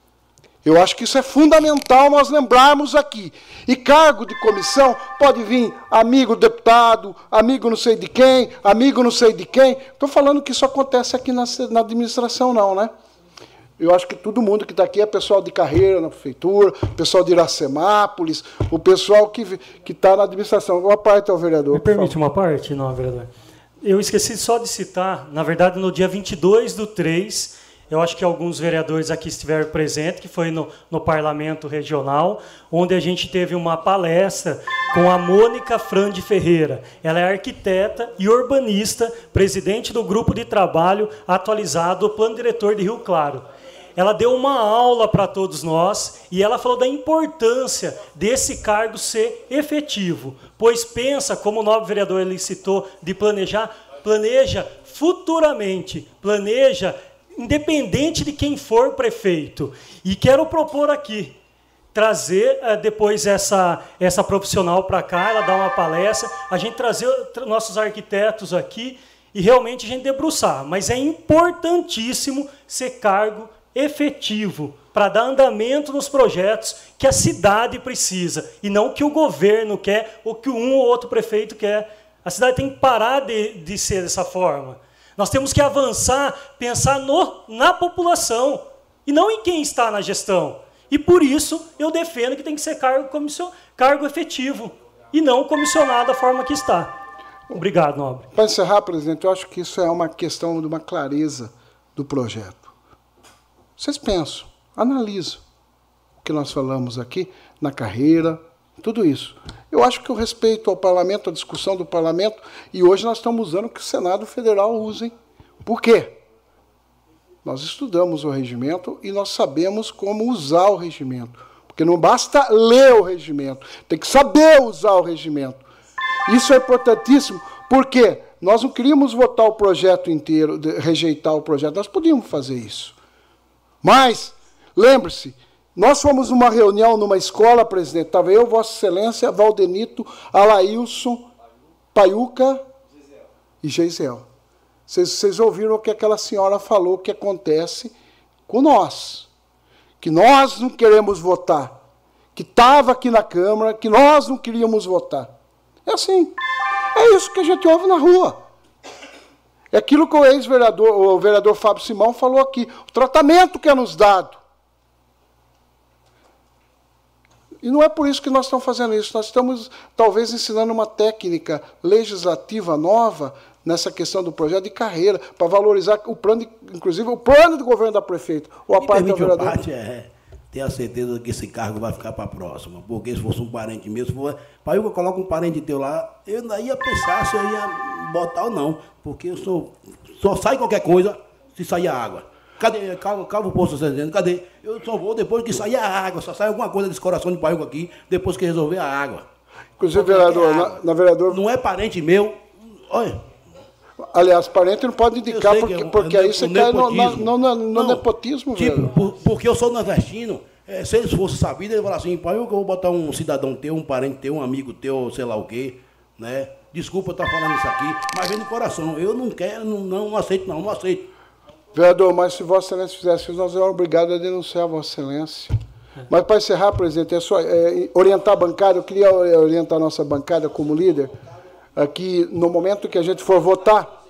Eu acho que isso é fundamental nós lembrarmos aqui. E cargo de comissão pode vir amigo deputado, amigo não sei de quem, amigo não sei de quem. Estou falando que isso acontece aqui na administração, não, né? Eu acho que todo mundo que está aqui é pessoal de carreira na prefeitura, pessoal de Iracemápolis, o pessoal que está na administração. Uma parte ao vereador. Me permite uma parte? Não, vereador. Eu esqueci só de citar, na verdade, no dia 22/3, eu acho que alguns vereadores aqui estiveram presentes, que foi no Parlamento Regional, onde a gente teve uma palestra com a Mônica Frande Ferreira. Ela é arquiteta e urbanista, presidente do grupo de trabalho atualizado do Plano Diretor de Rio Claro. Ela deu uma aula para todos nós e ela falou da importância desse cargo ser efetivo, pois pensa, como o nobre vereador ele citou, de planeja futuramente, planeja independente de quem for prefeito. E quero propor aqui, trazer depois essa profissional para cá, ela dá uma palestra, a gente trazer nossos arquitetos aqui e realmente a gente debruçar. Mas é importantíssimo ser cargo efetivo para dar andamento nos projetos que a cidade precisa e não o que o governo quer ou que um ou outro prefeito quer. A cidade tem que parar de ser dessa forma. Nós temos que avançar, pensar na população e não em quem está na gestão. E por isso eu defendo que tem que ser cargo efetivo e não comissionado da forma que está. Obrigado, nobre. Para encerrar, presidente, eu acho que isso é uma questão de uma clareza do projeto. Vocês pensam, analisam o que nós falamos aqui, na carreira, tudo isso. Eu acho que o respeito ao parlamento, a discussão do parlamento, e hoje nós estamos usando o que o Senado Federal usa. Hein? Por quê? Nós estudamos o regimento e nós sabemos como usar o regimento. Porque não basta ler o regimento, tem que saber usar o regimento. Isso é importantíssimo, porque nós não queríamos votar o projeto inteiro, rejeitar o projeto, nós podíamos fazer isso. Mas, lembre-se, nós fomos numa reunião numa escola, presidente, estava eu, Vossa Excelência, Valdenito, Alailson, Paiuca e Geisel. Vocês ouviram o que aquela senhora falou que acontece com nós. Que nós não queremos votar. Que estava aqui na Câmara, que nós não queríamos votar. É assim. É isso que a gente ouve na rua. É aquilo que o vereador Fábio Simão falou aqui. O tratamento que é nos dado. E não é por isso que nós estamos fazendo isso. Nós estamos, talvez, ensinando uma técnica legislativa nova nessa questão do projeto de carreira, para valorizar o plano, inclusive o plano de governo da prefeita. Ou a parte do vereador. tenha certeza que esse cargo vai ficar para a próxima. Porque se fosse um parente meu, se for, para eu coloco um parente teu lá, eu ainda ia pensar se eu ia botar ou não. Porque eu só sai qualquer coisa se sair a água. Cadê? Calvo Poço Acendendo, cadê? Eu só vou depois que sair a água, só sai alguma coisa desse coração de Paiuca aqui, depois que resolver a água. Inclusive, vereador, vereador... Não é parente meu, olha... Aliás, parente não pode indicar, porque aí você cai no nepotismo, tipo, porque eu sou nordestino, se eles fossem sabidos, eles falaram assim, pai, eu vou botar um cidadão teu, um parente teu, um amigo teu, sei lá o quê, né? Desculpa eu estar falando isso aqui, mas vem no coração. Eu não quero, não aceito, não aceito. Vereador, mas se Vossa Excelência fizesse isso, nós éramos obrigados a denunciar a Vossa Excelência. Mas para encerrar, presidente, é só orientar a bancada, eu queria orientar a nossa bancada como líder, aqui no momento que a gente for votar,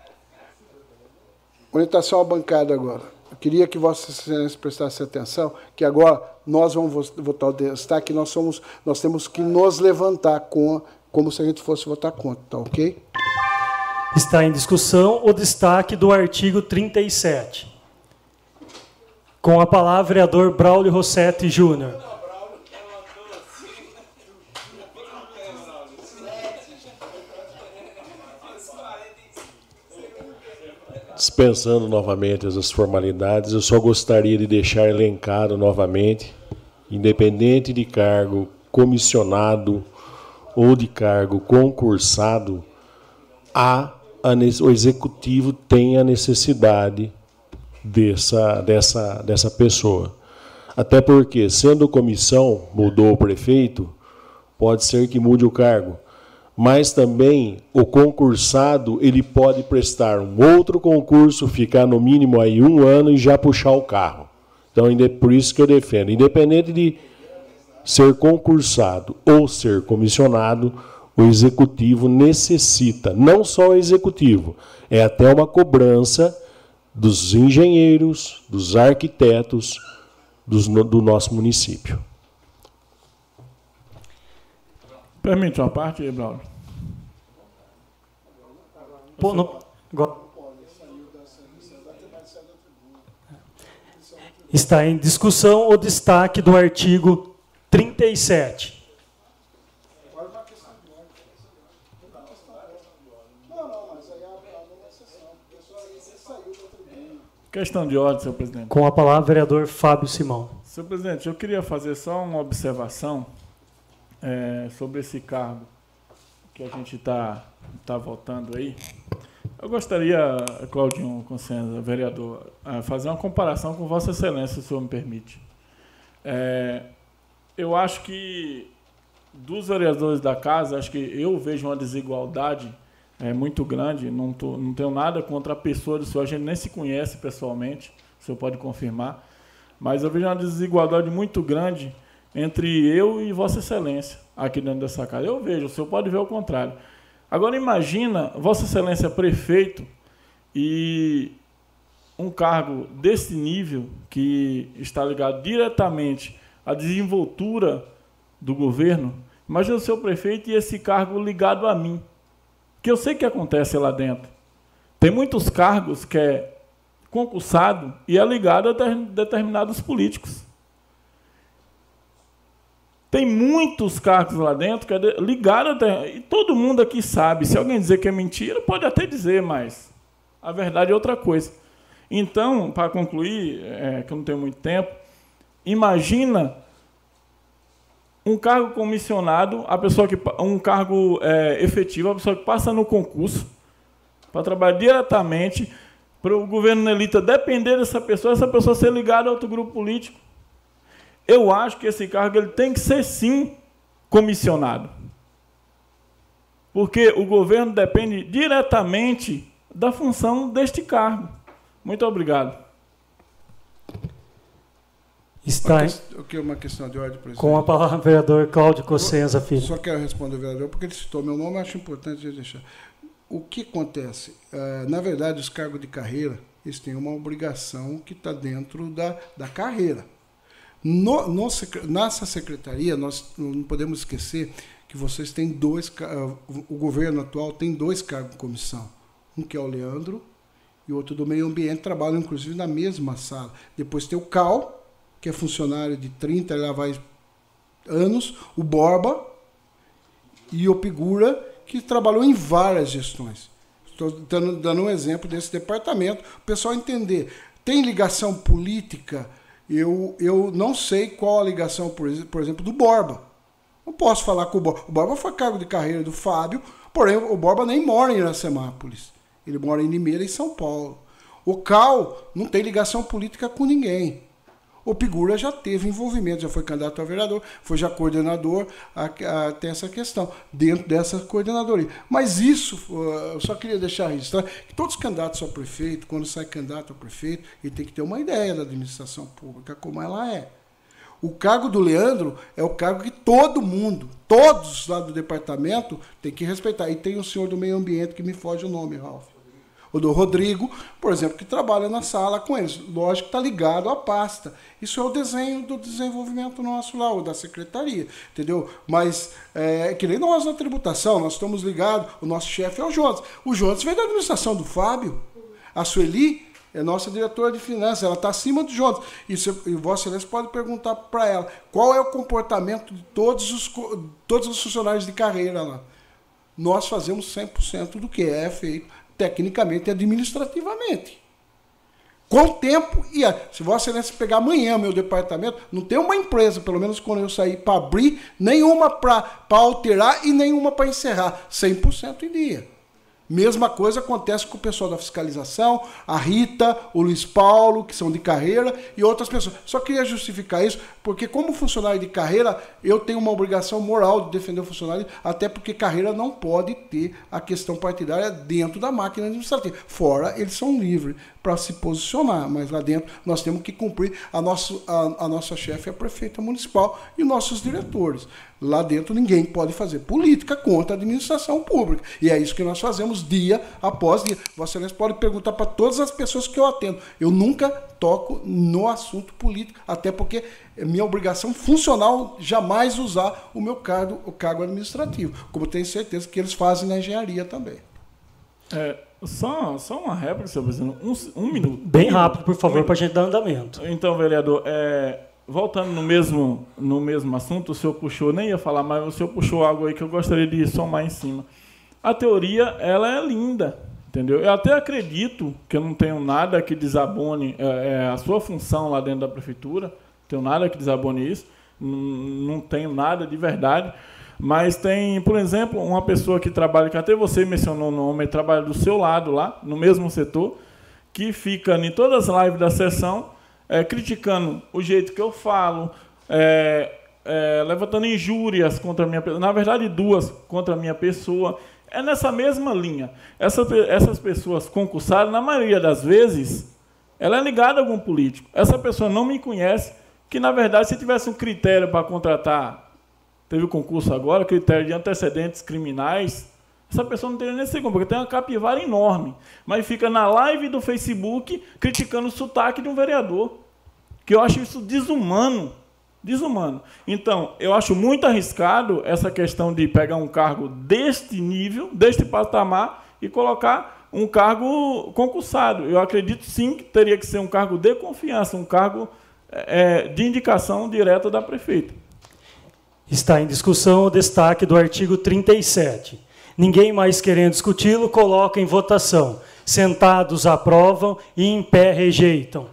orientação à bancada agora. Eu queria que Vossa Excelência prestasse atenção, que agora nós vamos votar o destaque, nós temos que nos levantar como se a gente fosse votar contra, tá ok? Está em discussão o destaque do artigo 37. Com a palavra, vereador Braulio Rossetti Júnior. Dispensando novamente as formalidades, eu só gostaria de deixar elencado novamente, independente de cargo comissionado ou de cargo concursado, o executivo tem a necessidade dessa pessoa. Até porque, sendo comissão, mudou o prefeito, pode ser que mude o cargo. Mas também o concursado ele pode prestar um outro concurso, ficar no mínimo aí 1 ano e já puxar o carro. Então, por isso que eu defendo, independente de ser concursado ou ser comissionado, o executivo necessita, não só o executivo, é até uma cobrança dos engenheiros, dos arquitetos do nosso município. Permite uma parte, Braulio? Está em discussão o destaque do artigo 37. Questão de ordem, senhor presidente. Com a palavra, vereador Fábio Simão. Senhor presidente, eu queria fazer só uma observação sobre esse cargo que a gente está votando aí. Eu gostaria, Claudinho Consenza, vereador, fazer uma comparação com Vossa Excelência, se o senhor me permite. Eu acho que, dos vereadores da casa, acho que eu vejo uma desigualdade muito grande. Não tenho nada contra a pessoa do senhor, a gente nem se conhece pessoalmente, o senhor pode confirmar, mas eu vejo uma desigualdade muito grande entre eu e Vossa Excelência aqui dentro dessa casa. Eu vejo, o senhor pode ver o contrário. Agora imagina Vossa Excelência prefeito e um cargo desse nível que está ligado diretamente à desenvoltura do governo. Imagina o seu prefeito e esse cargo ligado a mim, que eu sei que acontece lá dentro. Tem muitos cargos que é concursado e é ligado a determinados políticos. Tem muitos cargos lá dentro que é ligado e todo mundo aqui sabe. Se alguém dizer que é mentira, pode até dizer, mas a verdade é outra coisa. Então, para concluir, que eu não tenho muito tempo, imagina um cargo comissionado, um cargo efetivo, a pessoa que passa no concurso para trabalhar diretamente para o governo Nelita depender dessa pessoa, essa pessoa ser ligada a outro grupo político. Eu acho que esse cargo ele tem que ser, sim, comissionado. Porque o governo depende diretamente da função deste cargo. Muito obrigado. Está uma questão de ordem, presidente. Com a palavra, vereador Cláudio Cossenza Filho. Só quero responder ao vereador, porque ele citou meu nome, acho importante deixar. O que acontece? Na verdade, os cargos de carreira, eles têm uma obrigação que está dentro da carreira. Nessa secretaria, nós não podemos esquecer que vocês têm o governo atual tem 2 cargos de comissão. Um que é o Leandro e o outro do meio ambiente, trabalham inclusive na mesma sala. Depois tem o CAL que é funcionário de 30 lá vai anos, o Borba e o Pigura, que trabalhou em várias gestões. Estou dando um exemplo desse departamento, para o pessoal entender. Tem ligação política? Eu não sei qual a ligação, por exemplo, do Borba. Não posso falar com o Borba. O Borba foi cargo de carreira do Fábio, porém o Borba nem mora em Iracemápolis. Ele mora em Limeira, em São Paulo. O Cal não tem ligação política com ninguém. O Pigura já teve envolvimento, já foi candidato a vereador, foi já coordenador, tem essa questão, dentro dessa coordenadoria. Mas isso, eu só queria deixar registrado, que todos os candidatos a prefeito, quando sai candidato a prefeito, ele tem que ter uma ideia da administração pública, como ela é. O cargo do Leandro é o cargo que todo mundo, todos lá do departamento, tem que respeitar. E tem o senhor do meio ambiente, que me foge o nome, Ralf. O do Rodrigo, por exemplo, que trabalha na sala com eles. Lógico que está ligado à pasta. Isso é o desenho do desenvolvimento nosso lá, ou da secretaria, entendeu? Mas, que nem nós na tributação, nós estamos ligados, o nosso chefe é o Jonas. O Jonas veio da administração do Fábio. A Sueli é nossa diretora de finanças, ela está acima do Jonas. E Vossa Excelência pode perguntar para ela qual é o comportamento de todos os funcionários de carreira lá. Nós fazemos 100% do que é feito tecnicamente e administrativamente. Com o tempo, se Vossa Excelência pegar amanhã meu departamento, não tem uma empresa, pelo menos quando eu sair, para abrir, nenhuma para alterar e nenhuma para encerrar. 100% em dia. Mesma coisa acontece com o pessoal da fiscalização, a Rita, o Luiz Paulo, que são de carreira, e outras pessoas. Só queria justificar isso, porque como funcionário de carreira, eu tenho uma obrigação moral de defender o funcionário, até porque carreira não pode ter a questão partidária dentro da máquina administrativa. Fora, eles são livres para se posicionar, mas lá dentro nós temos que cumprir a nossa chefe, a prefeita municipal, e nossos diretores. Lá dentro ninguém pode fazer política contra a administração pública. E é isso que nós fazemos dia após dia. Vossa Excelência pode perguntar para todas as pessoas que eu atendo. Eu nunca toco no assunto político, até porque é minha obrigação funcional jamais usar o meu cargo, o cargo administrativo. Como eu tenho certeza que eles fazem na engenharia também. Só uma réplica, senhor presidente. Um minuto. Bem rápido, por favor, para a gente dar andamento. Então, vereador, voltando no mesmo assunto, o senhor puxou, nem ia falar, mas o senhor puxou algo aí que eu gostaria de somar em cima. A teoria, ela é linda, entendeu? Eu até acredito que eu não tenho nada que desabone a sua função lá dentro da prefeitura, não tenho nada que desabone isso, não tenho nada de verdade, mas tem, por exemplo, uma pessoa que trabalha, que até você mencionou o nome, trabalha do seu lado lá, no mesmo setor, que fica em todas as lives da sessão, criticando o jeito que eu falo, levantando injúrias contra a minha pessoa, na verdade 2 contra a minha pessoa. É nessa mesma linha. Essas pessoas concursadas, na maioria das vezes, ela é ligada a algum político. Essa pessoa não me conhece, que na verdade, se tivesse um critério para contratar, teve o concurso agora, critério de antecedentes criminais, essa pessoa não teria nem ser como, porque tem uma capivara enorme, mas fica na live do Facebook criticando o sotaque de um vereador, que eu acho isso desumano. Desumano. Então, eu acho muito arriscado essa questão de pegar um cargo deste nível, deste patamar, e colocar um cargo concursado. Eu acredito, sim, que teria que ser um cargo de confiança, um cargo de indicação direta da prefeita. Está em discussão o destaque do artigo 37. Ninguém mais querendo discuti-lo, coloca em votação. Sentados aprovam e em pé rejeitam.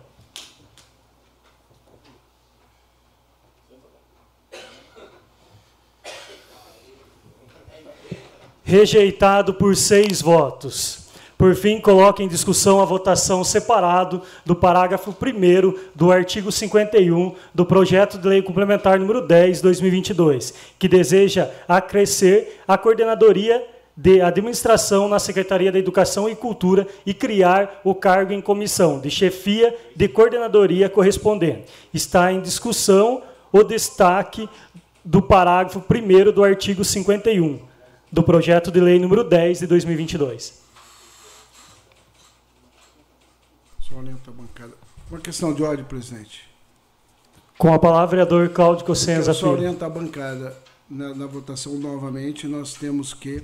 Rejeitado por 6 votos. Por fim, coloca em discussão a votação separado do parágrafo 1º do artigo 51 do projeto de lei complementar número 10, 2022, que deseja acrescer a coordenadoria de administração na Secretaria da Educação e Cultura e criar o cargo em comissão de chefia de coordenadoria correspondente. Está em discussão o destaque do parágrafo 1º do artigo 51 do projeto de lei número 10 de 2022. Só orienta a bancada. Uma questão de ordem, presidente. Com a palavra, vereador Cláudio Cossenza Filho. Só orienta a bancada na votação novamente. Nós temos que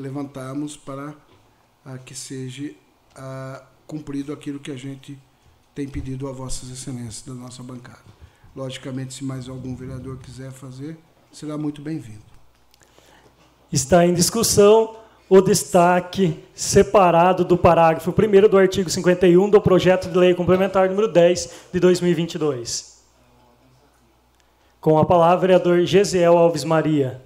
levantarmos para que seja cumprido aquilo que a gente tem pedido a Vossas Excelências da nossa bancada. Logicamente, se mais algum vereador quiser fazer, será muito bem-vindo. Está em discussão o destaque separado do parágrafo 1º do artigo 51 do projeto de lei complementar número 10 de 2022. Com a palavra, vereador Gesiel Alves Maria.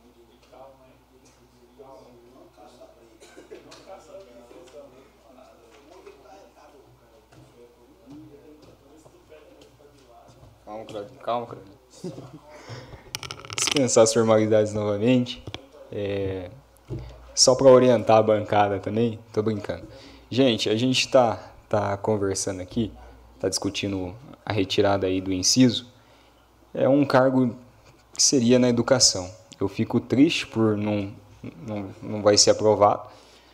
Calma, Claudio. Dispensar as formalidades novamente. Só para orientar a bancada também, tô brincando. Gente, a gente tá conversando aqui, tá discutindo a retirada aí do inciso. É um cargo que seria na educação. Eu fico triste por não vai ser aprovado.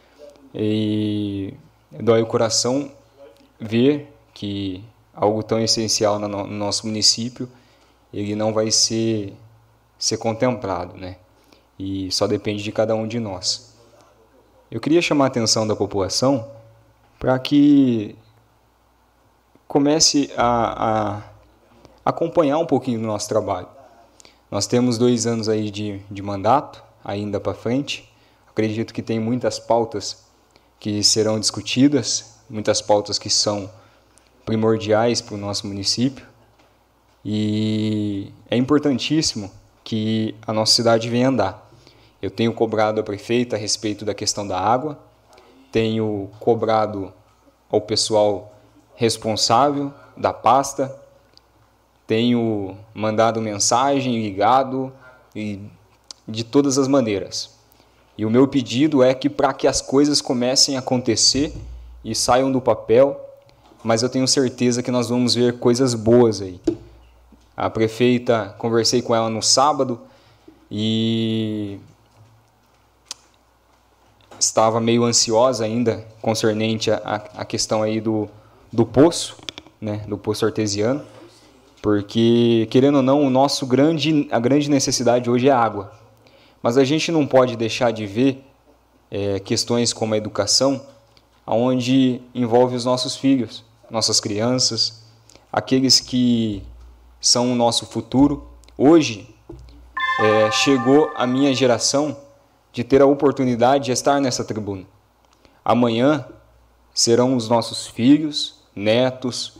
E dói o coração ver que algo tão essencial no nosso município, ele não vai ser contemplado, né? E só depende de cada um de nós. Eu queria chamar a atenção da população para que comece a acompanhar um pouquinho do nosso trabalho. Nós temos 2 anos aí de mandato, ainda para frente. Acredito que tem muitas pautas que serão discutidas, muitas pautas que são primordiais para o nosso município, e é importantíssimo que a nossa cidade venha andar. Eu tenho cobrado a prefeita a respeito da questão da água, tenho cobrado ao pessoal responsável da pasta, tenho mandado mensagem, ligado, e de todas as maneiras. E o meu pedido é que para que as coisas comecem a acontecer e saiam do papel, mas eu tenho certeza que nós vamos ver coisas boas aí. A prefeita, conversei com ela no sábado e estava meio ansiosa ainda concernente à questão aí do poço, né, do poço artesiano, porque, querendo ou não, a grande necessidade hoje é água. Mas a gente não pode deixar de ver questões como a educação, onde envolve os nossos filhos, nossas crianças, aqueles que são o nosso futuro. Hoje, chegou a minha geração de ter a oportunidade de estar nessa tribuna. Amanhã serão os nossos filhos, netos,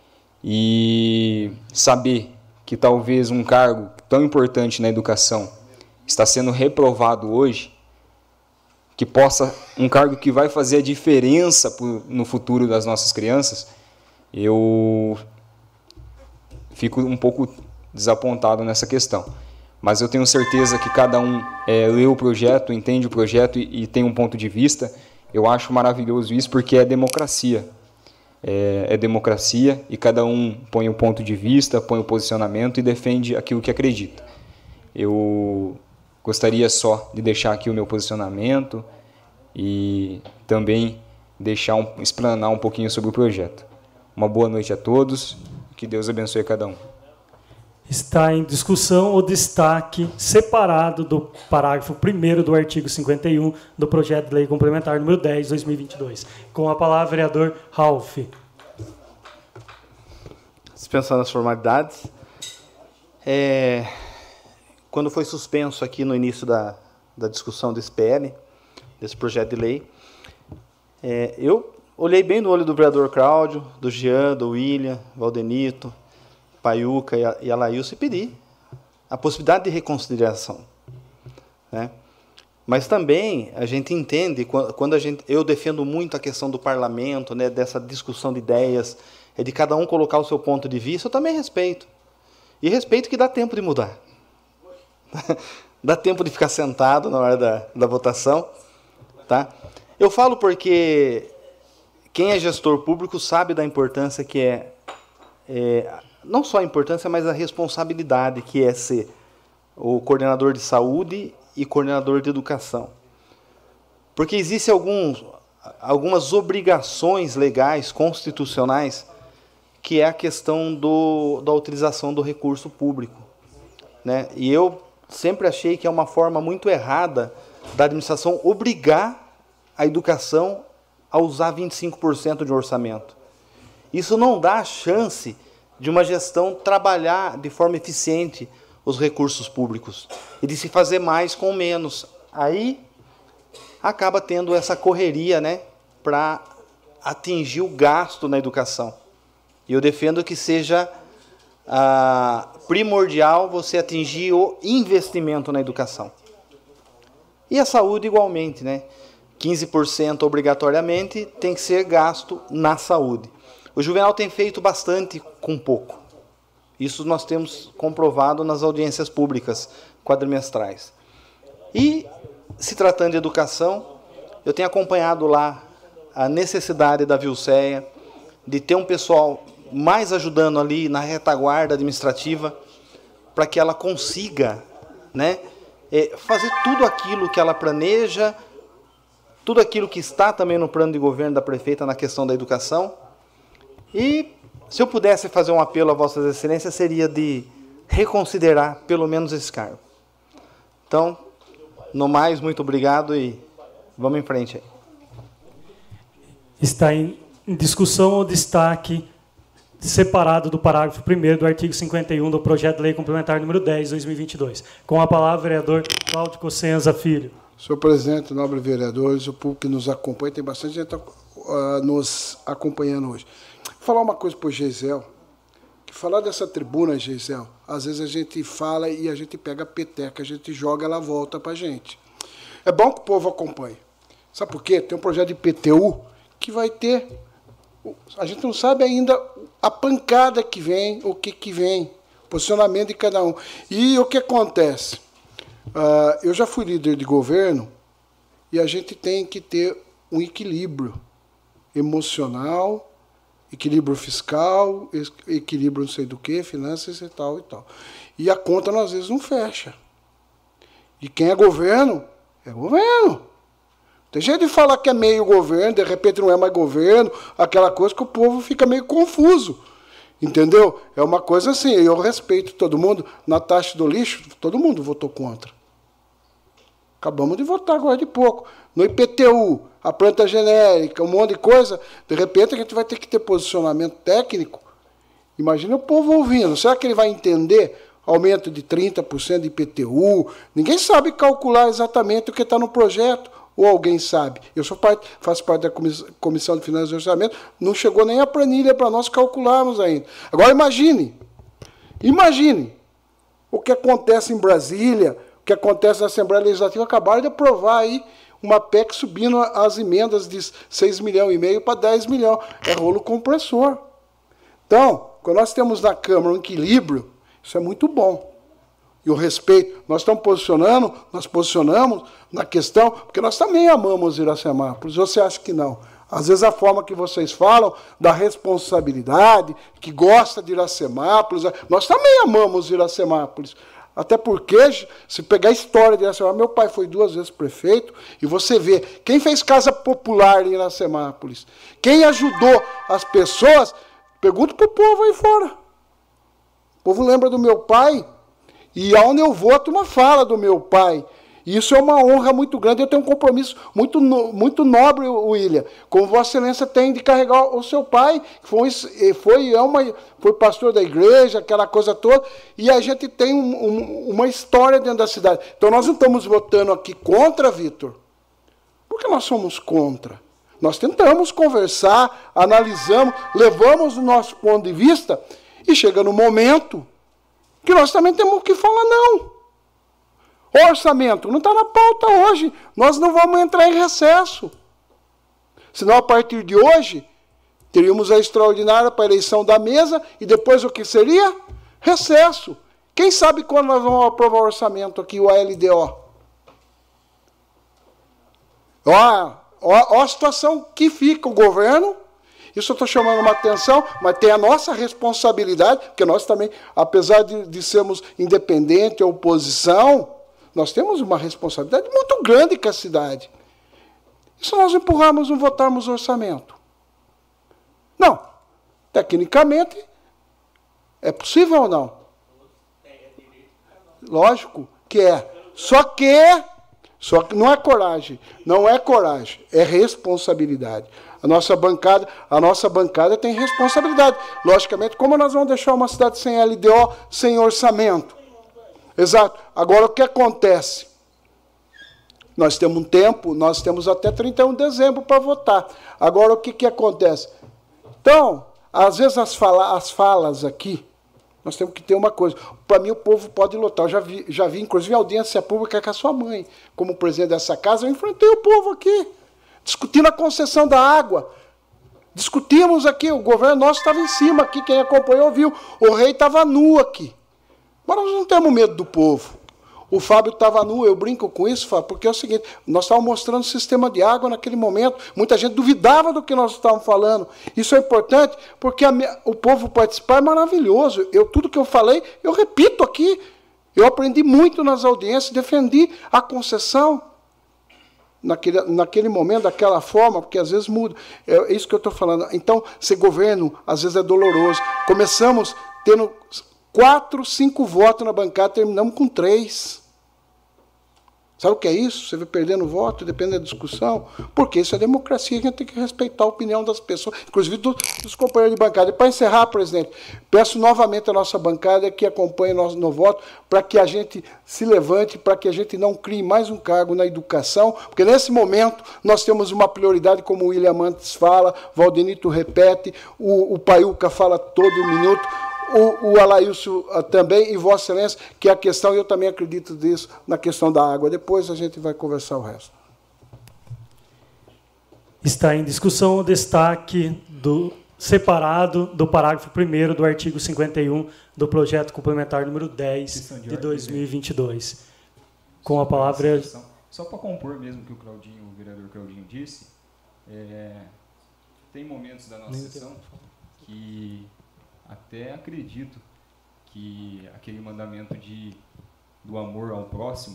e saber que talvez um cargo tão importante na educação está sendo reprovado hoje, que possa, um cargo que vai fazer a diferença no futuro das nossas crianças, eu fico um pouco desapontado nessa questão. Mas eu tenho certeza que cada um lê o projeto, entende o projeto e tem um ponto de vista. Eu acho maravilhoso isso, porque é democracia. É democracia e cada um põe o ponto de vista, põe o posicionamento e defende aquilo que acredita. Eu gostaria só de deixar aqui o meu posicionamento e também explanar um pouquinho sobre o projeto. Uma boa noite a todos, que Deus abençoe cada um. Está em discussão o destaque separado do parágrafo 1º do artigo 51 do projeto de lei complementar número 10, 2022. Com a palavra, vereador Ralph. Dispensando as formalidades. Quando foi suspenso aqui no início da discussão desse PL, desse projeto de lei, eu olhei bem no olho do vereador Cláudio, do Jean, do William, Valdenito, Paiuca e Alailson e pedi a possibilidade de reconsideração, né? Mas também a gente entende, quando eu defendo muito a questão do parlamento, né, dessa discussão de ideias, de cada um colocar o seu ponto de vista, eu também respeito. E respeito que dá tempo de mudar. Dá tempo de ficar sentado na hora da votação. Tá? Eu falo porque quem é gestor público sabe da importância que é não só a importância, mas a responsabilidade que é ser o coordenador de saúde e coordenador de educação. Porque existem algumas obrigações legais, constitucionais, que é a questão da utilização do recurso público, né? E eu sempre achei que é uma forma muito errada da administração obrigar a educação a usar 25% de orçamento. Isso não dá a chance de uma gestão trabalhar de forma eficiente os recursos públicos e de se fazer mais com menos. Aí acaba tendo essa correria, né, para atingir o gasto na educação. E eu defendo que seja primordial você atingir o investimento na educação. E a saúde igualmente, né? 15% obrigatoriamente tem que ser gasto na saúde. O Juvenal tem feito bastante com pouco. Isso nós temos comprovado nas audiências públicas quadrimestrais. E, se tratando de educação, eu tenho acompanhado lá a necessidade da Vilceia de ter um pessoal mais ajudando ali na retaguarda administrativa para que ela consiga, né, fazer tudo aquilo que ela planeja, tudo aquilo que está também no plano de governo da prefeita na questão da educação. E, se eu pudesse fazer um apelo a Vossas Excelências, seria de reconsiderar pelo menos esse cargo. Então, no mais, muito obrigado e vamos em frente aí. Está em discussão o destaque separado do parágrafo 1º do artigo 51 do projeto de lei complementar número 10, de 2022. Com a palavra, vereador Cláudio Cossenza Filho. Senhor presidente, nobres vereadores, o público que nos acompanha, tem bastante gente nos acompanhando hoje. Vou falar uma coisa para o Geisel, que falar dessa tribuna, Geisel, às vezes a gente fala e a gente pega a peteca, a gente joga, ela volta para a gente. É bom que o povo acompanhe. Sabe por quê? Tem um projeto de IPTU que vai ter, a gente não sabe ainda a pancada que vem, o que vem, posicionamento de cada um. E o que acontece? Eu já fui líder de governo e a gente tem que ter um equilíbrio emocional, equilíbrio fiscal, equilíbrio não sei do que, finanças e tal e tal. E a conta, às vezes, não fecha. E quem é governo, é governo. Tem jeito de falar que é meio governo, de repente não é mais governo, aquela coisa que o povo fica meio confuso. Entendeu? É uma coisa assim, eu respeito todo mundo. Na taxa do lixo, todo mundo votou contra. Acabamos de votar agora de pouco. No IPTU, a planta genérica, um monte de coisa, de repente a gente vai ter que ter posicionamento técnico. Imagina o povo ouvindo. Será que ele vai entender aumento de 30% de IPTU? Ninguém sabe calcular exatamente o que está no projeto. Ou alguém sabe? Eu faço parte da Comissão de Finanças e Orçamento, não chegou nem a planilha para nós calcularmos ainda. Agora imagine o que acontece em Brasília, o que acontece na Assembleia Legislativa, acabaram de aprovar aí uma PEC subindo as emendas de 6,5 milhões para 10 milhões. É rolo compressor. Então, quando nós temos na Câmara um equilíbrio, isso é muito bom. E o respeito, nós posicionamos na questão, porque nós também amamos Iracemápolis, você acha que não? Às vezes a forma que vocês falam da responsabilidade, que gosta de Iracemápolis, nós também amamos Iracemápolis. Até porque, se pegar a história de Iracemápolis, meu pai foi 2 vezes prefeito, e você vê, quem fez casa popular em Iracemápolis, quem ajudou as pessoas, pergunta para o povo aí fora. O povo lembra do meu pai, e aonde eu vou, a turma fala do meu pai. E isso é uma honra muito grande. Eu tenho um compromisso muito nobre, William, como Vossa Excelência tem de carregar o seu pai, que foi pastor da igreja, aquela coisa toda, e a gente tem uma história dentro da cidade. Então nós não estamos votando aqui contra, Vitor. Por que nós somos contra? Nós tentamos conversar, analisamos, levamos o nosso ponto de vista, e chega no momento que nós também temos que falar não. O orçamento não está na pauta hoje. Nós não vamos entrar em recesso. Senão, a partir de hoje, teríamos a extraordinária para a eleição da mesa e depois o que seria? Recesso. Quem sabe quando nós vamos aprovar o orçamento aqui, o ALDO? Ó a situação que fica o governo. Isso eu estou chamando uma atenção, mas tem a nossa responsabilidade, porque nós também, apesar de sermos independente, oposição, nós temos uma responsabilidade muito grande com a cidade. E se nós empurrarmos, não votarmos o orçamento? Não. Tecnicamente, é possível ou não? Lógico que é. Só que Só que não é coragem, é responsabilidade. A nossa bancada tem responsabilidade. Logicamente, como nós vamos deixar uma cidade sem LDO, sem orçamento? Exato. Agora, o que acontece? Nós temos um tempo, nós temos até 31 de dezembro para votar. Agora, o que acontece? Então, às vezes as falas aqui, nós temos que ter uma coisa. Para mim, o povo pode lotar. Eu já vi, inclusive, audiência pública com a sua mãe. Como presidente dessa casa, eu enfrentei o povo aqui, discutindo a concessão da água. Discutimos aqui, o governo nosso estava em cima aqui, quem acompanhou viu. O rei estava nu aqui. Mas nós não temos medo do povo. O Fábio estava nu, eu brinco com isso, Fábio, porque é o seguinte, nós estávamos mostrando o sistema de água naquele momento, muita gente duvidava do que nós estávamos falando. Isso é importante, porque o povo participar é maravilhoso. Tudo que eu falei, eu repito aqui. Eu aprendi muito nas audiências, defendi a concessão naquele momento, daquela forma, porque às vezes muda. É isso que eu estou falando. Então, ser governo, às vezes é doloroso. Começamos tendo 4, 5 votos na bancada, terminamos com 3. Sabe o que é isso? Você vai perdendo voto, depende da discussão. Porque isso é democracia, a gente tem que respeitar a opinião das pessoas, inclusive dos companheiros de bancada. E para encerrar, presidente, peço novamente à nossa bancada que acompanhe no voto, para que a gente se levante, para que a gente não crie mais um cargo na educação, porque nesse momento nós temos uma prioridade, como o William Mantes fala, Valdenito repete, o Paiuca fala todo minuto, o Alailson também, e Vossa Excelência, que é a questão, e eu também acredito nisso, na questão da água. Depois a gente vai conversar o resto. Está em discussão o destaque separado do parágrafo 1º do artigo 51 do projeto complementar número 10 de 2022. Com a palavra... Só para compor mesmo o que o vereador Claudinho disse, tem momentos da nossa sessão que... Até acredito que aquele mandamento do amor ao próximo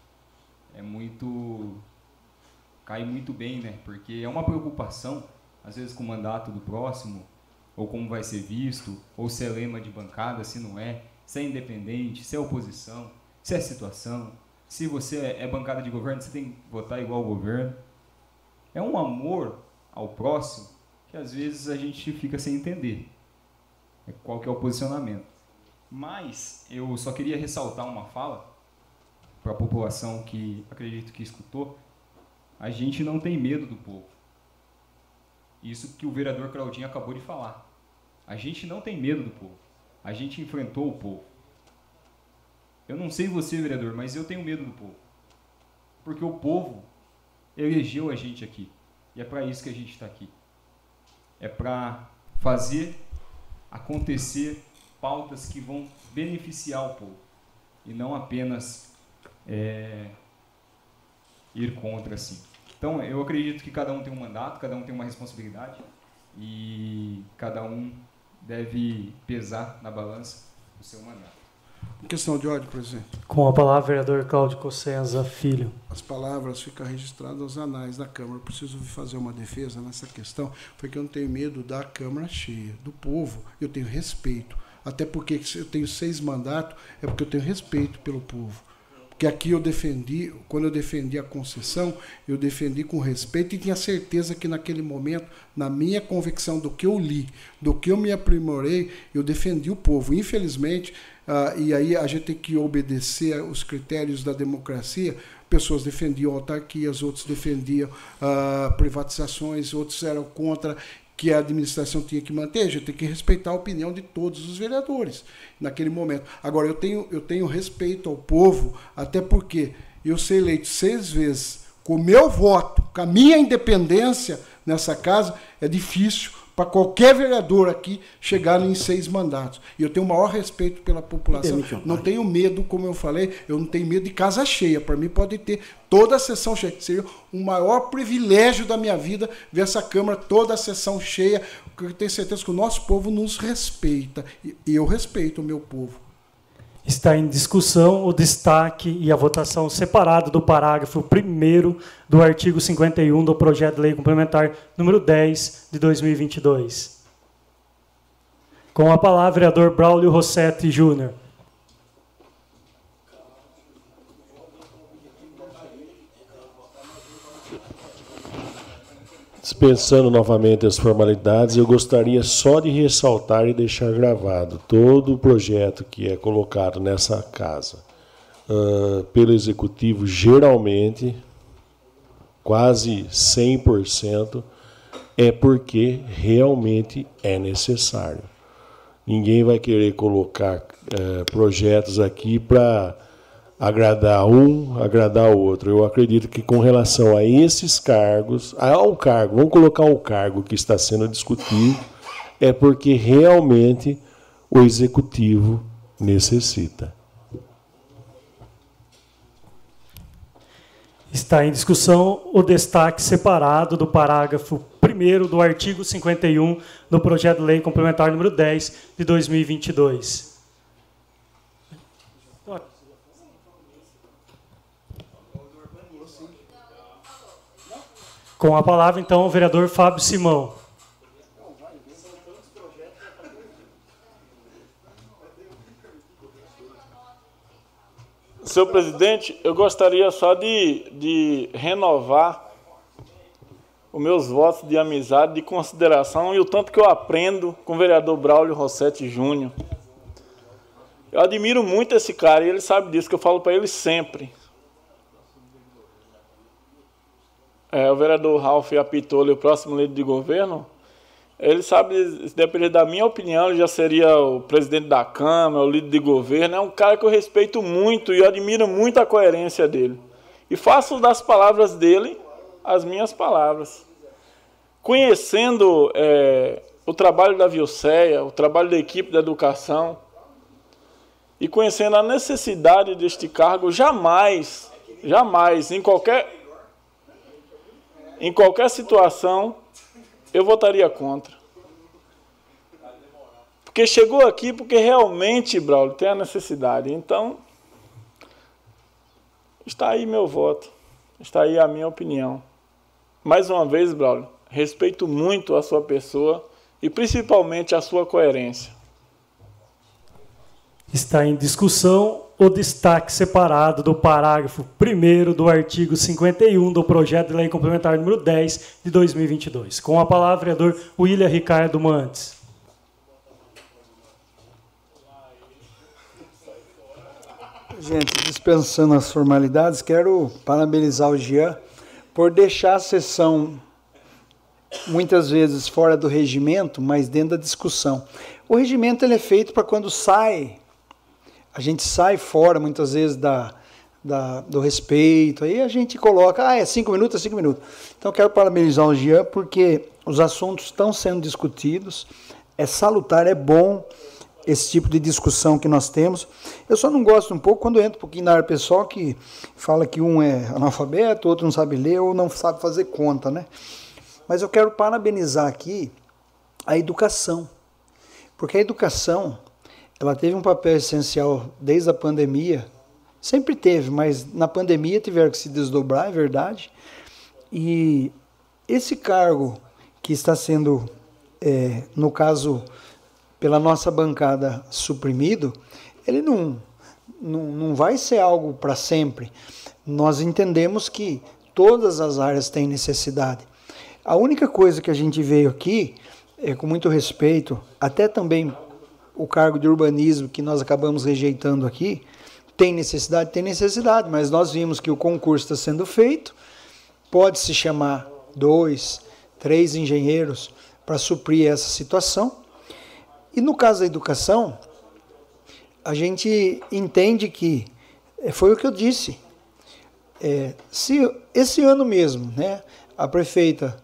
cai muito bem, né? Porque é uma preocupação, às vezes, com o mandato do próximo, ou como vai ser visto, ou se é lema de bancada, se não é, se é independente, se é oposição, se é situação, se você é bancada de governo, você tem que votar igual ao governo. É um amor ao próximo que, às vezes, a gente fica sem entender qual que é o posicionamento. Mas eu só queria ressaltar uma fala para a população que acredito que escutou. A gente não tem medo do povo. Isso que o vereador Claudinho acabou de falar. A gente não tem medo do povo. A gente enfrentou o povo. Eu não sei você, vereador, mas eu tenho medo do povo. Porque o povo elegeu a gente aqui. E é para isso que a gente está aqui. É para fazer acontecer pautas que vão beneficiar o povo e não apenas ir contra, assim. Então, eu acredito que cada um tem um mandato, cada um tem uma responsabilidade e cada um deve pesar na balança o seu mandato. Questão de ordem, presidente. Com a palavra, vereador Cláudio Cossenza Filho. As palavras ficam registradas nos anais da Câmara. Eu preciso fazer uma defesa nessa questão, porque eu não tenho medo da Câmara cheia, do povo. Eu tenho respeito. Até porque se eu tenho 6 mandatos, é porque eu tenho respeito pelo povo. Porque aqui eu defendi, quando eu defendi a concessão, eu defendi com respeito e tinha certeza que naquele momento, na minha convicção do que eu li, do que eu me aprimorei, eu defendi o povo. Infelizmente, e aí a gente tem que obedecer os critérios da democracia. Pessoas defendiam autarquias, outros defendiam privatizações, outros eram contra que a administração tinha que manter. A gente tem que respeitar a opinião de todos os vereadores naquele momento. Agora, eu tenho respeito ao povo, até porque eu ser eleito 6 vezes com o meu voto, com a minha independência nessa casa, é difícil para qualquer vereador aqui chegar em 6 mandatos. E eu tenho o maior respeito pela população. Não tenho medo, como eu falei, eu não tenho medo de casa cheia. Para mim pode ter toda a sessão cheia. Seria o maior privilégio da minha vida ver essa Câmara, toda a sessão cheia, porque eu tenho certeza que o nosso povo nos respeita. E eu respeito o meu povo. Está em discussão o destaque e a votação separada do parágrafo 1º do artigo 51 do projeto de lei complementar número 10 de 2022. Com a palavra, vereador Braulio Rossetti Júnior. dispensando novamente as formalidades, eu gostaria só de ressaltar e deixar gravado todo o projeto que é colocado nessa casa pelo Executivo, geralmente, quase 100%, é porque realmente é necessário. Ninguém vai querer colocar projetos aqui para agradar um, agradar o outro. Eu acredito que com relação a esses cargos, ao cargo, vamos colocar o cargo que está sendo discutido, é porque realmente o Executivo necessita. Está em discussão o destaque separado do parágrafo 1º do artigo 51 do projeto de lei complementar número 10 de 2022. Com a palavra, então, o vereador Fábio Simão. Senhor presidente, eu gostaria só de renovar os meus votos de amizade, de consideração e o tanto que eu aprendo com o vereador Braulio Rossetti Júnior. Eu admiro muito esse cara e ele sabe disso, que eu falo para ele sempre. O vereador Ralph Apitoli, o próximo líder de governo, ele sabe, se depender da minha opinião, ele já seria o presidente da Câmara, o líder de governo. É um cara que eu respeito muito e eu admiro muito a coerência dele. E faço das palavras dele as minhas palavras. Conhecendo o trabalho da Vilceia, o trabalho da equipe da educação, e conhecendo a necessidade deste cargo, jamais, em qualquer situação, eu votaria contra. Porque chegou aqui porque realmente, Braulio, tem a necessidade. Então, está aí meu voto. Está aí a minha opinião. Mais uma vez, Braulio, respeito muito a sua pessoa e principalmente a sua coerência. Está em discussão o destaque separado do parágrafo 1º do artigo 51 do projeto de lei complementar número 10 de 2022. Com a palavra, vereador William Ricardo Mantes. Gente, dispensando as formalidades, quero parabenizar o Jean por deixar a sessão muitas vezes fora do regimento, mas dentro da discussão. O regimento ele é feito para quando a gente sai fora muitas vezes do respeito, aí a gente coloca, é 5 minutos, é 5 minutos. Então eu quero parabenizar o Jean porque os assuntos estão sendo discutidos, é salutar, é bom esse tipo de discussão que nós temos. Eu só não gosto um pouco quando entra um pouquinho na área pessoal que fala que um é analfabeto, outro não sabe ler ou não sabe fazer conta, né? Mas eu quero parabenizar aqui a educação, porque a educação ela teve um papel essencial desde a pandemia, sempre teve, mas na pandemia tiveram que se desdobrar, é verdade. E esse cargo que está sendo, no caso, pela nossa bancada suprimido, ele não vai ser algo para sempre. Nós entendemos que todas as áreas têm necessidade. A única coisa que a gente veio aqui, com muito respeito, até também o cargo de urbanismo que nós acabamos rejeitando aqui, tem necessidade, mas nós vimos que o concurso está sendo feito, pode-se chamar 2, 3 engenheiros para suprir essa situação. E no caso da educação, a gente entende que, foi o que eu disse, se esse ano mesmo, né, a prefeita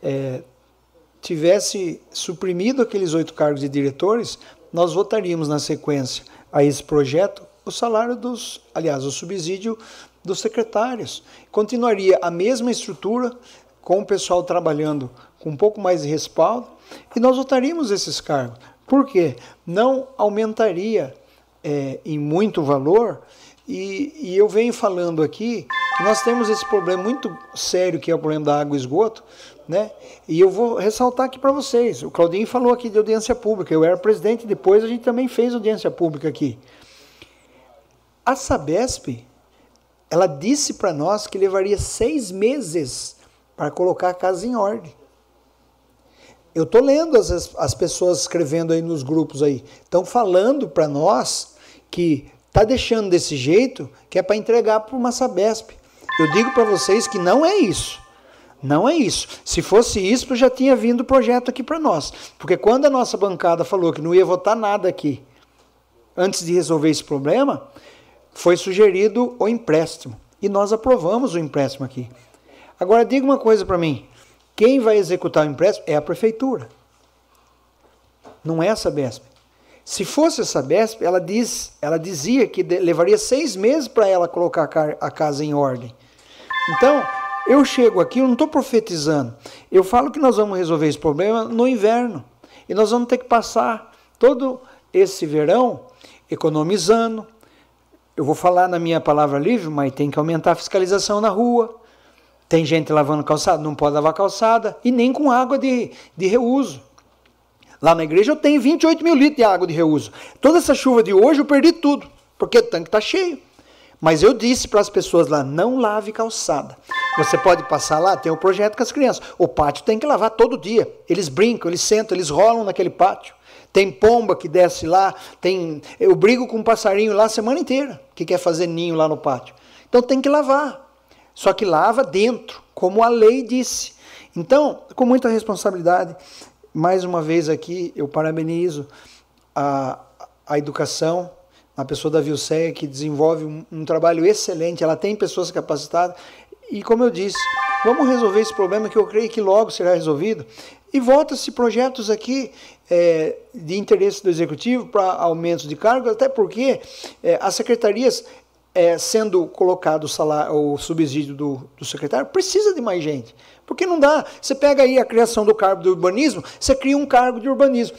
tivesse suprimido aqueles 8 cargos de diretores, nós votaríamos na sequência a esse projeto o salário o subsídio dos secretários. Continuaria a mesma estrutura, com o pessoal trabalhando com um pouco mais de respaldo, e nós votaríamos esses cargos. Por quê? Não aumentaria em muito valor, e eu venho falando aqui que nós temos esse problema muito sério, que é o problema da água e esgoto, né? E eu vou ressaltar aqui para vocês, o Claudinho falou aqui de audiência pública, eu era presidente, depois a gente também fez audiência pública aqui. A Sabesp, ela disse para nós que levaria 6 meses para colocar a casa em ordem. Eu estou lendo as pessoas escrevendo aí nos grupos aí. Estão falando para nós que está deixando desse jeito, que é para entregar para uma Sabesp. Eu digo para vocês que não é isso. Não é isso. Se fosse isso, já tinha vindo o projeto aqui para nós. Porque quando a nossa bancada falou que não ia votar nada aqui, antes de resolver esse problema, foi sugerido o empréstimo. E nós aprovamos o empréstimo aqui. Agora, diga uma coisa para mim. Quem vai executar o empréstimo é a prefeitura. Não é a Sabesp. Se fosse a Sabesp, ela dizia que levaria 6 meses para ela colocar a casa em ordem. Então, eu chego aqui, eu não estou profetizando. Eu falo que nós vamos resolver esse problema no inverno. E nós vamos ter que passar todo esse verão economizando. Eu vou falar na minha palavra livre, mas tem que aumentar a fiscalização na rua. Tem gente lavando calçada, não pode lavar calçada. E nem com água de reuso. Lá na igreja eu tenho 28 mil litros de água de reuso. Toda essa chuva de hoje eu perdi tudo, porque o tanque está cheio. Mas eu disse para as pessoas lá, não lave calçada. Você pode passar lá, tem um projeto com as crianças. O pátio tem que lavar todo dia. Eles brincam, eles sentam, eles rolam naquele pátio. Tem pomba que desce lá. Eu brigo com um passarinho lá a semana inteira, que quer fazer ninho lá no pátio. Então tem que lavar. Só que lava dentro, como a lei disse. Então, com muita responsabilidade, mais uma vez aqui, eu parabenizo a educação, a pessoa da Vilceia, que desenvolve um trabalho excelente, ela tem pessoas capacitadas, e como eu disse, vamos resolver esse problema que eu creio que logo será resolvido, e volta-se projetos aqui de interesse do Executivo para aumentos de cargos, até porque as secretarias, sendo colocado o subsídio do secretário, precisa de mais gente, porque não dá, você pega aí a criação do cargo do urbanismo, você cria um cargo de urbanismo,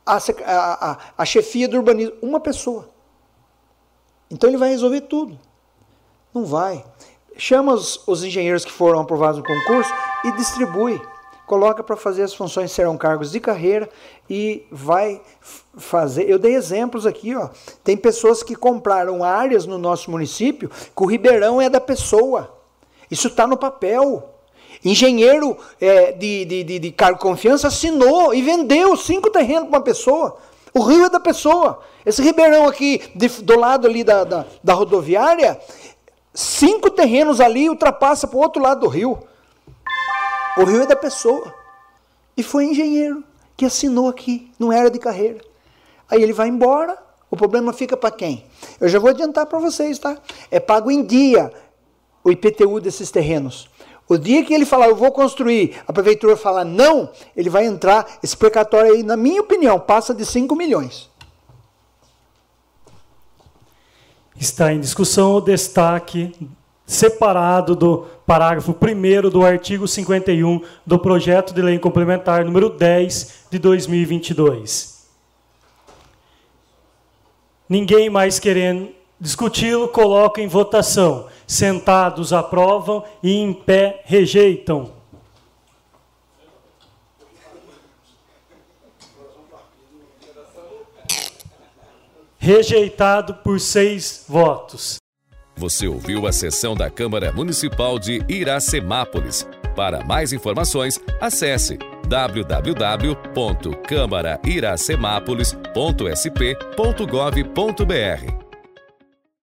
a chefia do urbanismo, uma pessoa. Então ele vai resolver tudo. Não vai. Chama os engenheiros que foram aprovados no concurso e distribui. Coloca para fazer as funções, serão cargos de carreira e vai fazer. Eu dei exemplos aqui, ó. Tem pessoas que compraram áreas no nosso município que o Ribeirão é da pessoa. Isso está no papel. Engenheiro de cargo de confiança assinou e vendeu 5 terrenos para uma pessoa. O rio é da pessoa. Esse Ribeirão aqui, do lado ali da rodoviária, 5 terrenos ali ultrapassa para o outro lado do rio. O rio é da pessoa. E foi engenheiro que assinou aqui, não era de carreira. Aí ele vai embora, o problema fica para quem? Eu já vou adiantar para vocês, tá? É pago em dia o IPTU desses terrenos. O dia que ele falar, eu vou construir, a prefeitura falar não, ele vai entrar, esse precatório aí, na minha opinião, passa de 5 milhões. Está em discussão o destaque separado do parágrafo 1º do artigo 51 do projeto de lei complementar número 10 de 2022. Ninguém mais querendo discuti-lo, coloca em votação. Sentados aprovam e em pé rejeitam. Rejeitado por 6 votos. Você ouviu a sessão da Câmara Municipal de Iracemápolis. Para mais informações, acesse www.câmarairacemápolis.sp.gov.br.